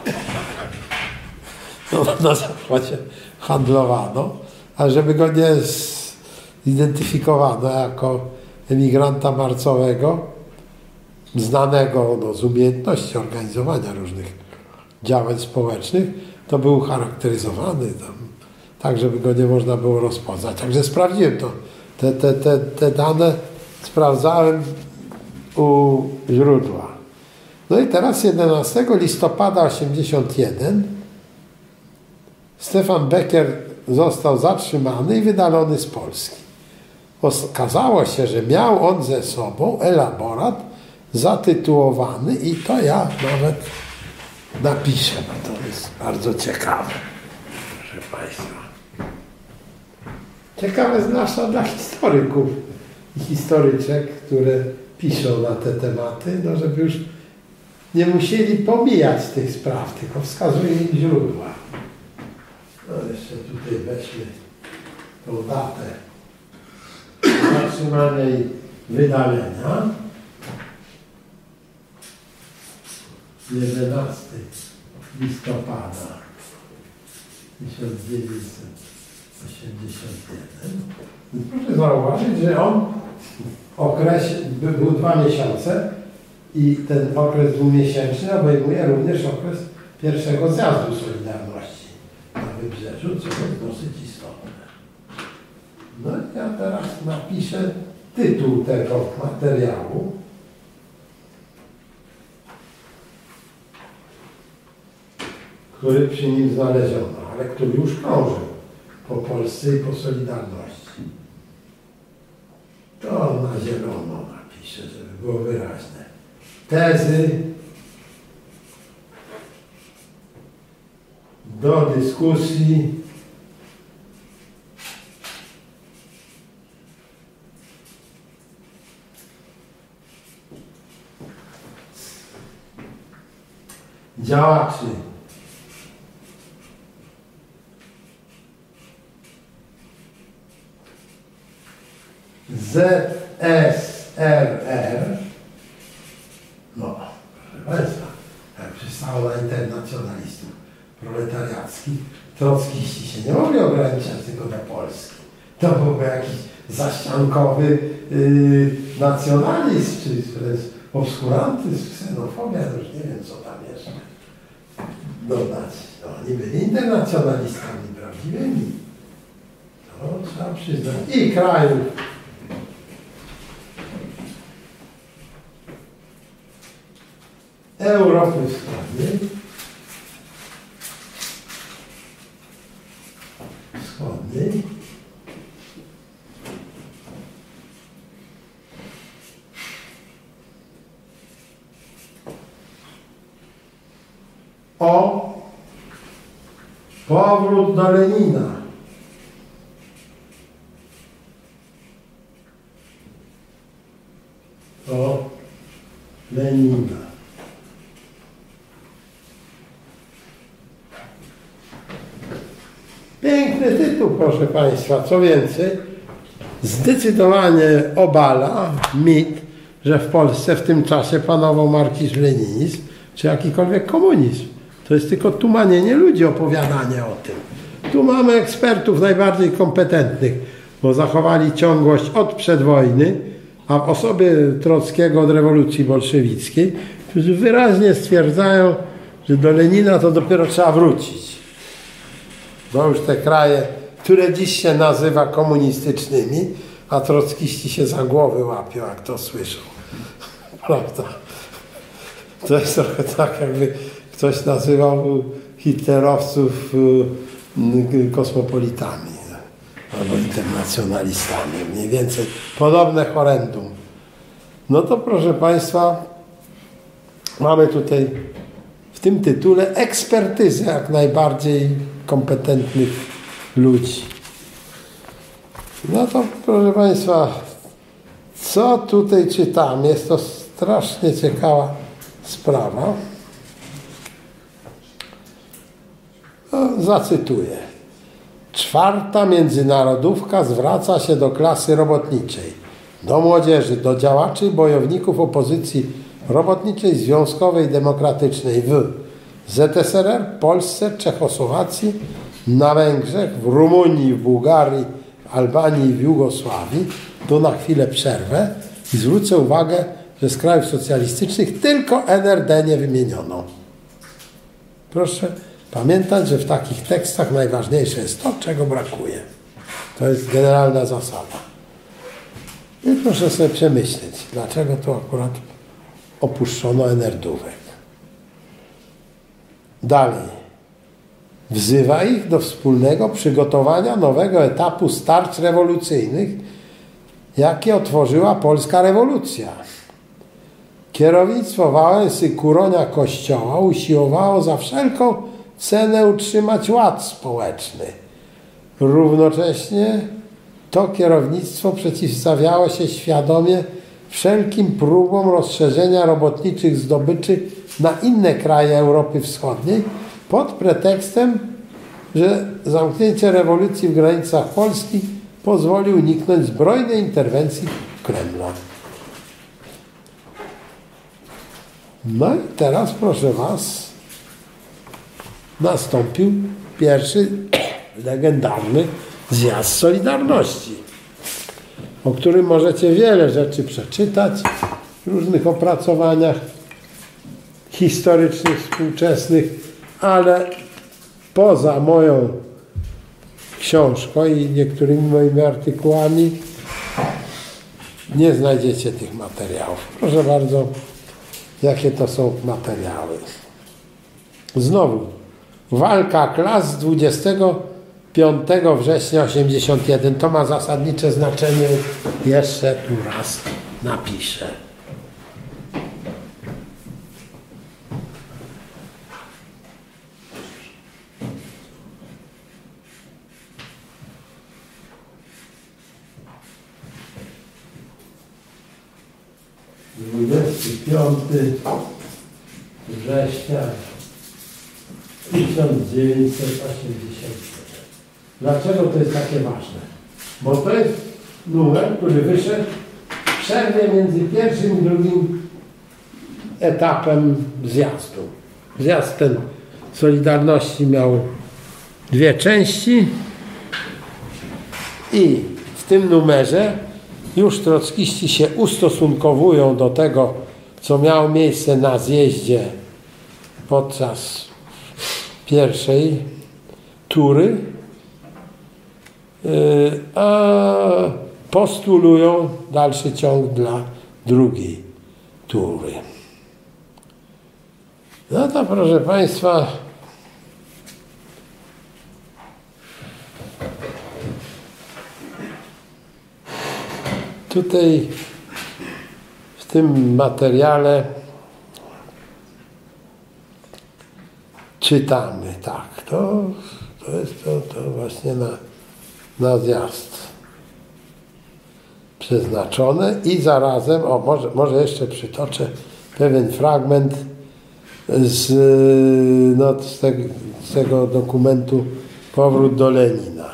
No, na zakładzie handlowano, a żeby go nie zidentyfikowano jako emigranta marcowego, znanego no, z umiejętności organizowania różnych działań społecznych, to był charakteryzowany tam, tak, żeby go nie można było rozpoznać. Także sprawdziłem to. Te, te, te, te dane sprawdzałem u źródła. No i teraz jedenastego listopada tysiąc dziewięćset osiemdziesiątego pierwszego Stefan Becker został zatrzymany i wydalony z Polski. Okazało się, że miał on ze sobą elaborat zatytułowany i to ja nawet napiszę, bo to jest bardzo ciekawe, proszę Państwa. Ciekawe zwłaszcza dla historyków i historyczek, które piszą na te tematy, no żeby już nie musieli pomijać tych spraw, tylko wskazuje im źródła. No jeszcze tutaj weźmy tą datę zatrzymania i wydalenia. jedenastego listopada tysiąc dziewięćset osiemdziesiątego pierwszego. Proszę zauważyć, że on w okresie, był dwa miesiące i ten okres dwumiesięczny obejmuje również okres pierwszego zjazdu Solidarności na Wybrzeżu, co jest dosyć istotne. No i ja teraz napiszę tytuł tego materiału. Który przy nim znaleziono, ale który już krążył po Polsce i po Solidarności. To na zielono napiszę, żeby było wyraźne. Tezy do dyskusji działaczy Z S R R, no, proszę Państwa, jak przystało na internacjonalistów proletariackich, trockiści się nie mogli ograniczać tylko do Polski. To byłby jakiś zaściankowy yy, nacjonalizm, czy wręcz obskurantyzm, ksenofobia, już nie wiem, co tam jeszcze dodać. No, oni byli internacjonalistami prawdziwymi. To trzeba przyznać. I krajów Europy Wschodniej. Wschodniej. O powrót do Lenina. O Lenina. Piękny tytuł, proszę Państwa. Co więcej, zdecydowanie obala mit, że w Polsce w tym czasie panował marksizm-leninizm czy jakikolwiek komunizm. To jest tylko tumanienie ludzi, opowiadanie o tym. Tu mamy ekspertów najbardziej kompetentnych, bo zachowali ciągłość od przedwojny, a w osobie Trockiego od rewolucji bolszewickiej, którzy wyraźnie stwierdzają, że do Lenina to dopiero trzeba wrócić. Bo już te kraje, które dziś się nazywa komunistycznymi, a trockiści się za głowy łapią, jak to słyszą. Prawda? To jest trochę tak, jakby ktoś nazywał hitlerowców kosmopolitami albo internacjonalistami. Mniej więcej podobne horrendum. No to proszę Państwa, mamy tutaj w tym tytule ekspertyzę jak najbardziej kompetentnych ludzi. No to proszę Państwa, co tutaj czytam? Jest to strasznie ciekawa sprawa. No, zacytuję. Czwarta międzynarodówka zwraca się do klasy robotniczej, do młodzieży, do działaczy i bojowników opozycji robotniczej, związkowej, demokratycznej w Z S R R, Polsce, Czechosłowacji, na Węgrzech, w Rumunii, w Bułgarii, Albanii i w Jugosławii. Tu na chwilę przerwę i zwrócę uwagę, że z krajów socjalistycznych tylko N R D nie wymieniono. Proszę pamiętać, że w takich tekstach najważniejsze jest to, czego brakuje. To jest generalna zasada. I proszę sobie przemyśleć, dlaczego tu akurat opuszczono N R D-ówek. Dalej. Wzywa ich do wspólnego przygotowania nowego etapu starć rewolucyjnych, jakie otworzyła polska rewolucja. Kierownictwo Wałęsy Kuronia Kościoła usiłowało za wszelką cenę utrzymać ład społeczny. Równocześnie to kierownictwo przeciwstawiało się świadomie wszelkim próbom rozszerzenia robotniczych zdobyczy na inne kraje Europy Wschodniej pod pretekstem, że zamknięcie rewolucji w granicach Polski pozwoli uniknąć zbrojnej interwencji Kremla. No i teraz, proszę Was, nastąpił pierwszy legendarny zjazd Solidarności, o którym możecie wiele rzeczy przeczytać w różnych opracowaniach historycznych, współczesnych, ale poza moją książką i niektórymi moimi artykułami nie znajdziecie tych materiałów. Proszę bardzo, jakie to są materiały. Znowu, walka klas z dwudziestego piątego września osiemdziesiątego pierwszego. To ma zasadnicze znaczenie. Jeszcze tu raz napiszę. dwudziestego piątego września tysiąc dziewięćset osiemdziesiątego. Dlaczego to jest takie ważne? Bo to jest numer, który wyszedł w przerwie między pierwszym i drugim etapem zjazdu. Zjazd ten Solidarności miał dwie części i w tym numerze już trockiści się ustosunkowują do tego, co miało miejsce na zjeździe podczas pierwszej tury, a postulują dalszy ciąg dla drugiej tury. No to proszę Państwa, tutaj w tym materiale czytamy, tak, to, to jest to, to właśnie na, na zjazd przeznaczone i zarazem, o może, może jeszcze przytoczę pewien fragment z, no, z, tego, z tego dokumentu Powrót do Lenina.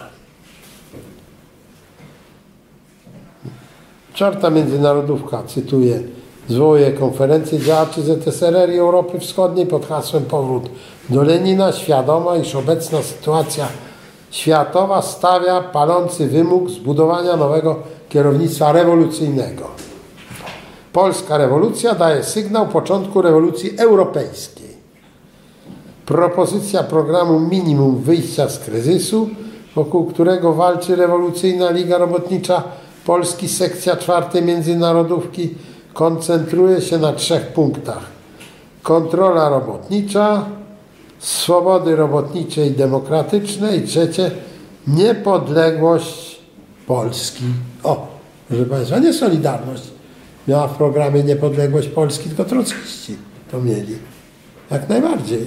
Czwarta międzynarodówka, cytuję, zwołuje konferencję działaczy Z S R R i Europy Wschodniej pod hasłem Powrót do Lenina, świadoma, iż obecna sytuacja światowa stawia palący wymóg zbudowania nowego kierownictwa rewolucyjnego. Polska rewolucja daje sygnał początku rewolucji europejskiej. Propozycja programu minimum wyjścia z kryzysu, wokół którego walczy rewolucyjna Liga Robotnicza Polski, sekcja czwartej międzynarodówki, koncentruje się na trzech punktach. Kontrola robotnicza, swobody robotnicze i demokratyczne i trzecie, niepodległość Polski. O, proszę Państwa, nie Solidarność miała w programie niepodległość Polski, tylko trockiści to mieli. Jak najbardziej.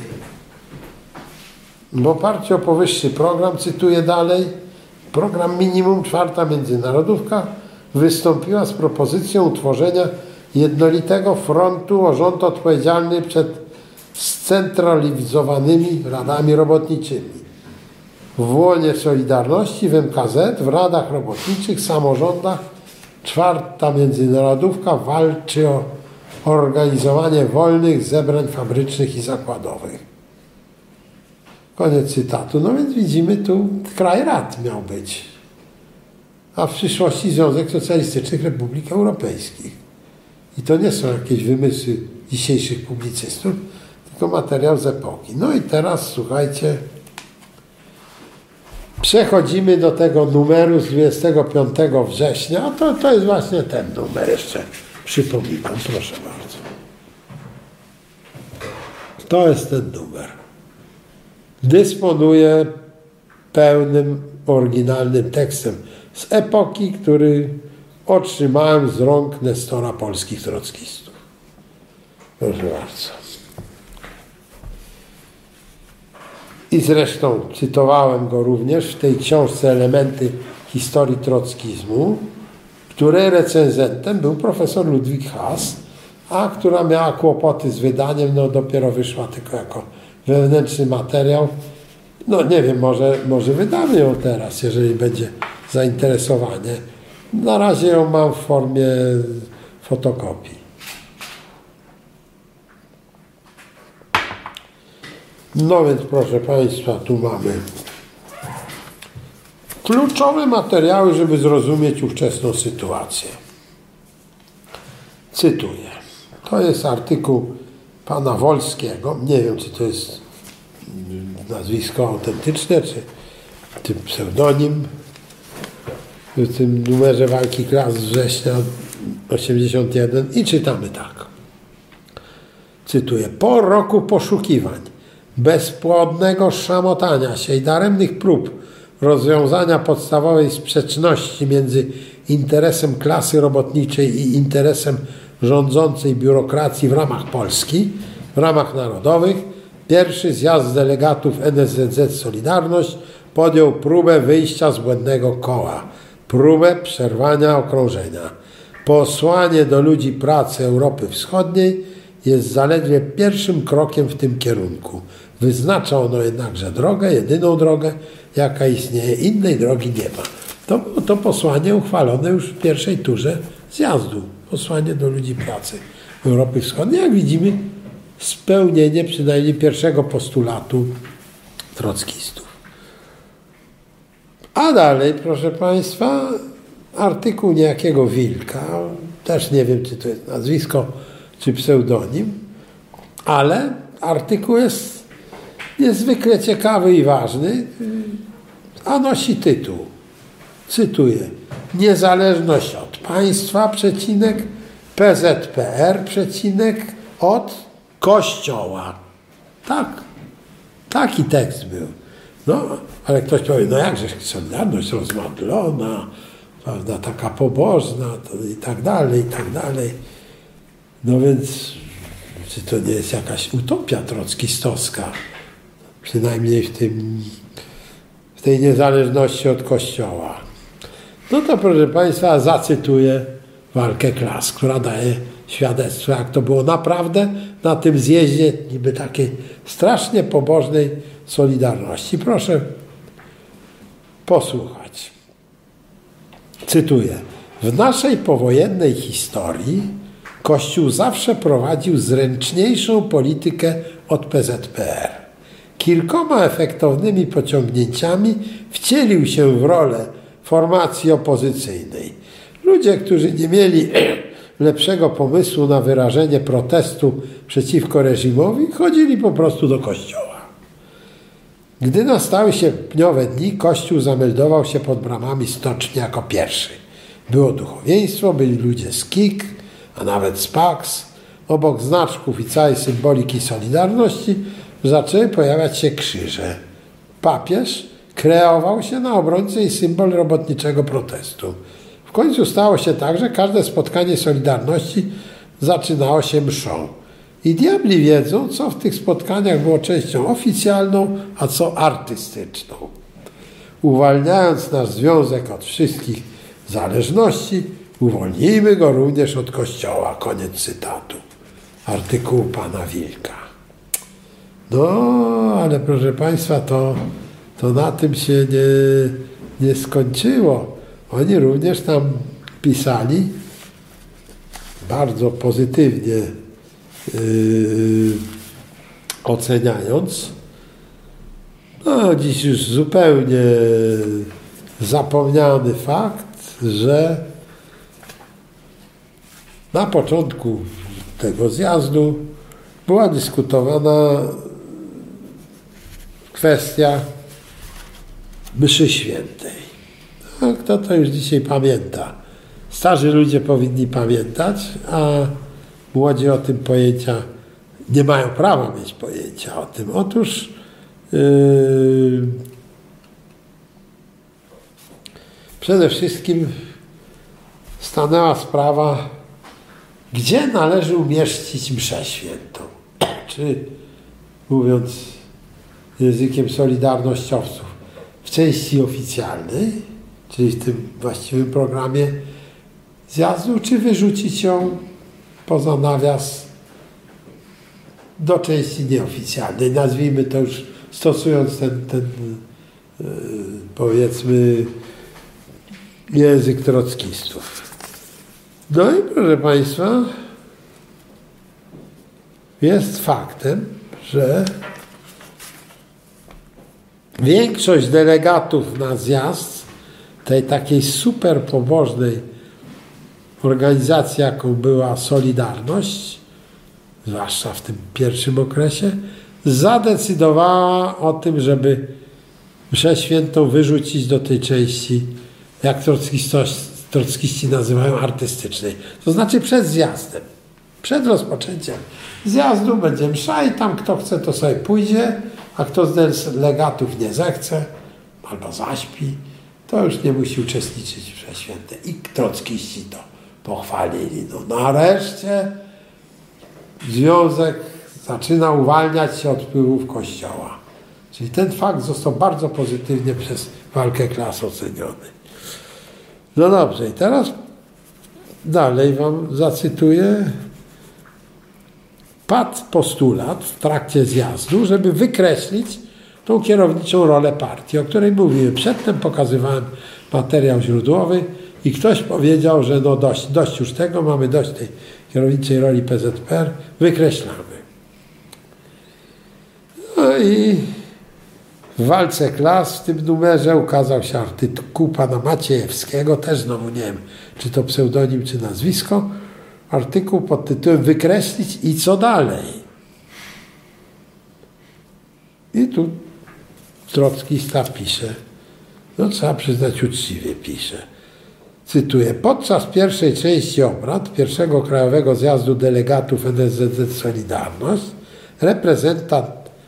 W oparciu o powyższy program, cytuję dalej, program minimum czwarta międzynarodówka wystąpiła z propozycją utworzenia jednolitego frontu o rząd odpowiedzialny przed scentralizowanymi radami robotniczymi. W łonie Solidarności w M K Z, w radach robotniczych, samorządach czwarta międzynarodówka walczy o organizowanie wolnych zebrań fabrycznych i zakładowych. Koniec cytatu. No więc widzimy, tu kraj rad miał być. A w przyszłości Związek Socjalistycznych Republik Europejskich. I to nie są jakieś wymysły dzisiejszych publicystów, tylko materiał z epoki. No i teraz, słuchajcie, przechodzimy do tego numeru z dwudziestego piątego września. A to, to jest właśnie ten numer, jeszcze przypominam, proszę bardzo. To jest ten numer. Dysponuje pełnym, oryginalnym tekstem z epoki, który otrzymałem z rąk Nestora polskich trockistów. Proszę bardzo. I zresztą cytowałem go również w tej książce Elementy historii trockizmu, której recenzentem był profesor Ludwik Haas, a która miała kłopoty z wydaniem, no dopiero wyszła tylko jako wewnętrzny materiał. No nie wiem, może, może wydamy ją teraz, jeżeli będzie zainteresowanie. Na razie ją mam w formie fotokopii. No więc proszę Państwa, tu mamy kluczowe materiały, żeby zrozumieć ówczesną sytuację. Cytuję. To jest artykuł pana Wolskiego. Nie wiem, czy to jest nazwisko autentyczne, czy, czy pseudonim. W tym numerze Walki Klas z września osiemdziesiąt jeden i czytamy tak. Cytuję. Po roku poszukiwań, bezpłodnego szamotania się i daremnych prób rozwiązania podstawowej sprzeczności między interesem klasy robotniczej i interesem rządzącej biurokracji w ramach Polski, w ramach narodowych, pierwszy zjazd delegatów N S Z Z Solidarność podjął próbę wyjścia z błędnego koła, próbę przerwania okrążenia. Posłanie do ludzi pracy Europy Wschodniej jest zaledwie pierwszym krokiem w tym kierunku. Wyznacza ono jednakże drogę, jedyną drogę, jaka istnieje. Innej drogi nie ma. To było to posłanie uchwalone już w pierwszej turze zjazdu. Posłanie do ludzi pracy Europy Wschodniej. Jak widzimy, spełnienie przynajmniej pierwszego postulatu trockistów. A dalej, proszę Państwa, artykuł niejakiego Wilka, też nie wiem, czy to jest nazwisko, czy pseudonim, ale artykuł jest niezwykle ciekawy i ważny, a nosi tytuł, cytuję, Niezależność od państwa, przecinek, P Z P R, przecinek, od Kościoła. Tak. Taki tekst był. No, ale ktoś powie, no jakże Solidarność rozmodlona, prawda, taka pobożna to i tak dalej, i tak dalej. No więc, czy to nie jest jakaś utopia trockistowska? Przynajmniej w tym, w tej niezależności od Kościoła. No to proszę Państwa, zacytuję Walkę Klas, która daje świadectwo, jak to było naprawdę na tym zjeździe niby takiej strasznie pobożnej Solidarności. Proszę posłuchać. Cytuję. W naszej powojennej historii Kościół zawsze prowadził zręczniejszą politykę od P Z P R. Kilkoma efektownymi pociągnięciami wcielił się w rolę formacji opozycyjnej. Ludzie, którzy nie mieli lepszego pomysłu na wyrażenie protestu przeciwko reżimowi, chodzili po prostu do kościoła. Gdy nastały sierpniowe dni, Kościół zameldował się pod bramami stoczni jako pierwszy. Było duchowieństwo, byli ludzie z K I K, a nawet z P A K S. Obok znaczków i całej symboliki Solidarności zaczęły pojawiać się krzyże. Papież kreował się na obrońcę i symbol robotniczego protestu. W końcu stało się tak, że każde spotkanie Solidarności zaczynało się mszą. I diabli wiedzą, co w tych spotkaniach było częścią oficjalną, a co artystyczną. Uwalniając nasz związek od wszystkich zależności, uwolnijmy go również od Kościoła. Koniec cytatu. Artykuł pana Wilka. No, ale proszę Państwa, to, to na tym się nie, nie skończyło. Oni również tam pisali bardzo pozytywnie, Yy, oceniając, no dziś już zupełnie zapomniany fakt, że na początku tego zjazdu była dyskutowana kwestia mszy świętej. No, kto to już dzisiaj pamięta? Starzy ludzie powinni pamiętać, a młodzi o tym pojęcia nie mają prawa mieć pojęcia o tym. Otóż yy, przede wszystkim stanęła sprawa, gdzie należy umieścić mszę świętą. Czy, mówiąc językiem solidarnościowców, w części oficjalnej, czyli w tym właściwym programie zjazdu, czy wyrzucić ją poza nawias do części nieoficjalnej. Nazwijmy to już, stosując ten, ten yy, powiedzmy język trockistów. No i proszę Państwa, jest faktem, że większość delegatów na zjazd tej takiej super pobożnej organizacji, jaką była Solidarność, zwłaszcza w tym pierwszym okresie, zadecydowała o tym, żeby mszę świętą wyrzucić do tej części, jak trockiści nazywają, artystycznej. To znaczy przed zjazdem. Przed rozpoczęciem zjazdu będzie msza i tam kto chce, to sobie pójdzie, a kto z delegatów nie zechce albo zaśpi, to już nie musi uczestniczyć w mszy świętej. I trockiści to pochwalili. No nareszcie związek zaczyna uwalniać się od wpływów Kościoła. Czyli ten fakt został bardzo pozytywnie przez Walkę Klas oceniony. No dobrze, i teraz dalej wam zacytuję. Padł postulat w trakcie zjazdu, żeby wykreślić tą kierowniczą rolę partii, o której mówiłem. Przedtem pokazywałem materiał źródłowy i ktoś powiedział, że no dość, dość już tego, mamy dość tej kierowniczej roli P Z P R, wykreślamy. No i w Walce Klas w tym numerze ukazał się artykuł pana Maciejewskiego, też znowu nie wiem, czy to pseudonim, czy nazwisko, artykuł pod tytułem "Wykreślić i co dalej?". I tu trockista pisze, no trzeba przyznać uczciwie pisze, cytuję: podczas pierwszej części obrad pierwszego Krajowego Zjazdu Delegatów N S Z Z Solidarność reprezentant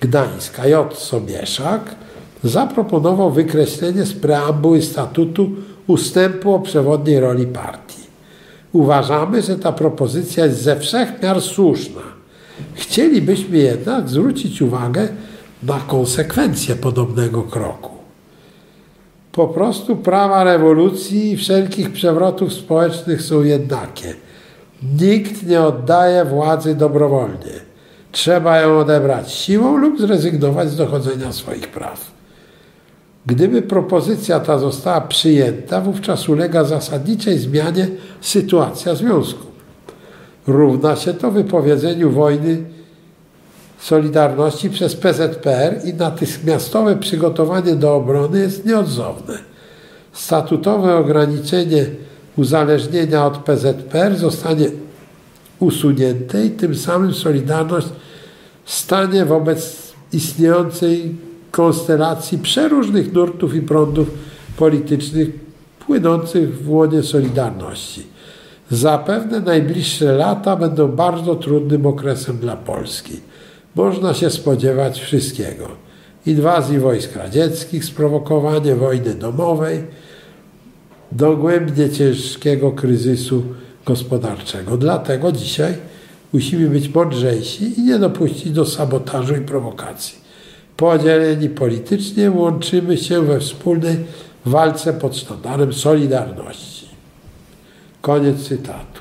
Gdańska J. Sobieszak zaproponował wykreślenie z preambuły statutu ustępu o przewodniej roli partii. Uważamy, że ta propozycja jest ze wszech miar słuszna. Chcielibyśmy jednak zwrócić uwagę na konsekwencje podobnego kroku. Po prostu prawa rewolucji i wszelkich przewrotów społecznych są jednakie. Nikt nie oddaje władzy dobrowolnie. Trzeba ją odebrać siłą lub zrezygnować z dochodzenia swoich praw. Gdyby propozycja ta została przyjęta, wówczas ulega zasadniczej zmianie sytuacja związku. Równa się to wypowiedzeniu wojny Solidarności przez P Z P R i natychmiastowe przygotowanie do obrony jest nieodzowne. Statutowe ograniczenie uzależnienia od P Z P R zostanie usunięte i tym samym Solidarność stanie wobec istniejącej konstelacji przeróżnych nurtów i prądów politycznych płynących w łonie Solidarności. Zapewne najbliższe lata będą bardzo trudnym okresem dla Polski. Można się spodziewać wszystkiego. Inwazji wojsk radzieckich, sprowokowanie wojny domowej, dogłębnie ciężkiego kryzysu gospodarczego. Dlatego dzisiaj musimy być mądrzejsi i nie dopuścić do sabotażu i prowokacji. Podzieleni politycznie łączymy się we wspólnej walce pod sztandarem Solidarności. Koniec cytatu.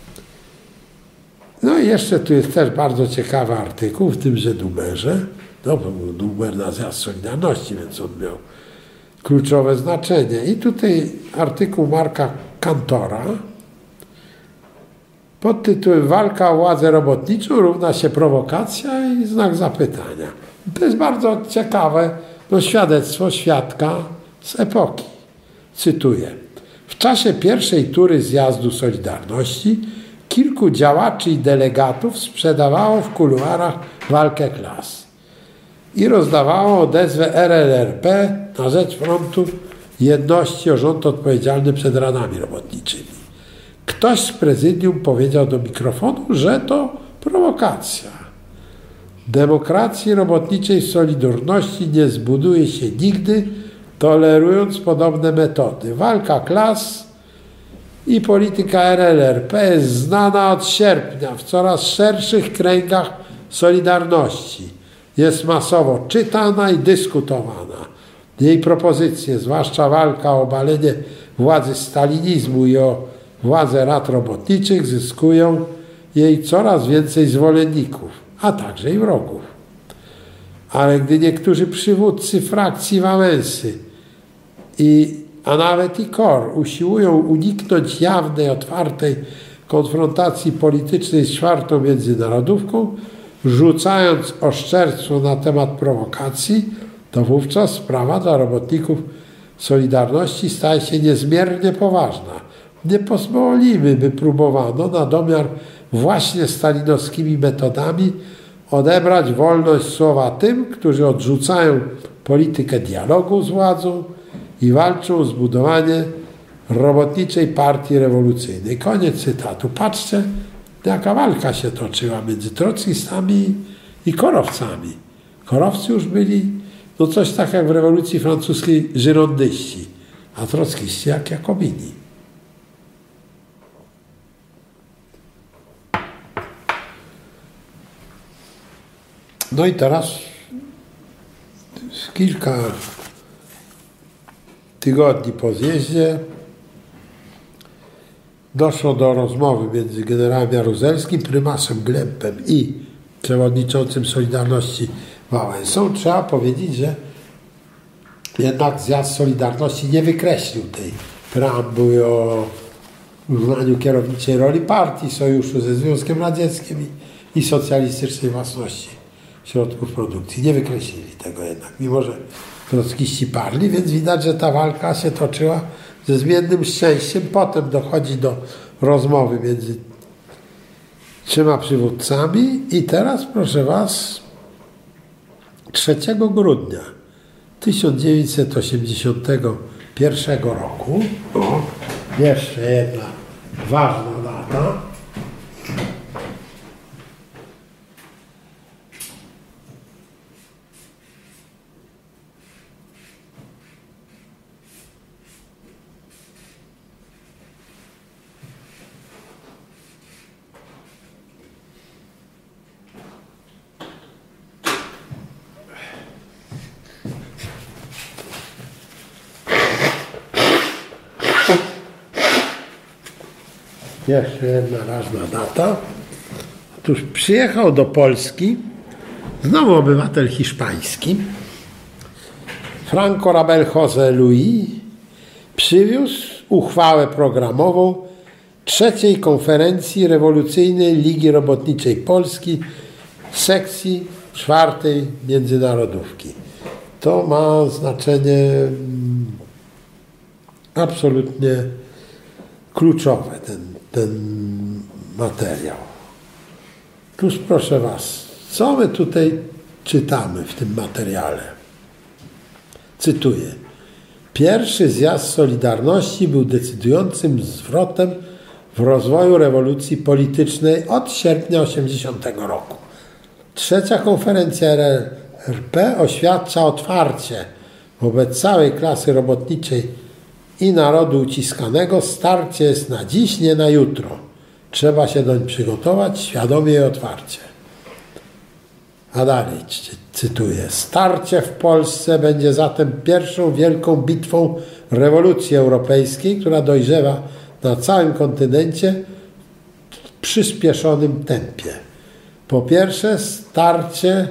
No i jeszcze tu jest też bardzo ciekawy artykuł w tymże numerze. No, to był numer na Zjazd Solidarności, więc on miał kluczowe znaczenie. I tutaj artykuł Marka Kantora pod tytułem Walka o władzę robotniczą równa się prowokacja i znak zapytania. To jest bardzo ciekawe no, świadectwo świadka z epoki. Cytuję. W czasie pierwszej tury Zjazdu Solidarności kilku działaczy i delegatów sprzedawało w kuluarach walkę klas i rozdawało odezwę R L R P na rzecz frontu jedności o rząd odpowiedzialny przed radami robotniczymi. Ktoś z prezydium powiedział do mikrofonu, że to prowokacja. Demokracji robotniczej w Solidarności nie zbuduje się nigdy, tolerując podobne metody. Walka klas i polityka R L R P jest znana od sierpnia w coraz szerszych kręgach Solidarności. Jest masowo czytana i dyskutowana. Jej propozycje, zwłaszcza walka o obalenie władzy stalinizmu i o władzę rad robotniczych, zyskują jej coraz więcej zwolenników, a także i wrogów. Ale gdy niektórzy przywódcy frakcji Wałęsy i a nawet i K O R usiłują uniknąć jawnej, otwartej konfrontacji politycznej z czwartą międzynarodówką, rzucając oszczerstwo na temat prowokacji, to wówczas sprawa dla robotników Solidarności staje się niezmiernie poważna. Nie pozwolimy, by próbowano na domiar właśnie stalinowskimi metodami odebrać wolność słowa tym, którzy odrzucają politykę dialogu z władzą i walczą o zbudowanie robotniczej partii rewolucyjnej. Koniec cytatu. Patrzcie, jaka walka się toczyła między trockistami i korowcami. Korowcy już byli, no coś tak jak w rewolucji francuskiej, żyrondyści, a trockiści jak jakobini. No i teraz kilka tygodni po zjeździe doszło do rozmowy między generałem Jaruzelskim, prymasem Glempem i przewodniczącym Solidarności Wałęsą. Trzeba powiedzieć, że jednak Zjazd Solidarności nie wykreślił tej preambuły o uznaniu kierowniczej roli partii, sojuszu ze Związkiem Radzieckim i, i socjalistycznej własności środków produkcji. Nie wykreślili tego jednak, mimo że trockiści parli, więc widać, że ta walka się toczyła ze zmiennym szczęściem. Potem dochodzi do rozmowy między trzema przywódcami i teraz, proszę Was, trzeciego grudnia tysiąc dziewięćset osiemdziesiątego pierwszego roku, o, jeszcze jedna ważna data, Jeszcze jedna ważna data. Otóż przyjechał do Polski znowu obywatel hiszpański, Franco Rabel José Luis, przywiózł uchwałę programową trzeciej konferencji rewolucyjnej Ligi Robotniczej Polski sekcji czwartej międzynarodówki. To ma znaczenie absolutnie kluczowe, ten, ten materiał. Tuż proszę Was, co my tutaj czytamy w tym materiale? Cytuję. Pierwszy zjazd Solidarności był decydującym zwrotem w rozwoju rewolucji politycznej od sierpnia osiemdziesiątego roku. Trzecia konferencja R R P oświadcza otwarcie wobec całej klasy robotniczej i narodu uciskanego: starcie jest na dziś, nie na jutro. Trzeba się doń przygotować świadomie i otwarcie. A dalej cytuję. Starcie w Polsce będzie zatem pierwszą wielką bitwą rewolucji europejskiej, która dojrzewa na całym kontynencie w przyspieszonym tempie. Po pierwsze, starcie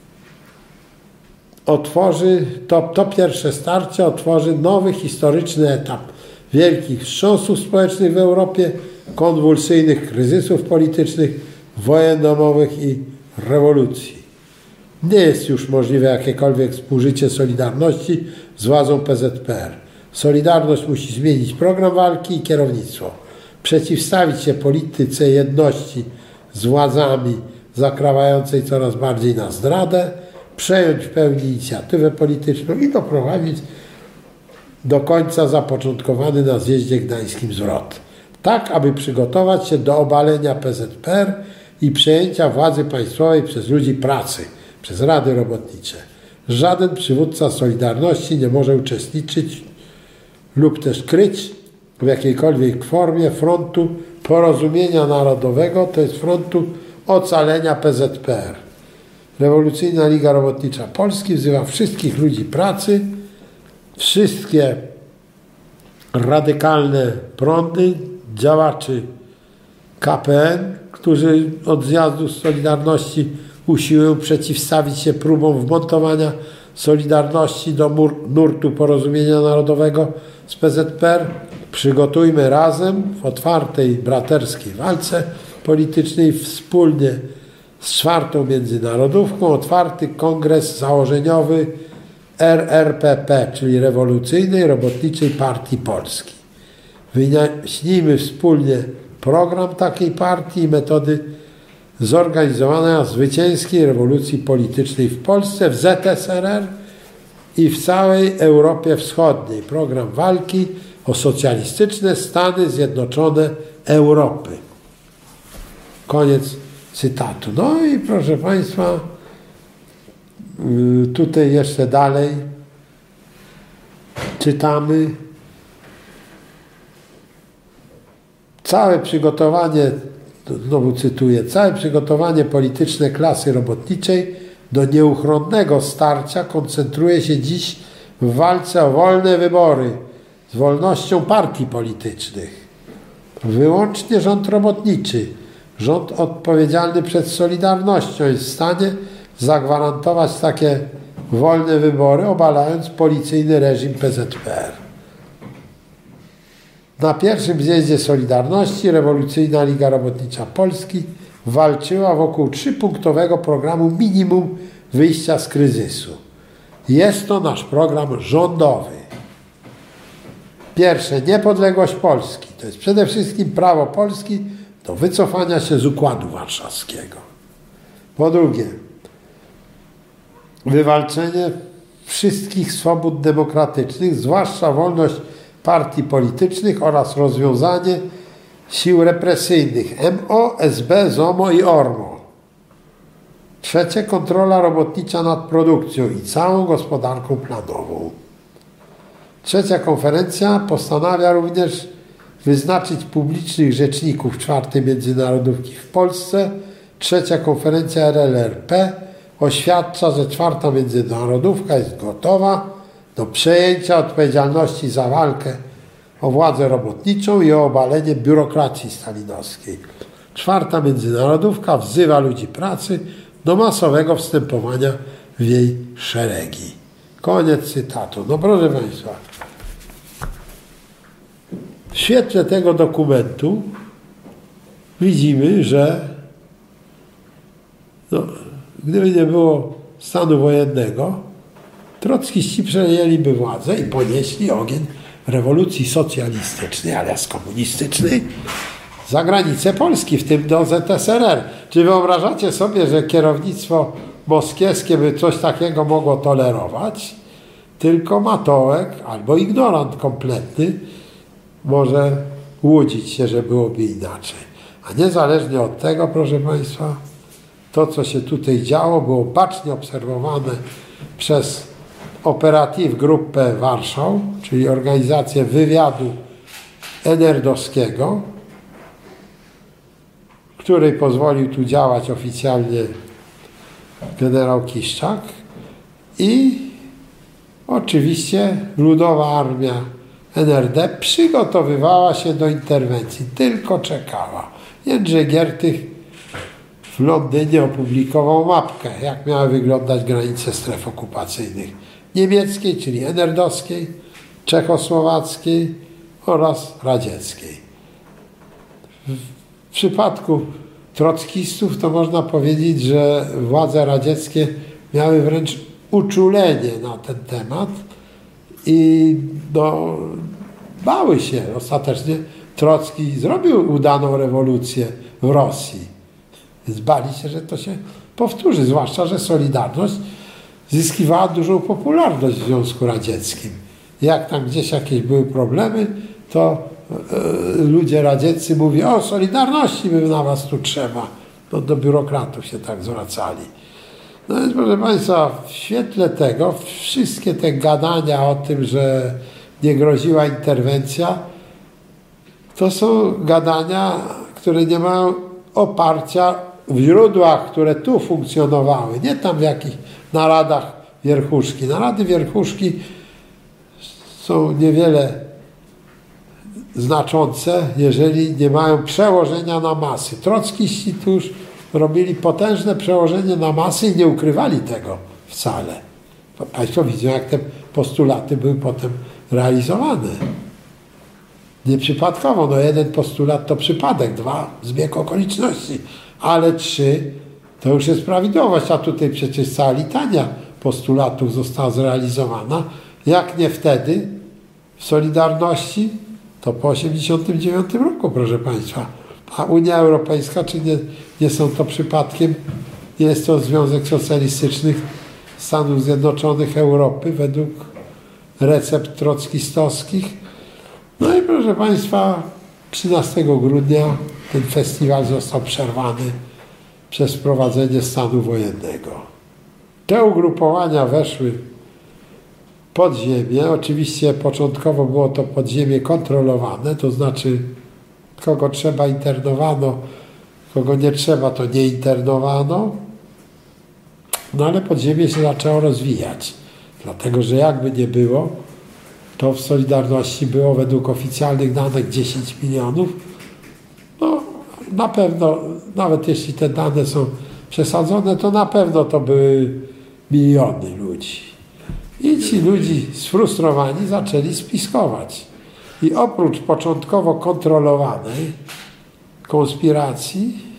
otworzy, to, to pierwsze starcie otworzy nowy historyczny etap wielkich wstrząsów społecznych w Europie, konwulsyjnych kryzysów politycznych, wojen domowych i rewolucji. Nie jest już możliwe jakiekolwiek współżycie Solidarności z władzą P Z P R. Solidarność musi zmienić program walki i kierownictwo, przeciwstawić się polityce jedności z władzami zakrawającej coraz bardziej na zdradę, przejąć w pełni inicjatywę polityczną i doprowadzić do końca zapoczątkowany na zjeździe gdańskim zwrot. Tak, aby przygotować się do obalenia P Z P R i przejęcia władzy państwowej przez ludzi pracy, przez rady robotnicze. Żaden przywódca Solidarności nie może uczestniczyć lub też kryć w jakiejkolwiek formie frontu porozumienia narodowego, to jest frontu ocalenia P Z P R. Rewolucyjna Liga Robotnicza Polski wzywa wszystkich ludzi pracy, wszystkie radykalne prądy, działaczy K P N, którzy od zjazdu Solidarności usiłują przeciwstawić się próbom wmontowania Solidarności do nurtu porozumienia narodowego z P Z P R. Przygotujmy razem w otwartej, braterskiej walce politycznej wspólnie z czwartą międzynarodówką otwarty kongres założeniowy R R P P, czyli Rewolucyjnej Robotniczej Partii Polski. Wyjaśnijmy wspólnie program takiej partii i metody zorganizowania zwycięskiej rewolucji politycznej w Polsce, w Z S R R i w całej Europie Wschodniej. Program walki o socjalistyczne Stany Zjednoczone Europy. Koniec cytatu. No i proszę Państwa, tutaj jeszcze dalej czytamy. Całe przygotowanie, znowu cytuję, całe przygotowanie polityczne klasy robotniczej do nieuchronnego starcia koncentruje się dziś w walce o wolne wybory z wolnością partii politycznych. Wyłącznie rząd robotniczy, rząd odpowiedzialny przed Solidarnością jest w stanie zagwarantować takie wolne wybory, obalając policyjny reżim P Z P R. Na pierwszym zjeździe Solidarności Rewolucyjna Liga Robotnicza Polski walczyła wokół trzypunktowego programu minimum wyjścia z kryzysu. Jest to nasz program rządowy. Pierwsze, niepodległość Polski. To jest przede wszystkim prawo Polski do wycofania się z Układu Warszawskiego. Po drugie, wywalczenie wszystkich swobód demokratycznych, zwłaszcza wolność partii politycznych oraz rozwiązanie sił represyjnych M O, S B, ZOMO i ORMO. Trzecie, kontrola robotnicza nad produkcją i całą gospodarką planową. Trzecia konferencja postanawia również wyznaczyć publicznych rzeczników czwartej międzynarodówki w Polsce. Trzecia konferencja R L R P oświadcza, że czwarta międzynarodówka jest gotowa do przejęcia odpowiedzialności za walkę o władzę robotniczą i o obalenie biurokracji stalinowskiej. Czwarta międzynarodówka wzywa ludzi pracy do masowego wstępowania w jej szeregi. Koniec cytatu. No proszę Państwa, w świetle tego dokumentu widzimy, że no, gdyby nie było stanu wojennego, trockiści przejęliby władzę i ponieśli ogień rewolucji socjalistycznej, alias komunistycznej, za granicę Polski, w tym do Z S R R. Czy wyobrażacie sobie, że kierownictwo moskiewskie by coś takiego mogło tolerować? Tylko matołek albo ignorant kompletny może łudzić się, że byłoby inaczej. A niezależnie od tego, proszę Państwa, to, co się tutaj działo, było bacznie obserwowane przez Operativ Gruppę Warszał, czyli organizację wywiadu enerdowskiego, której pozwolił tu działać oficjalnie generał Kiszczak, i oczywiście Ludowa Armia N R D przygotowywała się do interwencji, tylko czekała. Jędrzej Giertych w Londynie opublikował mapkę, jak miały wyglądać granice stref okupacyjnych niemieckiej, czyli enerdowskiej, czechosłowackiej oraz radzieckiej. W przypadku trockistów to można powiedzieć, że władze radzieckie miały wręcz uczulenie na ten temat i no, bały się. Ostatecznie Trocki zrobił udaną rewolucję w Rosji. Więc bali się, że to się powtórzy, zwłaszcza że Solidarność zyskiwała dużą popularność w Związku Radzieckim. Jak tam gdzieś jakieś były problemy, to e, ludzie radzieccy mówią: o, Solidarności by na was tu trzeba. No, do biurokratów się tak zwracali. No więc, proszę Państwa, w świetle tego wszystkie te gadania o tym, że nie groziła interwencja, to są gadania, które nie mają oparcia w źródłach, które tu funkcjonowały, nie tam w jakichś naradach wierchuszki. Narady wierchuszki są niewiele znaczące, jeżeli nie mają przełożenia na masy. Trockiści tu już robili potężne przełożenie na masy i nie ukrywali tego wcale. Państwo widzą, jak te postulaty były potem realizowane. Nieprzypadkowo, no jeden postulat to przypadek, dwa zbieg okoliczności, ale trzy to już jest prawidłowość, a tutaj przecież cała litania postulatów została zrealizowana. Jak nie wtedy w Solidarności, to po osiemdziesiątym dziewiątym roku, proszę Państwa. A Unia Europejska, czy nie, nie są to przypadkiem, nie jest to Związek Socjalistycznych Stanów Zjednoczonych Europy według recept trockistowskich. No i proszę Państwa, trzynastego grudnia ten festiwal został przerwany przez wprowadzenie stanu wojennego. Te ugrupowania weszły pod ziemię. Oczywiście początkowo było to podziemie kontrolowane, to znaczy kogo trzeba internowano, kogo nie trzeba to nie internowano. No ale podziemie się zaczęło rozwijać, dlatego że jakby nie było, to w Solidarności było według oficjalnych danych dziesięć milionów. No na pewno, nawet jeśli te dane są przesadzone, to na pewno to były miliony ludzi. I ci ludzi sfrustrowani zaczęli spiskować. I oprócz początkowo kontrolowanej konspiracji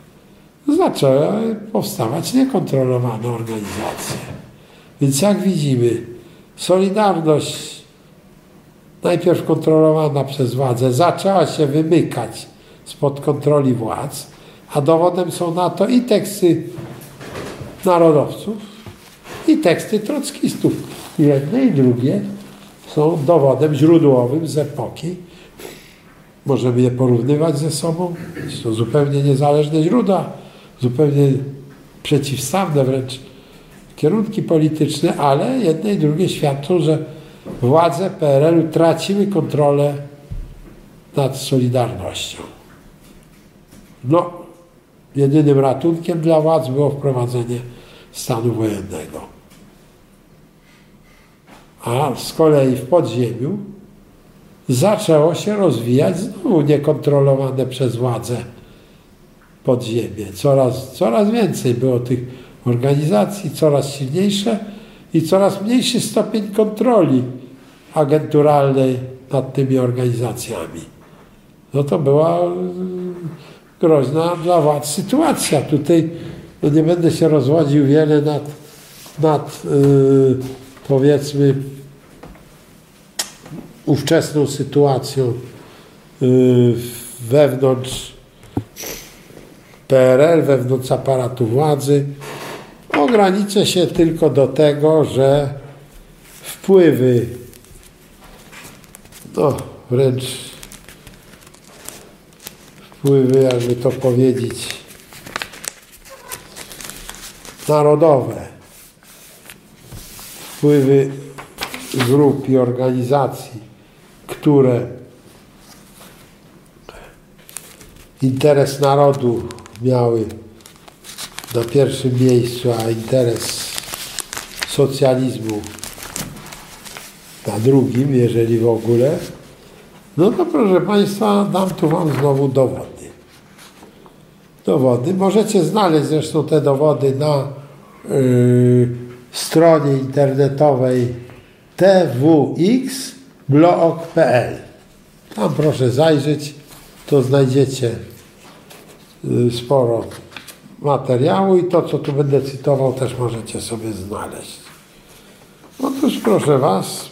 zaczęły powstawać niekontrolowane organizacje. Więc jak widzimy, Solidarność, najpierw kontrolowana przez władzę, zaczęła się wymykać spod kontroli władz, a dowodem są na to i teksty narodowców, i teksty trockistów. Jedne i drugie są dowodem źródłowym z epoki. Możemy je porównywać ze sobą. To zupełnie niezależne źródła, zupełnie przeciwstawne wręcz kierunki polityczne, ale jedne i drugie świadczą, że władze P R L u traciły kontrolę nad Solidarnością. No, jedynym ratunkiem dla władz było wprowadzenie stanu wojennego. A z kolei w podziemiu zaczęło się rozwijać znowu niekontrolowane przez władze podziemie. Coraz, coraz więcej było tych organizacji, coraz silniejsze i coraz mniejszy stopień kontroli agenturalnej nad tymi organizacjami. No to była groźna dla władz sytuacja. Tutaj no nie będę się rozwodził wiele nad, nad yy, powiedzmy ówczesną sytuacją yy, wewnątrz P R L, wewnątrz aparatu władzy. Ograniczę się tylko do tego, że wpływy, no wręcz wpływy, jakby to powiedzieć, narodowe, wpływy grup i organizacji, które interes narodu miały na pierwszym miejscu, a interes socjalizmu na drugim, jeżeli w ogóle, no to proszę Państwa, dam tu Wam znowu dowody. Dowody. Możecie znaleźć zresztą te dowody na yy, stronie internetowej t w x blog kropka p l. Tam proszę zajrzeć, to znajdziecie yy, sporo materiału i to, co tu będę cytował, też możecie sobie znaleźć. Otóż proszę Was,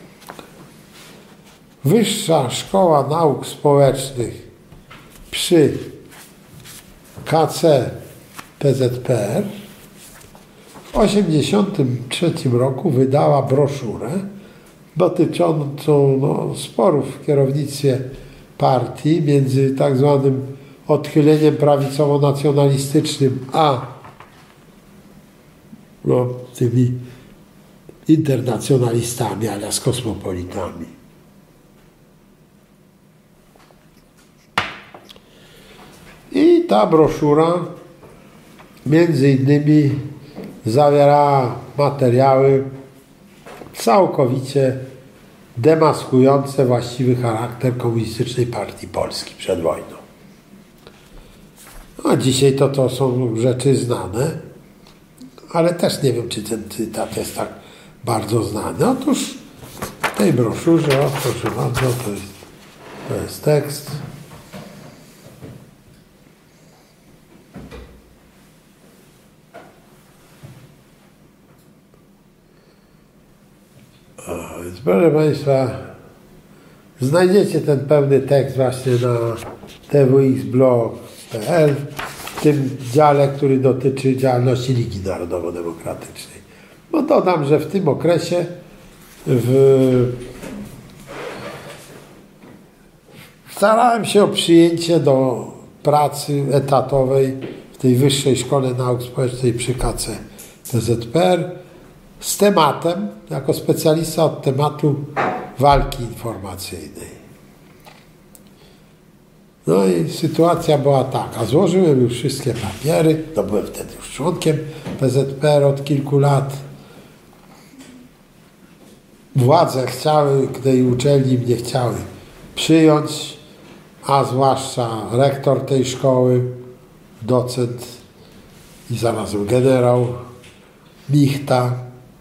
Wyższa Szkoła Nauk Społecznych przy K C P Z P R w tysiąc dziewięćset osiemdziesiątym trzecim roku wydała broszurę dotyczącą no, sporów w kierownictwie partii między tak zwanym odchyleniem prawicowo-nacjonalistycznym a no, tymi internacjonalistami, alias kosmopolitami. I ta broszura między innymi zawierała materiały całkowicie demaskujące właściwy charakter Komunistycznej Partii Polski przed wojną. A dzisiaj to, to są rzeczy znane, ale też nie wiem, czy ten cytat jest tak bardzo znany. Otóż w tej broszurze, o, proszę bardzo, to jest, to jest tekst. O, więc proszę Państwa, znajdziecie ten pełny tekst właśnie na t w x blog kropka p l w tym dziale, który dotyczy działalności Ligi Narodowo-Demokratycznej. Bo dodam, że w tym okresie w... starałem się o przyjęcie do pracy etatowej w tej Wyższej Szkole Nauk Społecznych przy K C P Z P R z tematem, jako specjalista od tematu walki informacyjnej. No i sytuacja była taka. Złożyłem już wszystkie papiery, to byłem wtedy już członkiem P Z P R od kilku lat. Władze chciały, tej uczelni mnie chciały przyjąć, a zwłaszcza rektor tej szkoły, docent i zarazem generał Michta.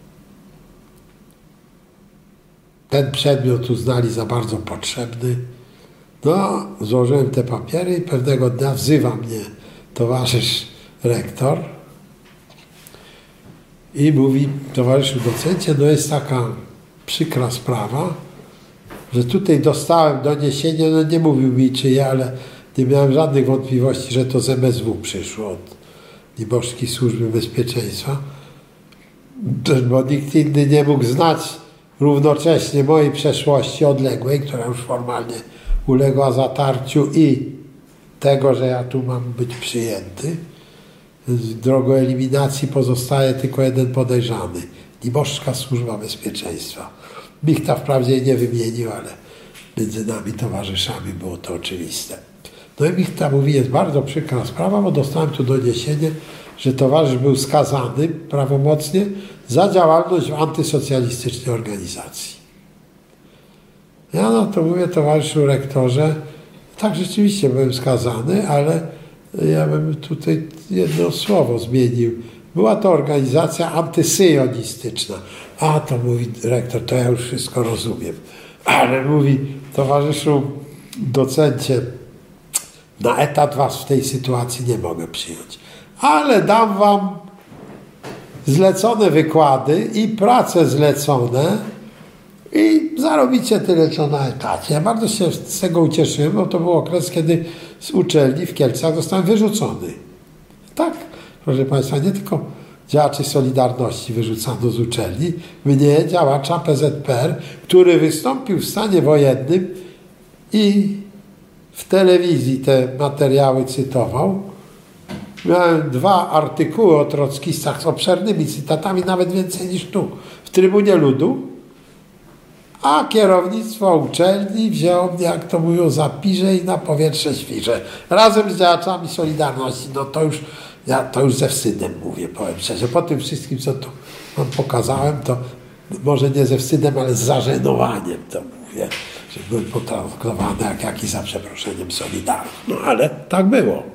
Ten przedmiot uznali za bardzo potrzebny. No, złożyłem te papiery i pewnego dnia wzywa mnie towarzysz rektor i mówi: towarzyszu docencie, no jest taka przykra sprawa, że tutaj dostałem doniesienie, no nie mówił mi czyje, ale nie miałem żadnych wątpliwości, że to z M S W przyszło od Niboszskiej Służby Bezpieczeństwa, bo nikt inny nie mógł znać równocześnie mojej przeszłości odległej, która już formalnie uległa zatarciu, i tego, że ja tu mam być przyjęty. Z drogą eliminacji pozostaje tylko jeden podejrzany. Niboszka Służba Bezpieczeństwa. Michta wprawdzie nie wymienił, ale między nami towarzyszami było to oczywiste. No i Michta mówi: jest bardzo przykra sprawa, bo dostałem tu doniesienie, że towarzysz był skazany prawomocnie za działalność w antysocjalistycznej organizacji. Ja no to mówię, towarzyszu rektorze, tak rzeczywiście byłem skazany, ale ja bym tutaj jedno słowo zmienił. Była to organizacja antysyjonistyczna. A, to mówi rektor, to ja już wszystko rozumiem. Ale mówi, towarzyszu docencie, na etat was w tej sytuacji nie mogę przyjąć. Ale dam wam zlecone wykłady i prace zlecone i zarobicie tyle, co na etacie. Ja bardzo się z tego ucieszyłem, bo to był okres, kiedy z uczelni w Kielcach zostałem wyrzucony. Tak, proszę Państwa, nie tylko działaczy Solidarności wyrzucano z uczelni, mnie, działacza P Z P R, który wystąpił w stanie wojennym i w telewizji te materiały cytował. Miałem dwa artykuły o trockistach z obszernymi cytatami, nawet więcej niż tu, w Trybunie Ludu, a kierownictwo uczelni wzięło mnie, jak to mówią, za pirze i na powietrze świrze. Razem z działaczami Solidarności. No to już, ja to już ze wstydem mówię, powiem szczerze. Po tym wszystkim, co tu wam pokazałem, to może nie ze wstydem, ale z zażenowaniem to mówię, że byłem potraktowany jak jakiś, za przeproszeniem, Solidarny. No ale tak było.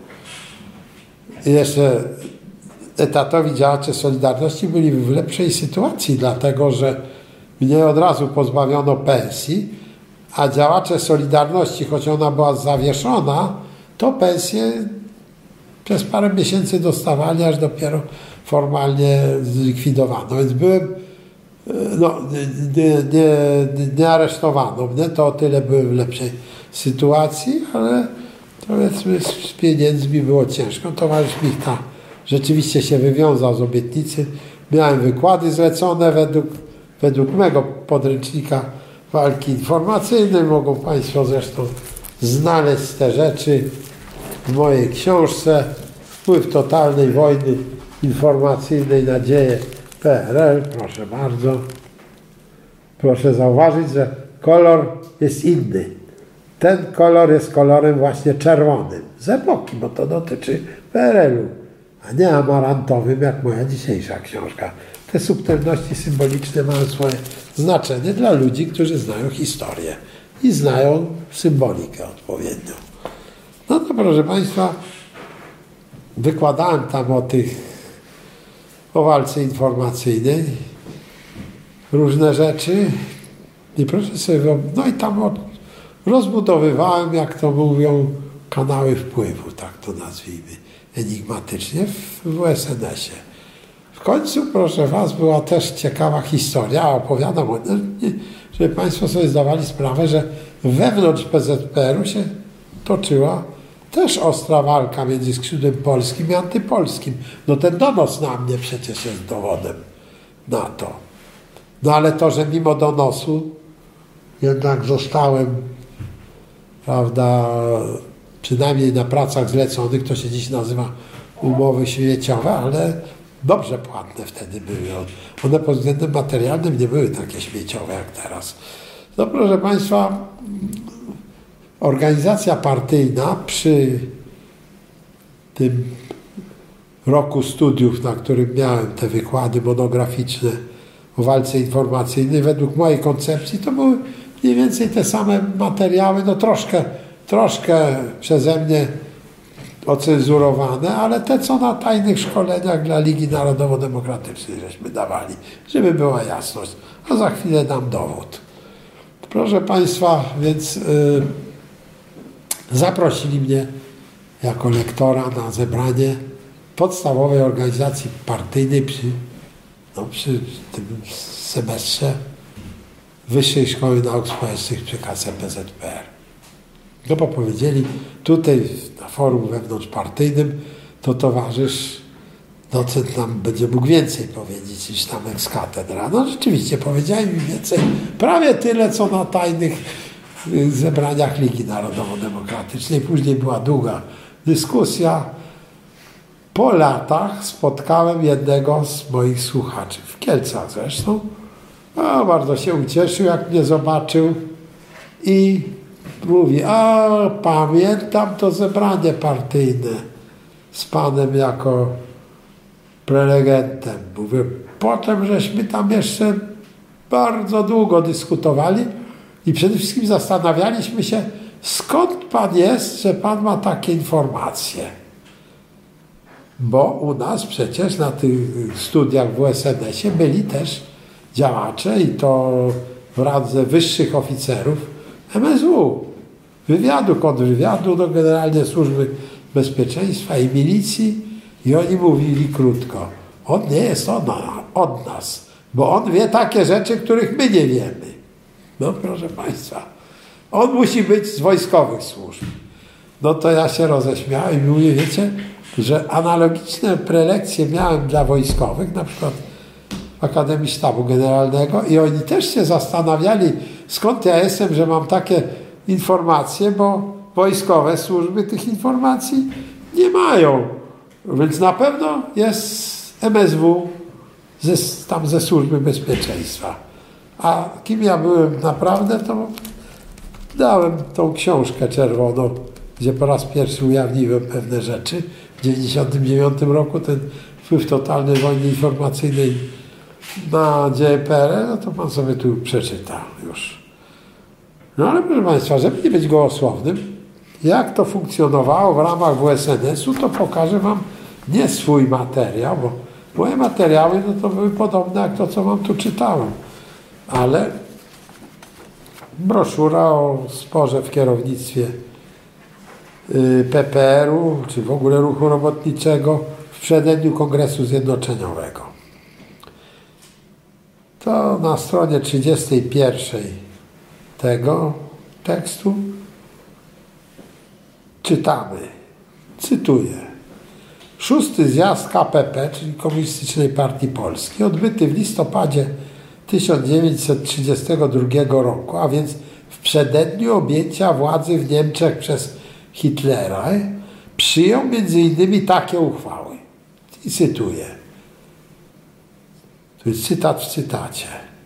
I jeszcze etatowi działacze Solidarności byli w lepszej sytuacji, dlatego że mnie od razu pozbawiono pensji, a działacze Solidarności, choć ona była zawieszona, to pensję przez parę miesięcy dostawali, aż dopiero formalnie zlikwidowano. Więc byłem, no, nie, nie, nie aresztowano mnie, to o tyle byłem w lepszej sytuacji, ale powiedzmy z pieniędzmi było ciężko. Towarzysz Michta rzeczywiście się wywiązał z obietnicy. Miałem wykłady zlecone według, według mego podręcznika walki informacyjnej. Mogą Państwo zresztą znaleźć te rzeczy w mojej książce Wpływ totalnej wojny informacyjnej na dzieje P R L. Proszę bardzo. Proszę zauważyć, że kolor jest inny. Ten kolor jest kolorem właśnie czerwonym z epoki, bo to dotyczy P R L u, a nie amarantowym, jak moja dzisiejsza książka. Te subtelności symboliczne mają swoje znaczenie dla ludzi, którzy znają historię i znają symbolikę odpowiednią. No to proszę Państwa, wykładałem tam o tych, o walce informacyjnej różne rzeczy i proszę sobie wyobrazić, no i tam od rozbudowywałem, jak to mówią, kanały wpływu, tak to nazwijmy, enigmatycznie w W S N S ie. W końcu, proszę Was, była też ciekawa historia, opowiadam o tym, żeby Państwo sobie zdawali sprawę, że wewnątrz P Z P R u się toczyła też ostra walka między skrzydłem polskim i antypolskim. No ten donos na mnie przecież jest dowodem na to. No ale to, że mimo donosu jednak zostałem, prawda, przynajmniej na pracach zleconych, to się dziś nazywa umowy śmieciowe, ale dobrze płatne wtedy były. One pod względem materialnym nie były takie śmieciowe jak teraz. No proszę Państwa, organizacja partyjna przy tym roku studiów, na którym miałem te wykłady monograficzne o walce informacyjnej, według mojej koncepcji to były mniej więcej te same materiały, no troszkę, troszkę przeze mnie ocenzurowane, ale te, co na tajnych szkoleniach dla Ligi Narodowo-Demokratycznej żeśmy dawali, żeby była jasność. A za chwilę dam dowód. Proszę Państwa, więc yy, zaprosili mnie jako lektora na zebranie podstawowej organizacji partyjnej przy, no, przy tym semestrze Wyższej Szkoły Nauk Społecznych przy K C P Z P R. No bo powiedzieli, tutaj na forum wewnątrzpartyjnym to towarzysz docent nam będzie mógł więcej powiedzieć niż tam ex cathedra. No rzeczywiście powiedziałem mi więcej, prawie tyle co na tajnych zebraniach Ligi Narodowo-Demokratycznej. Później była długa dyskusja. Po latach spotkałem jednego z moich słuchaczy, w Kielcach zresztą. A bardzo się ucieszył, jak mnie zobaczył i mówi, a pamiętam to zebranie partyjne z panem jako prelegentem. Mówię, potem żeśmy tam jeszcze bardzo długo dyskutowali I przede wszystkim zastanawialiśmy się, skąd pan jest, że pan ma takie informacje. Bo u nas przecież na tych studiach w W S N S-ie byli też działacze i to w randze wyższych oficerów M S W, wywiadu, kontrwywiadu do Generalnej Służby Bezpieczeństwa i milicji i oni mówili krótko, on nie jest od, od nas, bo on wie takie rzeczy, których my nie wiemy. No proszę Państwa, on musi być z wojskowych służb. No to ja się roześmiałem i mówię, wiecie, że analogiczne prelekcje miałem dla wojskowych, na przykład w Akademii Sztabu Generalnego i oni też się zastanawiali, skąd ja jestem, że mam takie informacje, bo wojskowe służby tych informacji nie mają. Więc na pewno jest M S W ze, tam ze Służby Bezpieczeństwa. A kim ja byłem naprawdę, to dałem tą książkę czerwoną, gdzie po raz pierwszy ujawniłem pewne rzeczy. W dziewięćdziesiątym dziewiątym roku ten wpływ totalnej wojny informacyjnej na dzieje P R L, no to pan sobie tu przeczyta już. No ale proszę Państwa, żeby nie być gołosłownym, jak to funkcjonowało w ramach W S N S-u, to pokażę Wam nie swój materiał, bo moje materiały no to były podobne jak to, co Wam tu czytałem, ale broszura o sporze w kierownictwie P P R-u, czy w ogóle ruchu robotniczego w przededniu Kongresu Zjednoczeniowego. To na stronie trzydziestej pierwszej tego tekstu czytamy, cytuję: Szósty zjazd K P P, czyli Komunistycznej Partii Polski, odbyty w listopadzie tysiąc dziewięćset trzydziestego drugiego roku, a więc w przededniu objęcia władzy w Niemczech przez Hitlera, przyjął między innymi takie uchwały. I cytuję. To jest cytat w cytacie.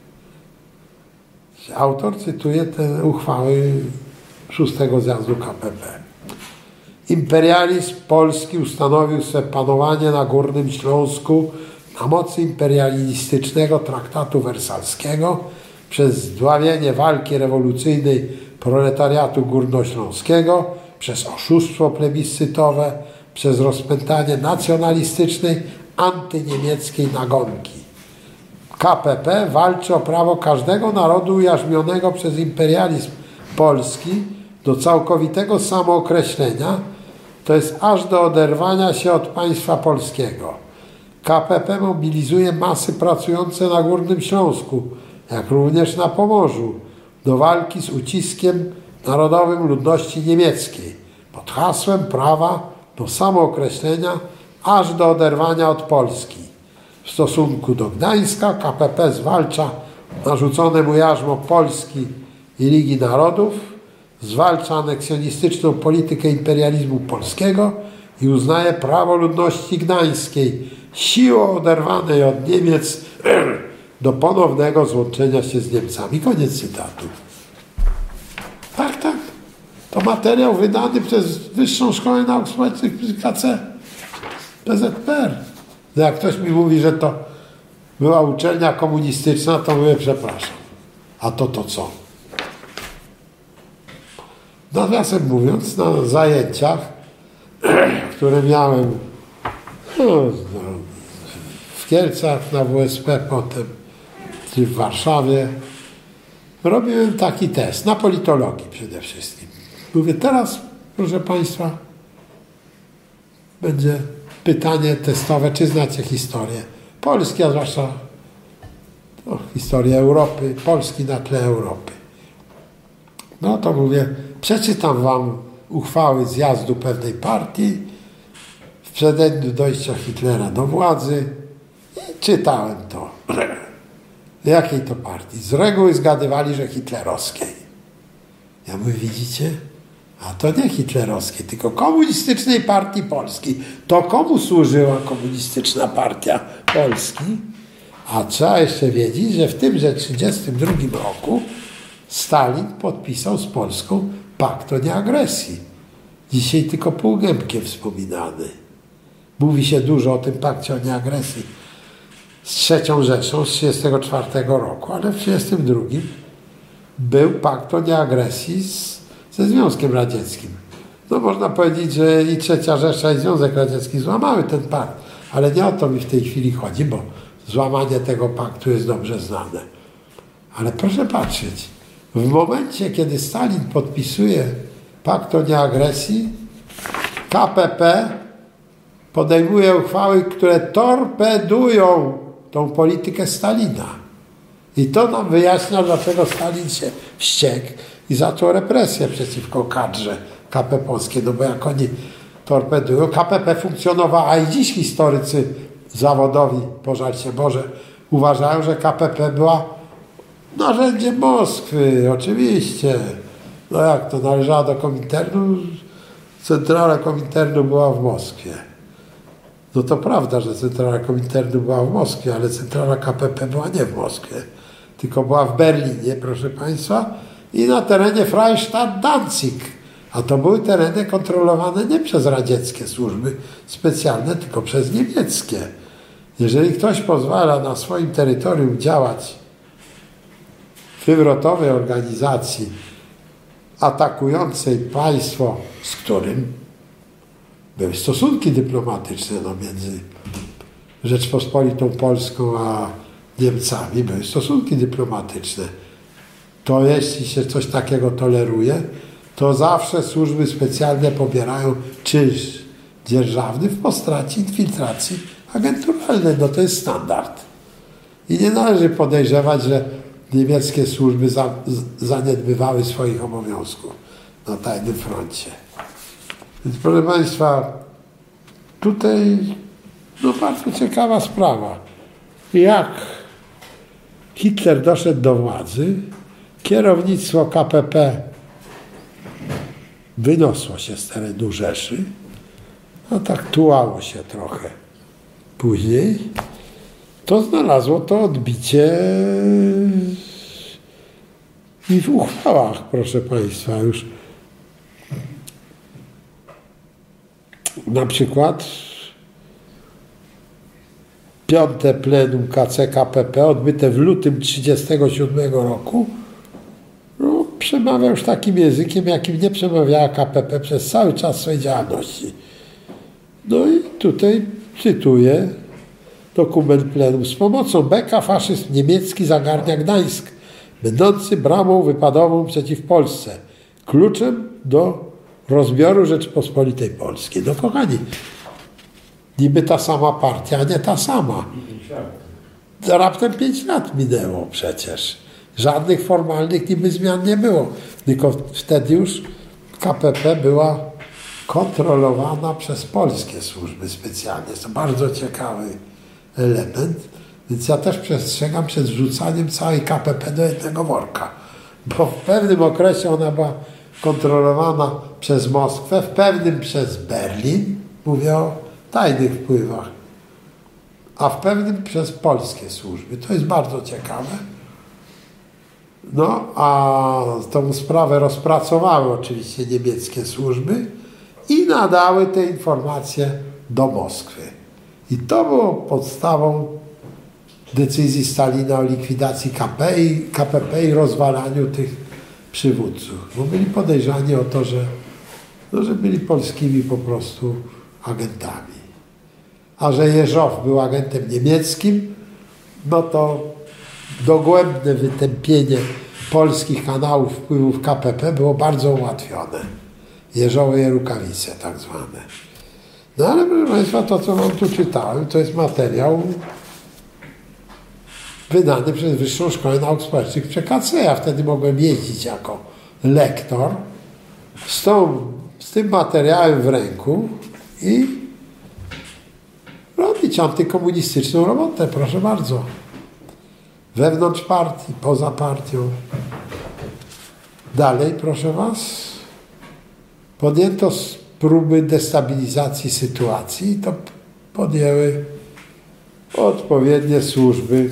Autor cytuje te uchwały szóstego zjazdu K P P. Imperializm polski ustanowił swe panowanie na Górnym Śląsku na mocy imperialistycznego traktatu wersalskiego przez zdławienie walki rewolucyjnej proletariatu górnośląskiego, przez oszustwo plebiscytowe, przez rozpętanie nacjonalistycznej, antyniemieckiej nagonki. K P P walczy o prawo każdego narodu ujarzmionego przez imperializm polski do całkowitego samookreślenia, to jest aż do oderwania się od państwa polskiego. K P P mobilizuje masy pracujące na Górnym Śląsku, jak również na Pomorzu, do walki z uciskiem narodowym ludności niemieckiej, pod hasłem prawa do samookreślenia, aż do oderwania od Polski. W stosunku do Gdańska K P P zwalcza narzucone mu jarzmo Polski i Ligi Narodów, zwalcza aneksjonistyczną politykę imperializmu polskiego i uznaje prawo ludności gdańskiej, siłą oderwanej od Niemiec, do ponownego złączenia się z Niemcami. Koniec cytatu. Tak, tak. To materiał wydany przez Wyższą Szkołę Nauk Społecznych przy K C P Z P R. No jak ktoś mi mówi, że to była uczelnia komunistyczna, to mówię, przepraszam. A to to co? Nawiasem mówiąc, na zajęciach, które miałem no, w Kielcach, na W S P potem, czy w Warszawie, robiłem taki test, na politologii przede wszystkim. Mówię, teraz, proszę Państwa, będzie pytanie testowe, czy znacie historię Polski, a zwłaszcza no, historię Europy, Polski na tle Europy. No to mówię, przeczytam Wam uchwały zjazdu pewnej partii w przededniu dojścia Hitlera do władzy i czytałem to. Jakiej to partii? Z reguły zgadywali, że hitlerowskiej. Ja mówię, widzicie? A to nie hitlerowskiej, tylko Komunistycznej Partii Polski. To komu służyła Komunistyczna Partia Polski? A trzeba jeszcze wiedzieć, że w tymże trzydziestym drugim roku Stalin podpisał z Polską pakt o nieagresji. Dzisiaj tylko półgębkiem wspominany. Mówi się dużo o tym pakcie o nieagresji z trzecią Rzeszą z tysiąc dziewięćset trzydziestego czwartego roku, ale w tysiąc dziewięćset trzydziestym drugim był pakt o nieagresji z, ze Związkiem Radzieckim. No można powiedzieć, że i Trzecia Rzesza, i Związek Radziecki złamały ten pakt, ale nie o to mi w tej chwili chodzi, bo złamanie tego paktu jest dobrze znane. Ale proszę patrzeć, w momencie, kiedy Stalin podpisuje pakt o nieagresji, K P P podejmuje uchwały, które torpedują tą politykę Stalina. I to nam wyjaśnia, dlaczego Stalin się wściekł i zaczął represję przeciwko kadrze K P polskiej. No bo jak oni torpedują, K P P funkcjonowała, a i dziś historycy zawodowi, pożal się Boże, uważają, że K P P była narzędziem Moskwy, oczywiście. No jak to należało do Kominternu, centrala Kominternu była w Moskwie. No to prawda, że centrala Kominternu była w Moskwie, ale centrala K P P była nie w Moskwie, tylko była w Berlinie, proszę Państwa, i na terenie Freistadt-Danzig. A to były tereny kontrolowane nie przez radzieckie służby specjalne, tylko przez niemieckie. Jeżeli ktoś pozwala na swoim terytorium działać wywrotowej organizacji atakującej państwo, z którym były stosunki dyplomatyczne no, między Rzeczpospolitą Polską a Niemcami, były stosunki dyplomatyczne, to jeśli się coś takiego toleruje, to zawsze służby specjalne pobierają czynsz dzierżawny w postaci infiltracji agenturalnej. No to jest standard. I nie należy podejrzewać, że niemieckie służby za, zaniedbywały swoich obowiązków na tajnym froncie. Więc proszę Państwa, tutaj no bardzo ciekawa sprawa. Jak Hitler doszedł do władzy, kierownictwo K P P wyniosło się z terenu Rzeszy, a tak tułało się trochę później, to znalazło to odbicie i w uchwałach, proszę Państwa, już na przykład piąte plenum K C K P P odbyte w lutym tysiąc dziewięćset trzydziestego siódmego roku no, przemawia już takim językiem, jakim nie przemawiała K P P przez cały czas swojej działalności. No i tutaj cytuję dokument plenum. Z pomocą Beka faszyzm niemiecki zagarnia Gdańsk, będący bramą wypadową przeciw Polsce, kluczem do rozbioru Rzeczypospolitej Polskiej. No kochani, niby ta sama partia, a nie ta sama. Raptem pięć lat minęło przecież. Żadnych formalnych niby zmian nie było. Tylko wtedy już K P P była kontrolowana przez polskie służby specjalne. Jest to bardzo ciekawy element. Więc ja też przestrzegam przed wrzucaniem całej K P P do jednego worka. Bo w pewnym okresie ona była kontrolowana przez Moskwę, w pewnym przez Berlin. Mówię o tajnych wpływach. A w pewnym przez polskie służby. To jest bardzo ciekawe. No, a tą sprawę rozpracowały oczywiście niemieckie służby i nadały te informacje do Moskwy. I to było podstawą decyzji Stalina o likwidacji K P P i rozwalaniu tych przywódców. Bo byli podejrzani o to, że, no, że byli polskimi po prostu agentami. A że Jeżow był agentem niemieckim, no to dogłębne wytępienie polskich kanałów wpływów K P P było bardzo ułatwione. Jeżowe rukawice tak zwane. No ale proszę Państwa, to co wam tu czytałem, to jest materiał wydany przez Wyższą Szkołę Nauk Społecznych przy K C. Ja wtedy mogłem jeździć jako lektor z, tą, z tym materiałem w ręku i robić antykomunistyczną robotę, proszę bardzo. Wewnątrz partii, poza partią. Dalej, proszę Was, podjęto próby destabilizacji sytuacji i to podjęły odpowiednie służby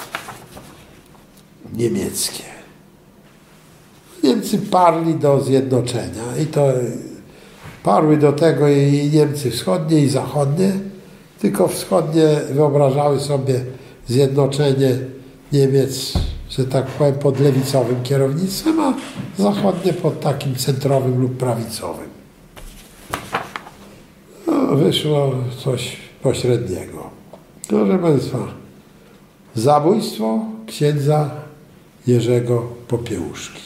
niemieckie. Niemcy parli do zjednoczenia i to parły do tego i Niemcy wschodnie i zachodnie, tylko wschodnie wyobrażały sobie zjednoczenie Niemiec że tak powiem, pod lewicowym kierownictwem, a zachodnie pod takim centrowym lub prawicowym. No, wyszło coś pośredniego. Proszę Państwa, zabójstwo księdza Jerzego Popiełuszki.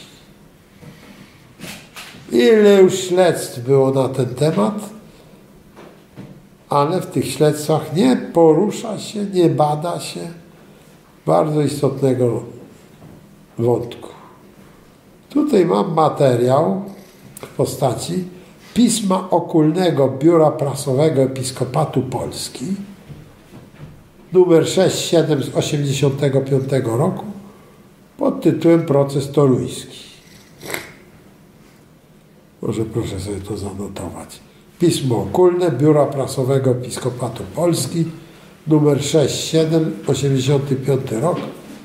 Ile już śledztw było na ten temat, ale w tych śledztwach nie porusza się, nie bada się bardzo istotnego wątku. Tutaj mam materiał w postaci pisma okulnego Biura Prasowego Episkopatu Polski, numer sześć siedem z osiemdziesiątego piątego roku, pod tytułem Proces toruński. Może proszę sobie to zanotować. Pismo okulne Biura Prasowego Episkopatu Polski, numer sześć siedem, osiemdziesiąty piąty rok.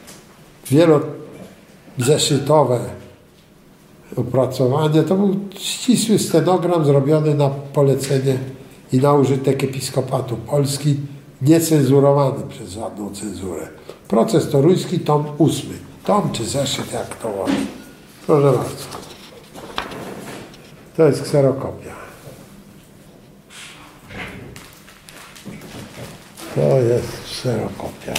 Wielozeszytowe opracowanie. To był ścisły stenogram zrobiony na polecenie i na użytek Episkopatu Polski, niecenzurowany przez żadną cenzurę. Proces toruński, tom ósmy. Tom czy zeszyt, jak to ładnie. Proszę bardzo. To jest kserokopia. To jest kserokopia.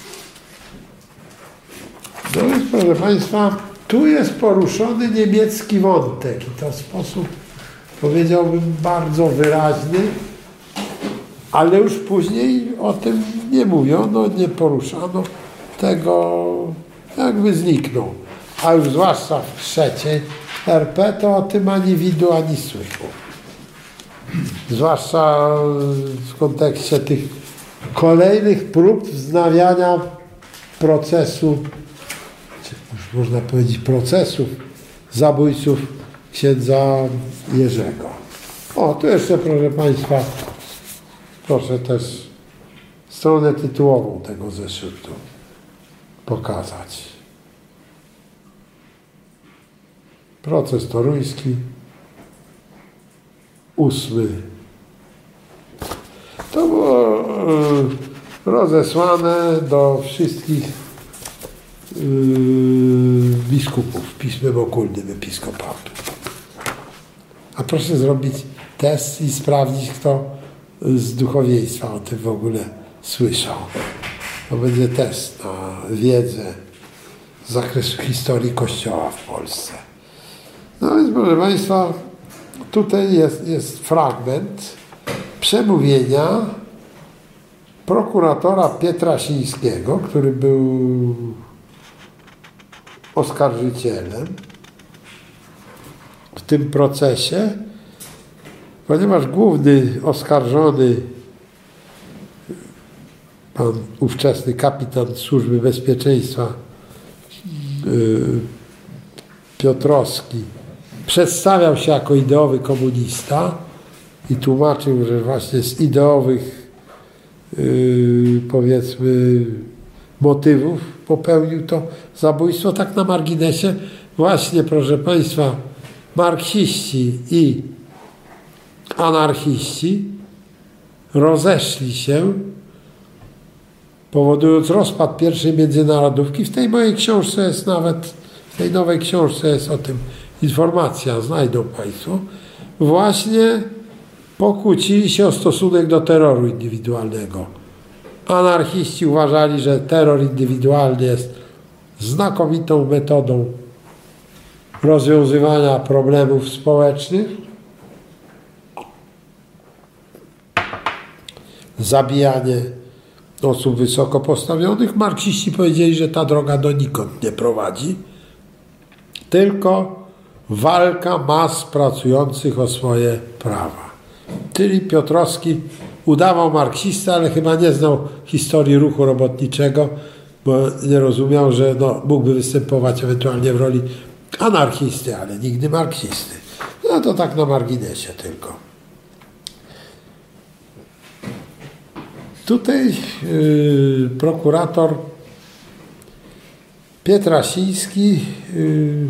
No więc, proszę Państwa, tu jest poruszony niemiecki wątek i to w sposób, powiedziałbym, bardzo wyraźny, ale już później o tym nie mówiono, nie poruszano, tego jakby zniknął. A już zwłaszcza w trzeciej R P to o tym ani widu, ani słychu. Zwłaszcza w kontekście tych kolejnych prób wznawiania procesu, czy już można powiedzieć procesów zabójców księdza Jerzego. O, tu jeszcze, proszę Państwa, proszę też stronę tytułową tego zeszytu pokazać. Proces toruński, ósmy. To było rozesłane do wszystkich yy, biskupów pismem okulnym episkopatu. A proszę zrobić test i sprawdzić, kto z duchowieństwa o tym w ogóle słyszał. To będzie test na wiedzę z zakresu historii Kościoła w Polsce. No więc, proszę Państwa, tutaj jest, jest fragment przemówienia prokuratora Pietrasińskiego, który był oskarżycielem w tym procesie, ponieważ główny oskarżony, pan ówczesny kapitan Służby Bezpieczeństwa yy, Piotrowski, przedstawiał się jako ideowy komunista i tłumaczył, że właśnie z ideowych yy, powiedzmy motywów popełnił to zabójstwo. Tak na marginesie, właśnie, proszę Państwa, marksiści i anarchiści rozeszli się, powodując rozpad pierwszej międzynarodówki. W tej mojej książce jest nawet, w tej nowej książce jest o tym informacja, znajdą Państwo. Właśnie pokłócili się o stosunek do terroru indywidualnego. Anarchiści uważali, że terror indywidualny jest znakomitą metodą rozwiązywania problemów społecznych. Zabijanie osób wysoko postawionych. Marksiści powiedzieli, że ta droga donikąd nie prowadzi, tylko walka mas pracujących o swoje prawa. Czyli Piotrowski udawał marksistę, ale chyba nie znał historii ruchu robotniczego, bo nie rozumiał, że no, mógłby występować ewentualnie w roli anarchisty, ale nigdy marksisty. No to tak na marginesie tylko. Tutaj yy, prokurator Pietrasiński yy,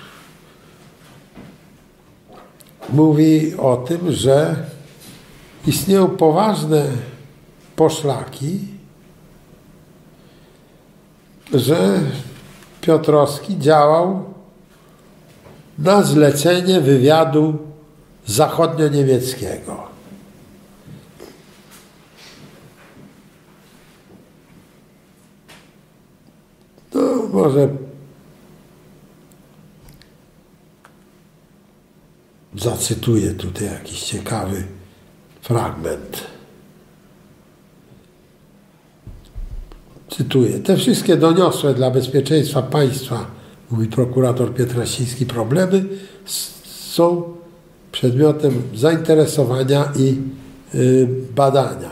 mówi o tym, że istnieją poważne poszlaki, że Piotrowski działał na zlecenie wywiadu zachodnio-niemieckiego. No, może zacytuję tutaj jakiś ciekawy fragment. Cytuję. Te wszystkie doniosłe dla bezpieczeństwa państwa, mówi prokurator Pietrasiński, problemy są przedmiotem zainteresowania i y, badania.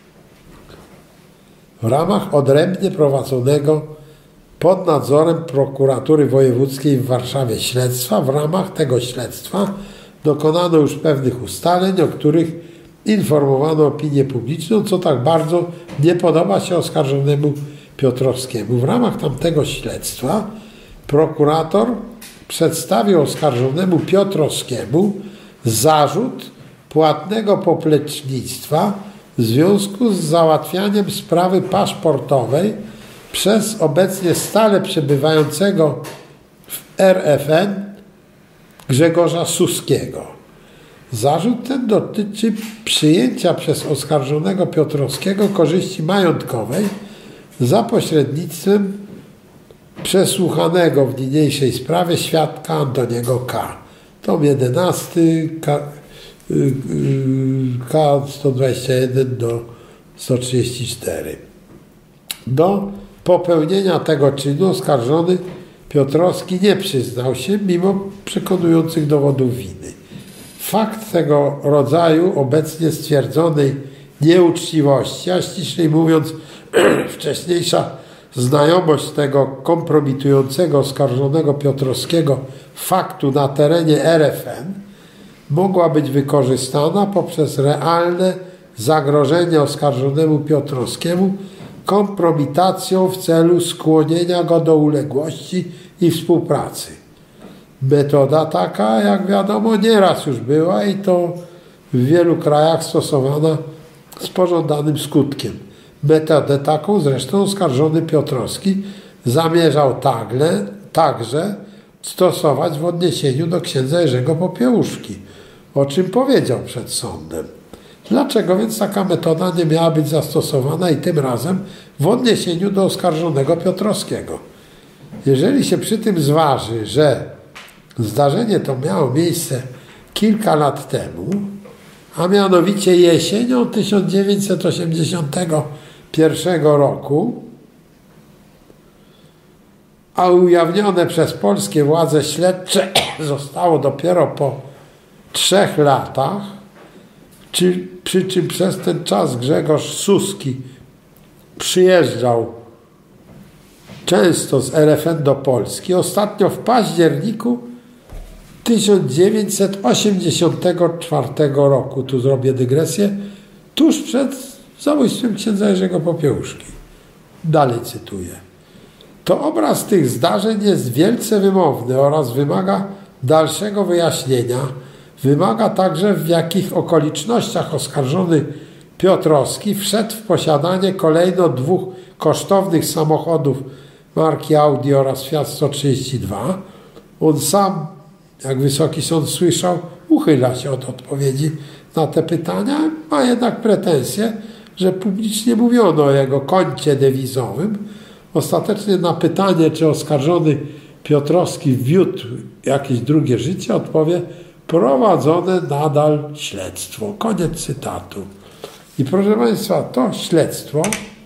W ramach odrębnie prowadzonego pod nadzorem prokuratury wojewódzkiej w Warszawie śledztwa, w ramach tego śledztwa dokonano już pewnych ustaleń, o których informowano opinię publiczną, co tak bardzo nie podoba się oskarżonemu Piotrowskiemu. W ramach tamtego śledztwa prokurator przedstawił oskarżonemu Piotrowskiemu zarzut płatnego poplecznictwa w związku z załatwianiem sprawy paszportowej przez obecnie stale przebywającego w R F N Grzegorza Suskiego. Zarzut ten dotyczy przyjęcia przez oskarżonego Piotrowskiego korzyści majątkowej za pośrednictwem przesłuchanego w niniejszej sprawie świadka Antoniego K. Tom jedenasty, K, K sto dwadzieścia jeden do sto trzydzieści cztery. Do popełnienia tego czynu oskarżony Piotrowski nie przyznał się, mimo przekonujących dowodów winy. Fakt tego rodzaju obecnie stwierdzonej nieuczciwości, a ściślej mówiąc wcześniejsza znajomość tego kompromitującego oskarżonego Piotrowskiego faktu na terenie R F N mogła być wykorzystana poprzez realne zagrożenie oskarżonemu Piotrowskiemu kompromitacją w celu skłonienia go do uległości i współpracy. Metoda taka, jak wiadomo, nieraz już była i to w wielu krajach stosowana z pożądanym skutkiem. Metodę taką zresztą oskarżony Piotrowski zamierzał tagle, także stosować w odniesieniu do księdza Jerzego Popiełuszki, o czym powiedział przed sądem. Dlaczego więc taka metoda nie miała być zastosowana i tym razem w odniesieniu do oskarżonego Piotrowskiego? Jeżeli się przy tym zważy, że zdarzenie to miało miejsce kilka lat temu, a mianowicie jesienią tysiąc dziewięćset osiemdziesiątego pierwszego roku, a ujawnione przez polskie władze śledcze zostało dopiero po trzech latach, czy, przy czym przez ten czas Grzegorz Suski przyjeżdżał często z R F N do Polski. Ostatnio w październiku tysiąc dziewięćset osiemdziesiątego czwartego roku, tu zrobię dygresję, tuż przed zabójstwem księdza Jerzego Popiełuszki. Dalej cytuję. To obraz tych zdarzeń jest wielce wymowny oraz wymaga dalszego wyjaśnienia. Wymaga także, w jakich okolicznościach oskarżony Piotrowski wszedł w posiadanie kolejno dwóch kosztownych samochodów marki Audi oraz Fiat sto trzydzieści dwa. On sam, jak Wysoki Sąd słyszał, uchyla się od odpowiedzi na te pytania, ma jednak pretensje, że publicznie mówiono o jego koncie dewizowym. Ostatecznie na pytanie, czy oskarżony Piotrowski wiódł jakieś drugie życie, odpowie: prowadzone nadal śledztwo. Koniec cytatu. I proszę Państwa, to śledztwo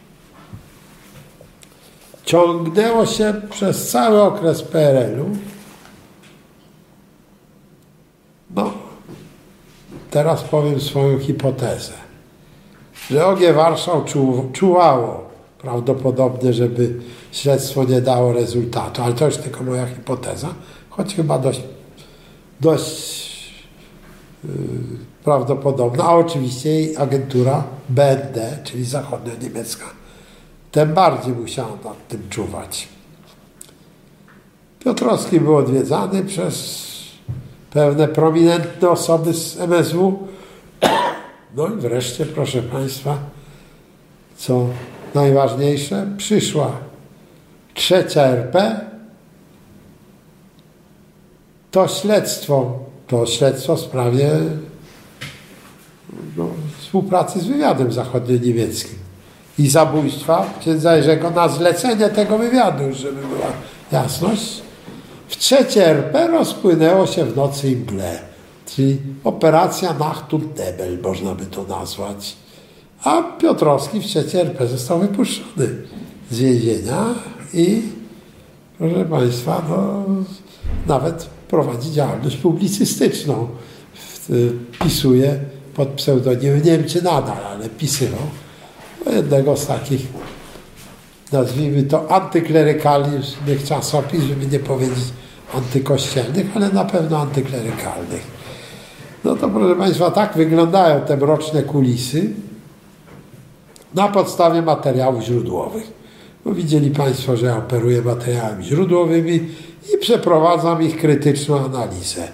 ciągnęło się przez cały okres P R L u. No, teraz powiem swoją hipotezę, że O G Warszał czu, czuwało prawdopodobnie, żeby śledztwo nie dało rezultatu, ale to już tylko moja hipoteza, choć chyba dość, dość yy, prawdopodobna, a oczywiście jej agentura B N D, czyli zachodnio-niemiecka, tym bardziej musiała nad tym czuwać. Piotrowski był odwiedzany przez pewne prominentne osoby z M S W. No i wreszcie, proszę Państwa, co najważniejsze, przyszła trzecia R P to śledztwo, to śledztwo w sprawie no, współpracy z wywiadem zachodnio-niemieckim i zabójstwa księdza Jerzego na zlecenie tego wywiadu, żeby była jasność. W trzeciej R P rozpłynęło się w nocy i mgle, czyli operacja Nacht und Nebel, można by to nazwać. A Piotrowski w trzeciej R P został wypuszczony z więzienia i, proszę Państwa, no, nawet prowadzi działalność publicystyczną. Pisuje pod pseudonimem, nie wiem czy nadal, ale pisywał jednego z takich, nazwijmy to antyklerykali, niech czasopis, żeby nie powiedzieć antykościelnych, ale na pewno antyklerykalnych. No to proszę Państwa, tak wyglądają te mroczne kulisy na podstawie materiałów źródłowych. Bo widzieli Państwo, że ja operuję materiałami źródłowymi i przeprowadzam ich krytyczną analizę.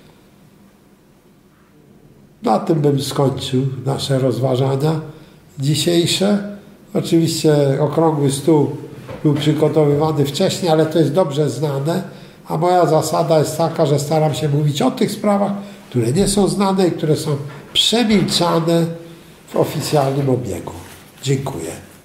Na tym bym skończył nasze rozważania dzisiejsze. Oczywiście okrągły stół był przygotowywany wcześniej, ale to jest dobrze znane, a moja zasada jest taka, że staram się mówić o tych sprawach, które nie są znane i które są przemilczane w oficjalnym obiegu. Dziękuję.